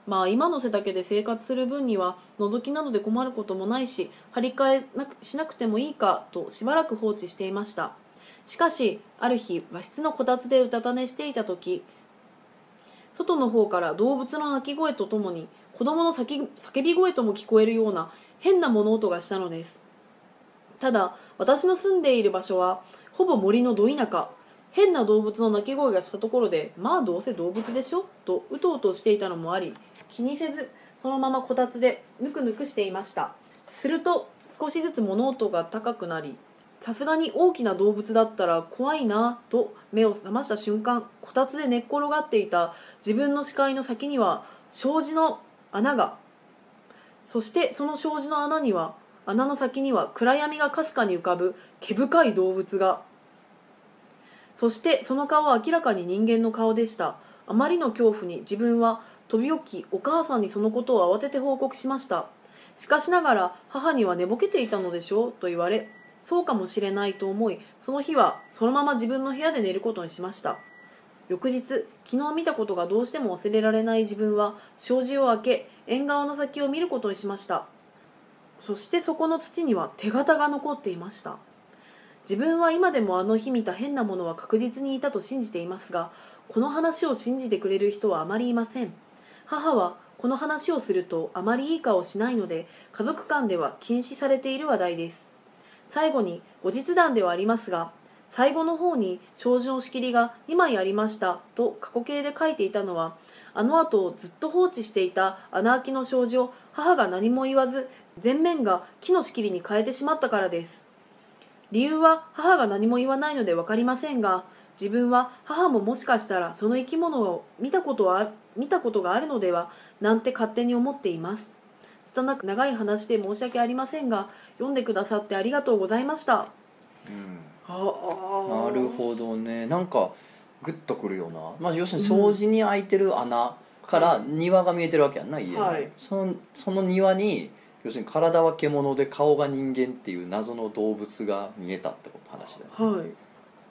まあ今の背丈で生活する分には覗きなどで困ることもないし、張り替えなくしなくてもいいかとしばらく放置していました。しかしある日、和室のこたつでうたた寝していた時、外の方から動物の鳴き声とともに子供の叫び声とも聞こえるような変な物音がしたのです。ただ私の住んでいる場所はほぼ森のど田舎。変な動物の鳴き声がしたところで、まあどうせ動物でしょとうとうとしていたのもあり、気にせずそのままこたつでぬくぬくしていました。すると少しずつ物音が高くなり、さすがに大きな動物だったら怖いなと目を覚ました瞬間、こたつで寝っ転がっていた自分の視界の先には障子の穴が、そしてその障子の穴には穴の先には暗闇がかすかに浮かぶ毛深い動物が、そしてその顔は明らかに人間の顔でした。あまりの恐怖に自分は飛び起き、お母さんにそのことを慌てて報告しました。しかしながら母には寝ぼけていたのでしょうと言われ、そうかもしれないと思い、その日はそのまま自分の部屋で寝ることにしました。翌日、昨日見たことがどうしても忘れられない自分は障子を開け、縁側の先を見ることにしました。そしてそこの土には手形が残っていました。自分は今でもあの日見た変なものは確実にいたと信じていますが、この話を信じてくれる人はあまりいません。母はこの話をするとあまりいい顔をしないので、家族間では禁止されている話題です。最後に後日談ではありますが、最後の方に障子の仕切りがにまいありましたと過去形で書いていたのは、あの後ずっと放置していた穴開きの障子を母が何も言わず全面が木の仕切りに変えてしまったからです。理由は母が何も言わないので分かりませんが、自分は母ももしかしたらその生き物を見たことは見たことがあるのではなんて勝手に思っています。拙く長い話で申し訳ありませんが、読んでくださってありがとうございました。 うん、あなるほどね。なんかグッとくるような、まあ、要するに障子に開いてる穴から庭が見えてるわけやんな、家の、はい、そのその庭に要するに体は獣で顔が人間っていう謎の動物が見えたってこと話だよね、はい、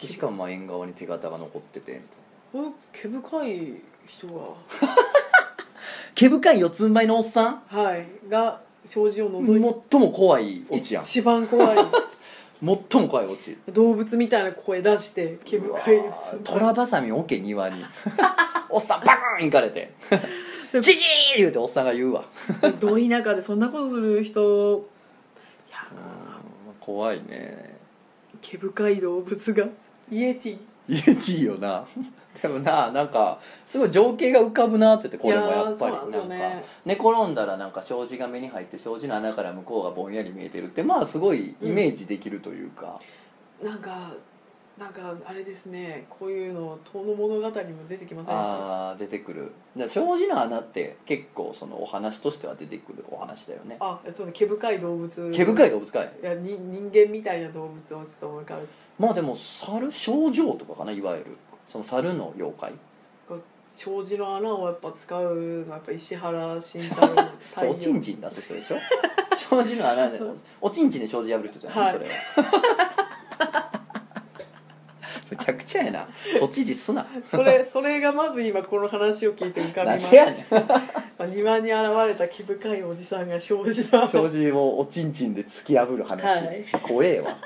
しかもまあ縁側に手形が残っててみたいな。 毛深い人が毛深い四つん這いのおっさん、 はい、が障子を覗いて最も怖いオチやん。 一番怖い最も怖いオチ。 動物みたいな声出して毛深いトラバサミ置け庭におっさんバカーン行かれてチキー言うておっさんが言うわど田舎でそんなことする人、いや怖いね。 毛深い動物がイエティイエティよなでもな、なんかすごい情景が浮かぶなって言って、これもやっぱりなんか寝転んだらなんか障子が目に入って障子の穴から向こうがぼんやり見えてるって、まあすごいイメージできるというか、 うん、なんかなんかあれですね、こういうの遠野物語にも出てきませんし。 ああ出てくる。だ障子の穴って結構そのお話としては出てくるお話だよね。 あ、そうね、毛深い動物。 毛深い動物かい。 いやに人間みたいな動物をちょっと思い浮かべ。 まあでも猿症状とかかな、いわゆるその猿の妖怪。 障子の穴をやっぱ使うのはやっぱ石原慎太郎そうおちんちん出す人でしょ障子の穴でおちんちんで障子破る人じゃない、はい、それはむちゃくちゃやな。都知事すなそれそれがまず今この話を聞いて浮かびます。なんでやねん庭に現れた毛深いおじさんが障子の障子をおちんちんで突き破る話、はい、怖えわ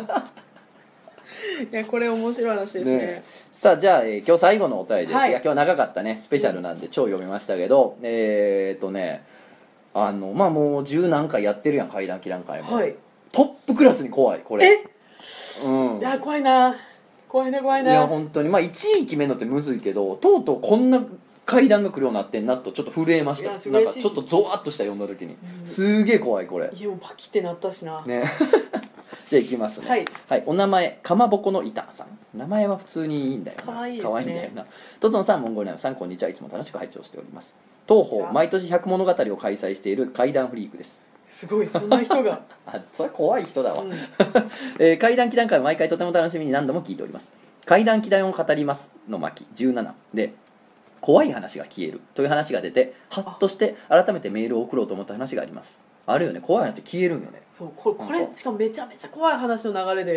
いやこれ面白い話ですね。ね、 さあじゃあ、えー、今日最後のお便りです、はい、いや今日は長かったね、スペシャルなんで超読みましたけど、うん、えー、っとねあのまあもう十何回やってるやん怪談祈談会も、はい、トップクラスに怖いこれ。 え、うん、いや怖いな怖いね怖いね。 いや本当にまあいちい決めるのってむずいけど、とうとうこんな階段が来るようになってんなとちょっと震えました。なんかちょっとゾワッとした読んだ時に、うん、すげえ怖いこれ。 家もパキってなったしなねじゃあいきますね、はい、はい、お名前かまぼこの板さん。名前は普通にいいんだよな、 かわいいですね。 かわいいんだよな。とつのさん、モンゴルナムさん、こんにちは。いつも楽しく拝聴しております。当方毎年百物語を開催している怪談フリークです。 すごいそんな人があ、それ怖い人だわ、うんえー、怪談祈談会は毎回とても楽しみに何度も聞いております。怪談祈談を語りますの巻じゅうななで怖い話が消えるという話が出て、ハッとして改めてメールを送ろうと思った話があります。あるよね、怖い話って消えるんよね。 そう こ, れこれしかもめちゃめちゃ怖い話の流れで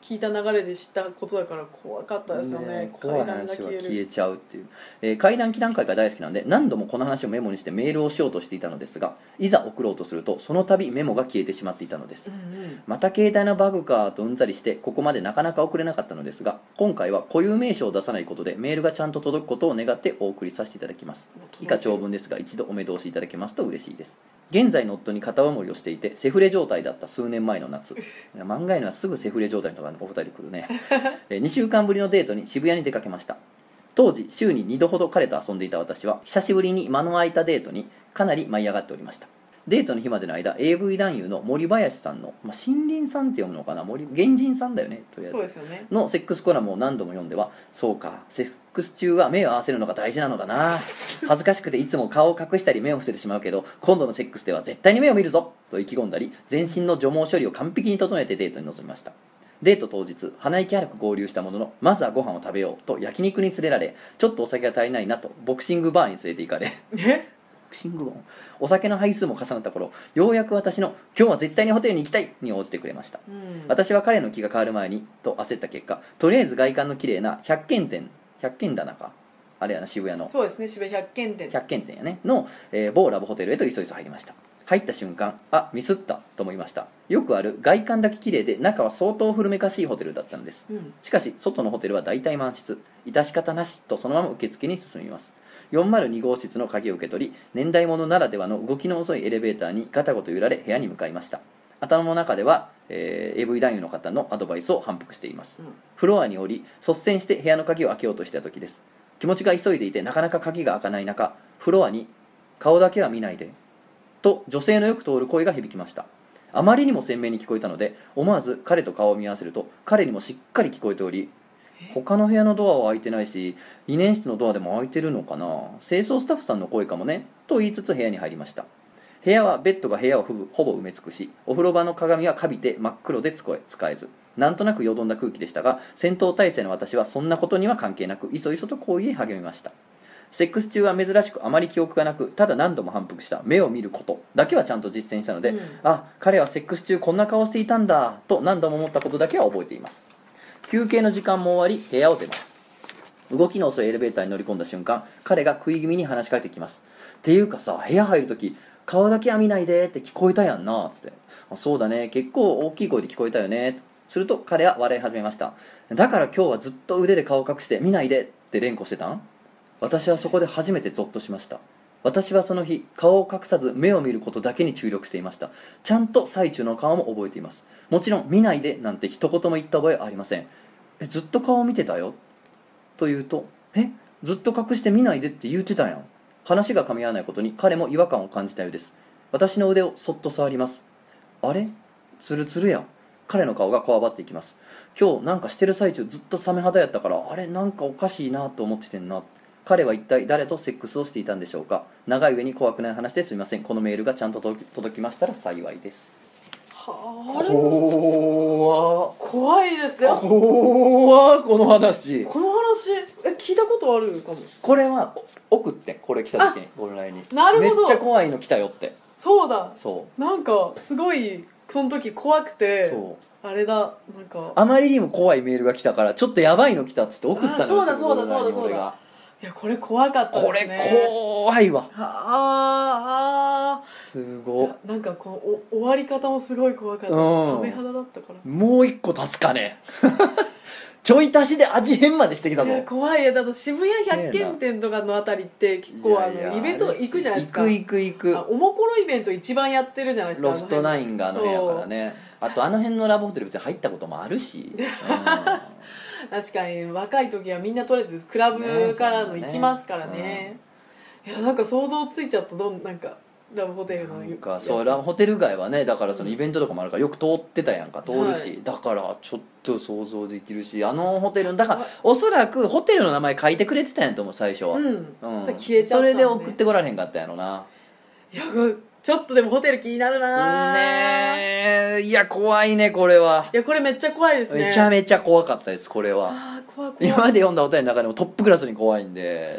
聞いた流れで知ったことだから怖かったですよね。 ね、怖い話は消えちゃうっていう、えー、怪談祈談会が大好きなんで何度もこの話をメモにしてメールをしようとしていたのですが、いざ送ろうとするとその度メモが消えてしまっていたのです、うんうん、また携帯のバグかとうんざりしてここまでなかなか送れなかったのですが、今回は固有名称を出さないことでメールがちゃんと届くことを願ってお送りさせていただきます。以下長文ですが一度お目通しいただけますと嬉しいです。現在の夫に片思いをしていてセフレ状態だった数年前の夏漫画へのはすぐセフレ状態とかお二人来るねにしゅうかんぶりのデートに渋谷に出かけました。当時週ににどほど彼と遊んでいた私は久しぶりに間の空いたデートにかなり舞い上がっておりました。デートの日までの間 エーブイ 男優の森林さんの、まあ、森林さんって読むのかな、森原人さんだよねとりあえず、 そうですよね、 のセックスコラムを何度も読んでは、そうかセックス中は目を合わせるのが大事なのだな、恥ずかしくていつも顔を隠したり目を伏せてしまうけど今度のセックスでは絶対に目を見るぞと意気込んだり、全身の除毛処理を完璧に整えてデートに臨みました。デート当日鼻息荒く合流したものの、まずはご飯を食べようと焼肉に連れられ、ちょっとお酒が足りないなとボクシングバーに連れて行かれえボクシングバーお酒の杯数も重なった頃、ようやく私の今日は絶対にホテルに行きたいに応じてくれました、うん、私は彼の気が変わる前にと焦った結果、とりあえず外観の綺麗な百軒店百軒棚かあれやな、渋谷のそうですね、渋谷百軒店百軒店やねの、えー、某ラブホテルへと急いで入りました。入った瞬間、あ、ミスったと思いました。よくある外観だけ綺麗で中は相当古めかしいホテルだったのです、うん、しかし外のホテルは大体満室、致し方なしとそのまま受付に進みます。よんまるに号室の鍵を受け取り、年代物ならではの動きの遅いエレベーターにガタゴト揺られ部屋に向かいました。頭の中では、えー、エーブイ 男優の方のアドバイスを反復しています、うん、フロアに降り率先して部屋の鍵を開けようとした時です。気持ちが急いでいてなかなか鍵が開かない中、フロアに顔だけは見ないでと女性のよく通る声が響きました。あまりにも鮮明に聞こえたので思わず彼と顔を見合わせると、彼にもしっかり聞こえており、他の部屋のドアは開いてないしリネン室のドアでも開いてるのかな、清掃スタッフさんの声かもねと言いつつ部屋に入りました。部屋はベッドが部屋をほぼ埋め尽くし、お風呂場の鏡はカビて真っ黒で使えず、なんとなくよどんだ空気でしたが、戦闘態勢の私はそんなことには関係なくいそいそと行為へ励みました。セックス中は珍しくあまり記憶がなく、ただ何度も反復した目を見ることだけはちゃんと実践したので、うん、あ、彼はセックス中こんな顔していたんだと何度も思ったことだけは覚えています。休憩の時間も終わり部屋を出ます。動きの遅いエレベーターに乗り込んだ瞬間、彼が食い気味に話しかけてきます。っていうかさ、部屋入るとき顔だけは見ないでって聞こえたやんなつって、あ、そうだね、結構大きい声で聞こえたよね。すると彼は笑い始めました。だから今日はずっと腕で顔を隠して見ないでって連呼してたん。私はそこで初めてゾッとしました。私はその日顔を隠さず目を見ることだけに注力していました。ちゃんと最中の顔も覚えています。もちろん見ないでなんて一言も言った覚えはありません。え、ずっと顔を見てたよと言うと、え、ずっと隠して見ないでって言ってたやん。話が噛み合わないことに彼も違和感を感じたようです。私の腕をそっと触ります。あれ、ツルツルや。彼の顔がこわばっていきます。今日なんかしてる最中ずっとサメ肌やったから、あれなんかおかしいなと思っててんな。彼は一体誰とセックスをしていたんでしょうか。長い上に怖くない話ですみません。このメールがちゃんと届きましたら幸いです。 はあ、怖怖いですね。 怖この話この話え聞いたことあるかも。 これは送ってこれ来た時にオンラインになるほど、 めっちゃ怖いの来たよって。 そうだ、 そうなんかすごいその時怖くて、そうあれだ、なんかあまりにも怖いメールが来たからちょっとやばいの来たっつって送ったのよ。 そうだそうだそうだそうだ。いやこれ怖かったですね。 これ怖いわ。 ああすごい。 なんかこのお終わり方もすごい怖かった。サメ肌だったから。 もう一個足すかね。ちょい足しで味変までしてきたぞ。 いや怖いや。だと渋谷百軒店とかのあたりって結構あのイベント行くじゃないですか。 行く行く行く。 おもころイベント一番やってるじゃないですか。 ロフトナインがあの部屋からね。あとあの辺のラブホテル別に入ったこともあるし。うん確かに若い時はみんな取れてクラブからの行きますからね、ねうん、いやなんか想像ついちゃった。どんなんかラブホテルのなんかそうラブホテル街はね、だからそのイベントとかもあるからよく通ってたやんか、通るし、はい、だからちょっと想像できるし、あのホテルだからおそらくホテルの名前書いてくれてたんやと思う最初は、うんうん、消えちゃったんで、それで送ってこられへんかったんやろな。 いやちょっとでもホテル気になるなねえ。いや怖いねこれは。 いやこれめっちゃ怖いですね。 めちゃめちゃ怖かったですこれは。 あ怖い怖い。 今まで読んだお便りの中でもトップクラスに怖いんで、ちょっ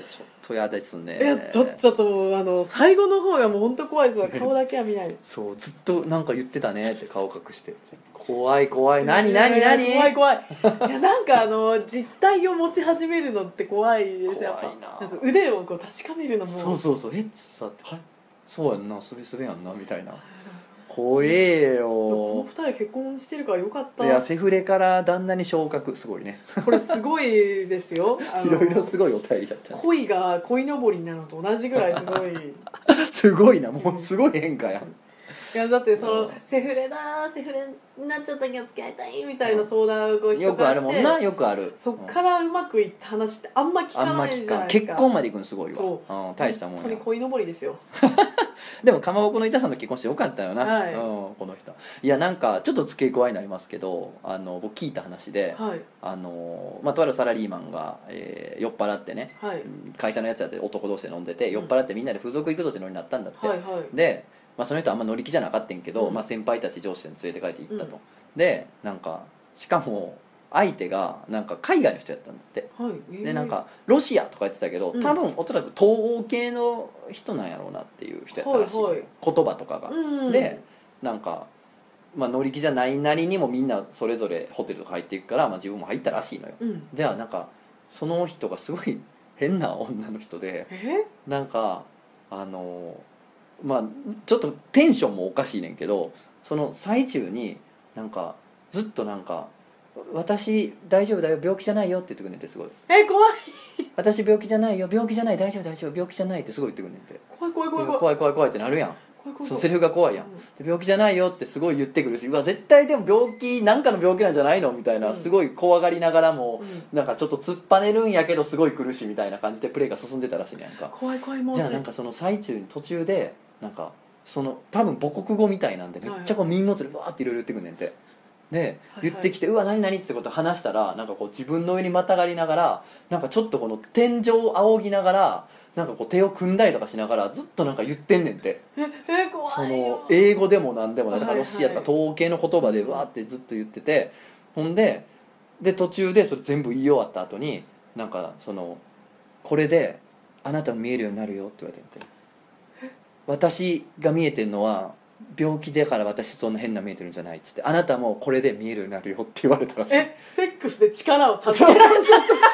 と嫌ですね。 いやちょちょっとあの最後の方がもう本当怖いですわ。顔だけは見ない。 そうずっとなんか言ってたねって顔隠して怖い怖い何何何怖い怖い。いやなんかあの実体を持ち始めるのって怖いですやっぱ。腕をこう確かめるのもそうそうそうえっつってはいそうやんなすべすべやんなみたいな怖えよ。 このふたり結婚してるからよかった。 いやセフレから旦那に昇格すごいね。 これすごいですよ。 いろいろすごいお便りだった、ね、 恋が恋のぼりなのと同じぐらいすごいすごいなもうすごい変化やん。 いやだってそのセフレだセフレになっちゃったけど付き合いたいみたいな相談をこうよくあるもんなよくある。 そっからうまくいった話ってあんま聞かないじゃないですか。 結婚まで行くのすごいわ。 そう、 うん、大したもんや。 本当に恋のぼりですよ。 でもかまぼこの板さんと結婚してよかったよな、 はい、 うん、この人。いやなんかちょっと付け加えになりますけどあの僕聞いた話で、はい、あのまあ、とあるサラリーマンが、えー、酔っ払ってね、はい、会社のやつやって男同士で飲んでて、うん、酔っ払ってみんなで風俗行くぞってのになったんだって、はいはい、で、まあ、その人はあんま乗り気じゃなかったんけど、うん、まあ、先輩たち上司に連れて帰って行ったと、うん、でなんかしかも相手がなんか海外の人やったんだって、はいえー、でなんかロシアとか言ってたけど、うん、多分おそらく東欧系の人なんやろうなっていう人やったらしい、はいはい、言葉とかが、うん、でなんか、まあ、乗り気じゃないなりにもみんなそれぞれホテルとか入っていくから、まあ、自分も入ったらしいのよ、うん、じゃあなんかその人がすごい変な女の人でなんかあのまあちょっとテンションもおかしいねんけどその最中になんかずっとなんか私大丈夫だよ病気じゃないよって言ってくれねんてすごいえ怖い私病気じゃないよ病気じゃない大丈夫大丈夫病気じゃないってすごい言ってくれねんて怖い怖い怖い怖い怖い怖い怖いってなるやんそのセリフが怖いやん、うん、で病気じゃないよってすごい言ってくるしうわ絶対でも病気なんかの病気なんじゃないのみたいな、うん、すごい怖がりながらも、うん、なんかちょっと突っぱねるんやけどすごい苦しいみたいな感じでプレーが進んでたらしいねんか怖い怖いもうじゃあなんかその最中に途中でなんかその多分母国語みたいなんでめっちゃこう耳元でわーっていろいろ言ってくんねんてで言ってきて、はいはい、うわ何々ってことを話したらなんかこう自分の上にまたがりながらなんかちょっとこの天井を仰ぎながらなんかこう手を組んだりとかしながらずっとなんか言ってんねんてええ怖いその英語でも何でもないだからロシアとか東欧系の言葉でわーってずっと言っててほんでで途中でそれ全部言い終わった後になんかそのこれであなたも見えるようになるよって言われてて私が見えてるのは病気だから私そんな変な見えてるんじゃないっつってあなたもこれで見えるようになるよって言われたらしいえセックスで力を助けられる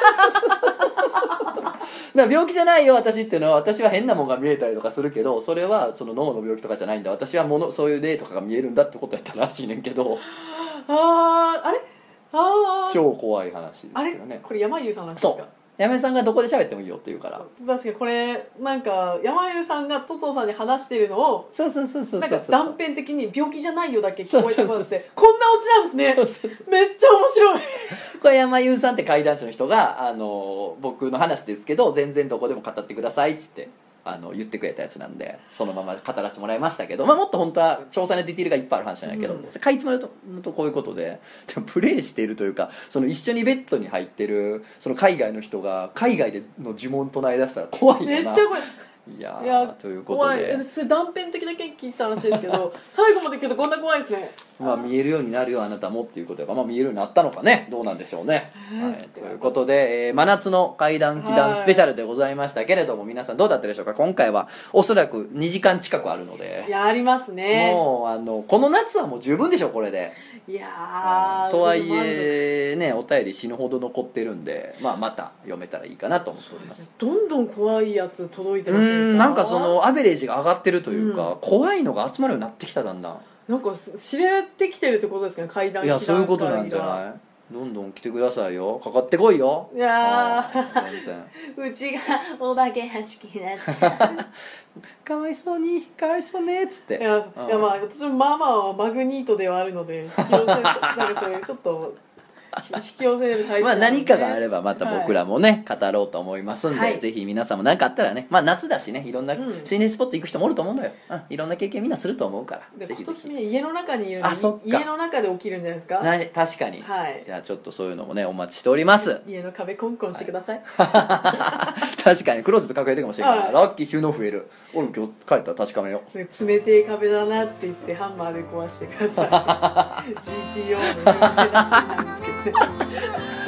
だから病気じゃないよ私っていうのは私は変なもんが見えたりとかするけどそれはその脳の病気とかじゃないんだ私はものそういう霊とかが見えるんだってことやったらしいねんけどあーあれあ超怖い話ですよねあれこれ山優さんなんですか山根さんがどこで喋ってもいいよって言うから確かにこれなんか山優さんがトトさんに話してるのをそうそうそうそうなんか断片的に病気じゃないよだけ聞こえてこなくてこんなオチなんですねそうそうそうめっちゃ面白いこれ山優さんって怪談師の人があの僕の話ですけど全然どこでも語ってくださいっつってあの言ってくれたやつなんでそのまま語らせてもらいましたけど、まあ、もっと本当は詳細なディティールがいっぱいある話なんやけど、うん、かいつまるととこういうことででもプレイしているというかその一緒にベッドに入ってるその海外の人が海外での呪文唱え出したら怖いよなめっちゃ怖いいやーいやということで怖いそれ断片的だけ聞いた話ですけど最後まで聞くとこんな怖いですねまあ見えるようになるよあなたもっていうことが、まあ、見えるようになったのかねどうなんでしょうね、はい、ということで、えー、真夏の怪談祈談スペシャルでございましたけれども、はい、皆さんどうだったでしょうか今回はおそらくにじかん近くあるのでいやありますねもうあのこの夏はもう十分でしょこれでいや、 うん、とはいえねお便り死ぬほど残ってるんで、まあ、また読めたらいいかなと思っております。 どんどん怖いやつ届いてませんか？ うんなんかそのアベレージが上がってるというか、うん、怖いのが集まるようになってきただんだんなんか知れてきてるってことですかね怪談いやそういうことなんじゃないどんどん来てくださいよかかってこいよいや全然うちがお化け屋敷になっちゃうかわいそうにかわいそうねっつっていや、うん、いやまあ私もまあまあマグニートではあるので引き寄せなんかそういうちょっと引き寄せる体質、ね、 まあ何かがあればまた僕らもね、はい、語ろうと思いますんで、はい、ぜひ皆さんも何かあったらねまあ夏だしねいろんな心霊スポット行く人もおると思うのよ、うん、いろんな経験みんなすると思うからぜひぜひ今年みんな家の中にいるのに家の中で起きるんじゃないですかな確かに、 はい、 じゃあちょっとそういうのもねお待ちしております家の壁コンコンしてください、 はい、確かにクローゼット隠れてるかもしれないから、はい、ラッキー収納増える俺も今日帰ったら確かめよう冷てえ壁だなって言ってハンマーで壊してくださいジーティーオー の有名なシーンなんですけどねいや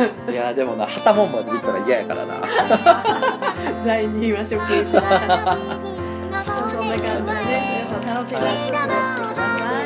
やでもな旗もんまでできたら嫌やからな第二は処刑者そんな感じでね皆さん楽しい夏を過ごしてください。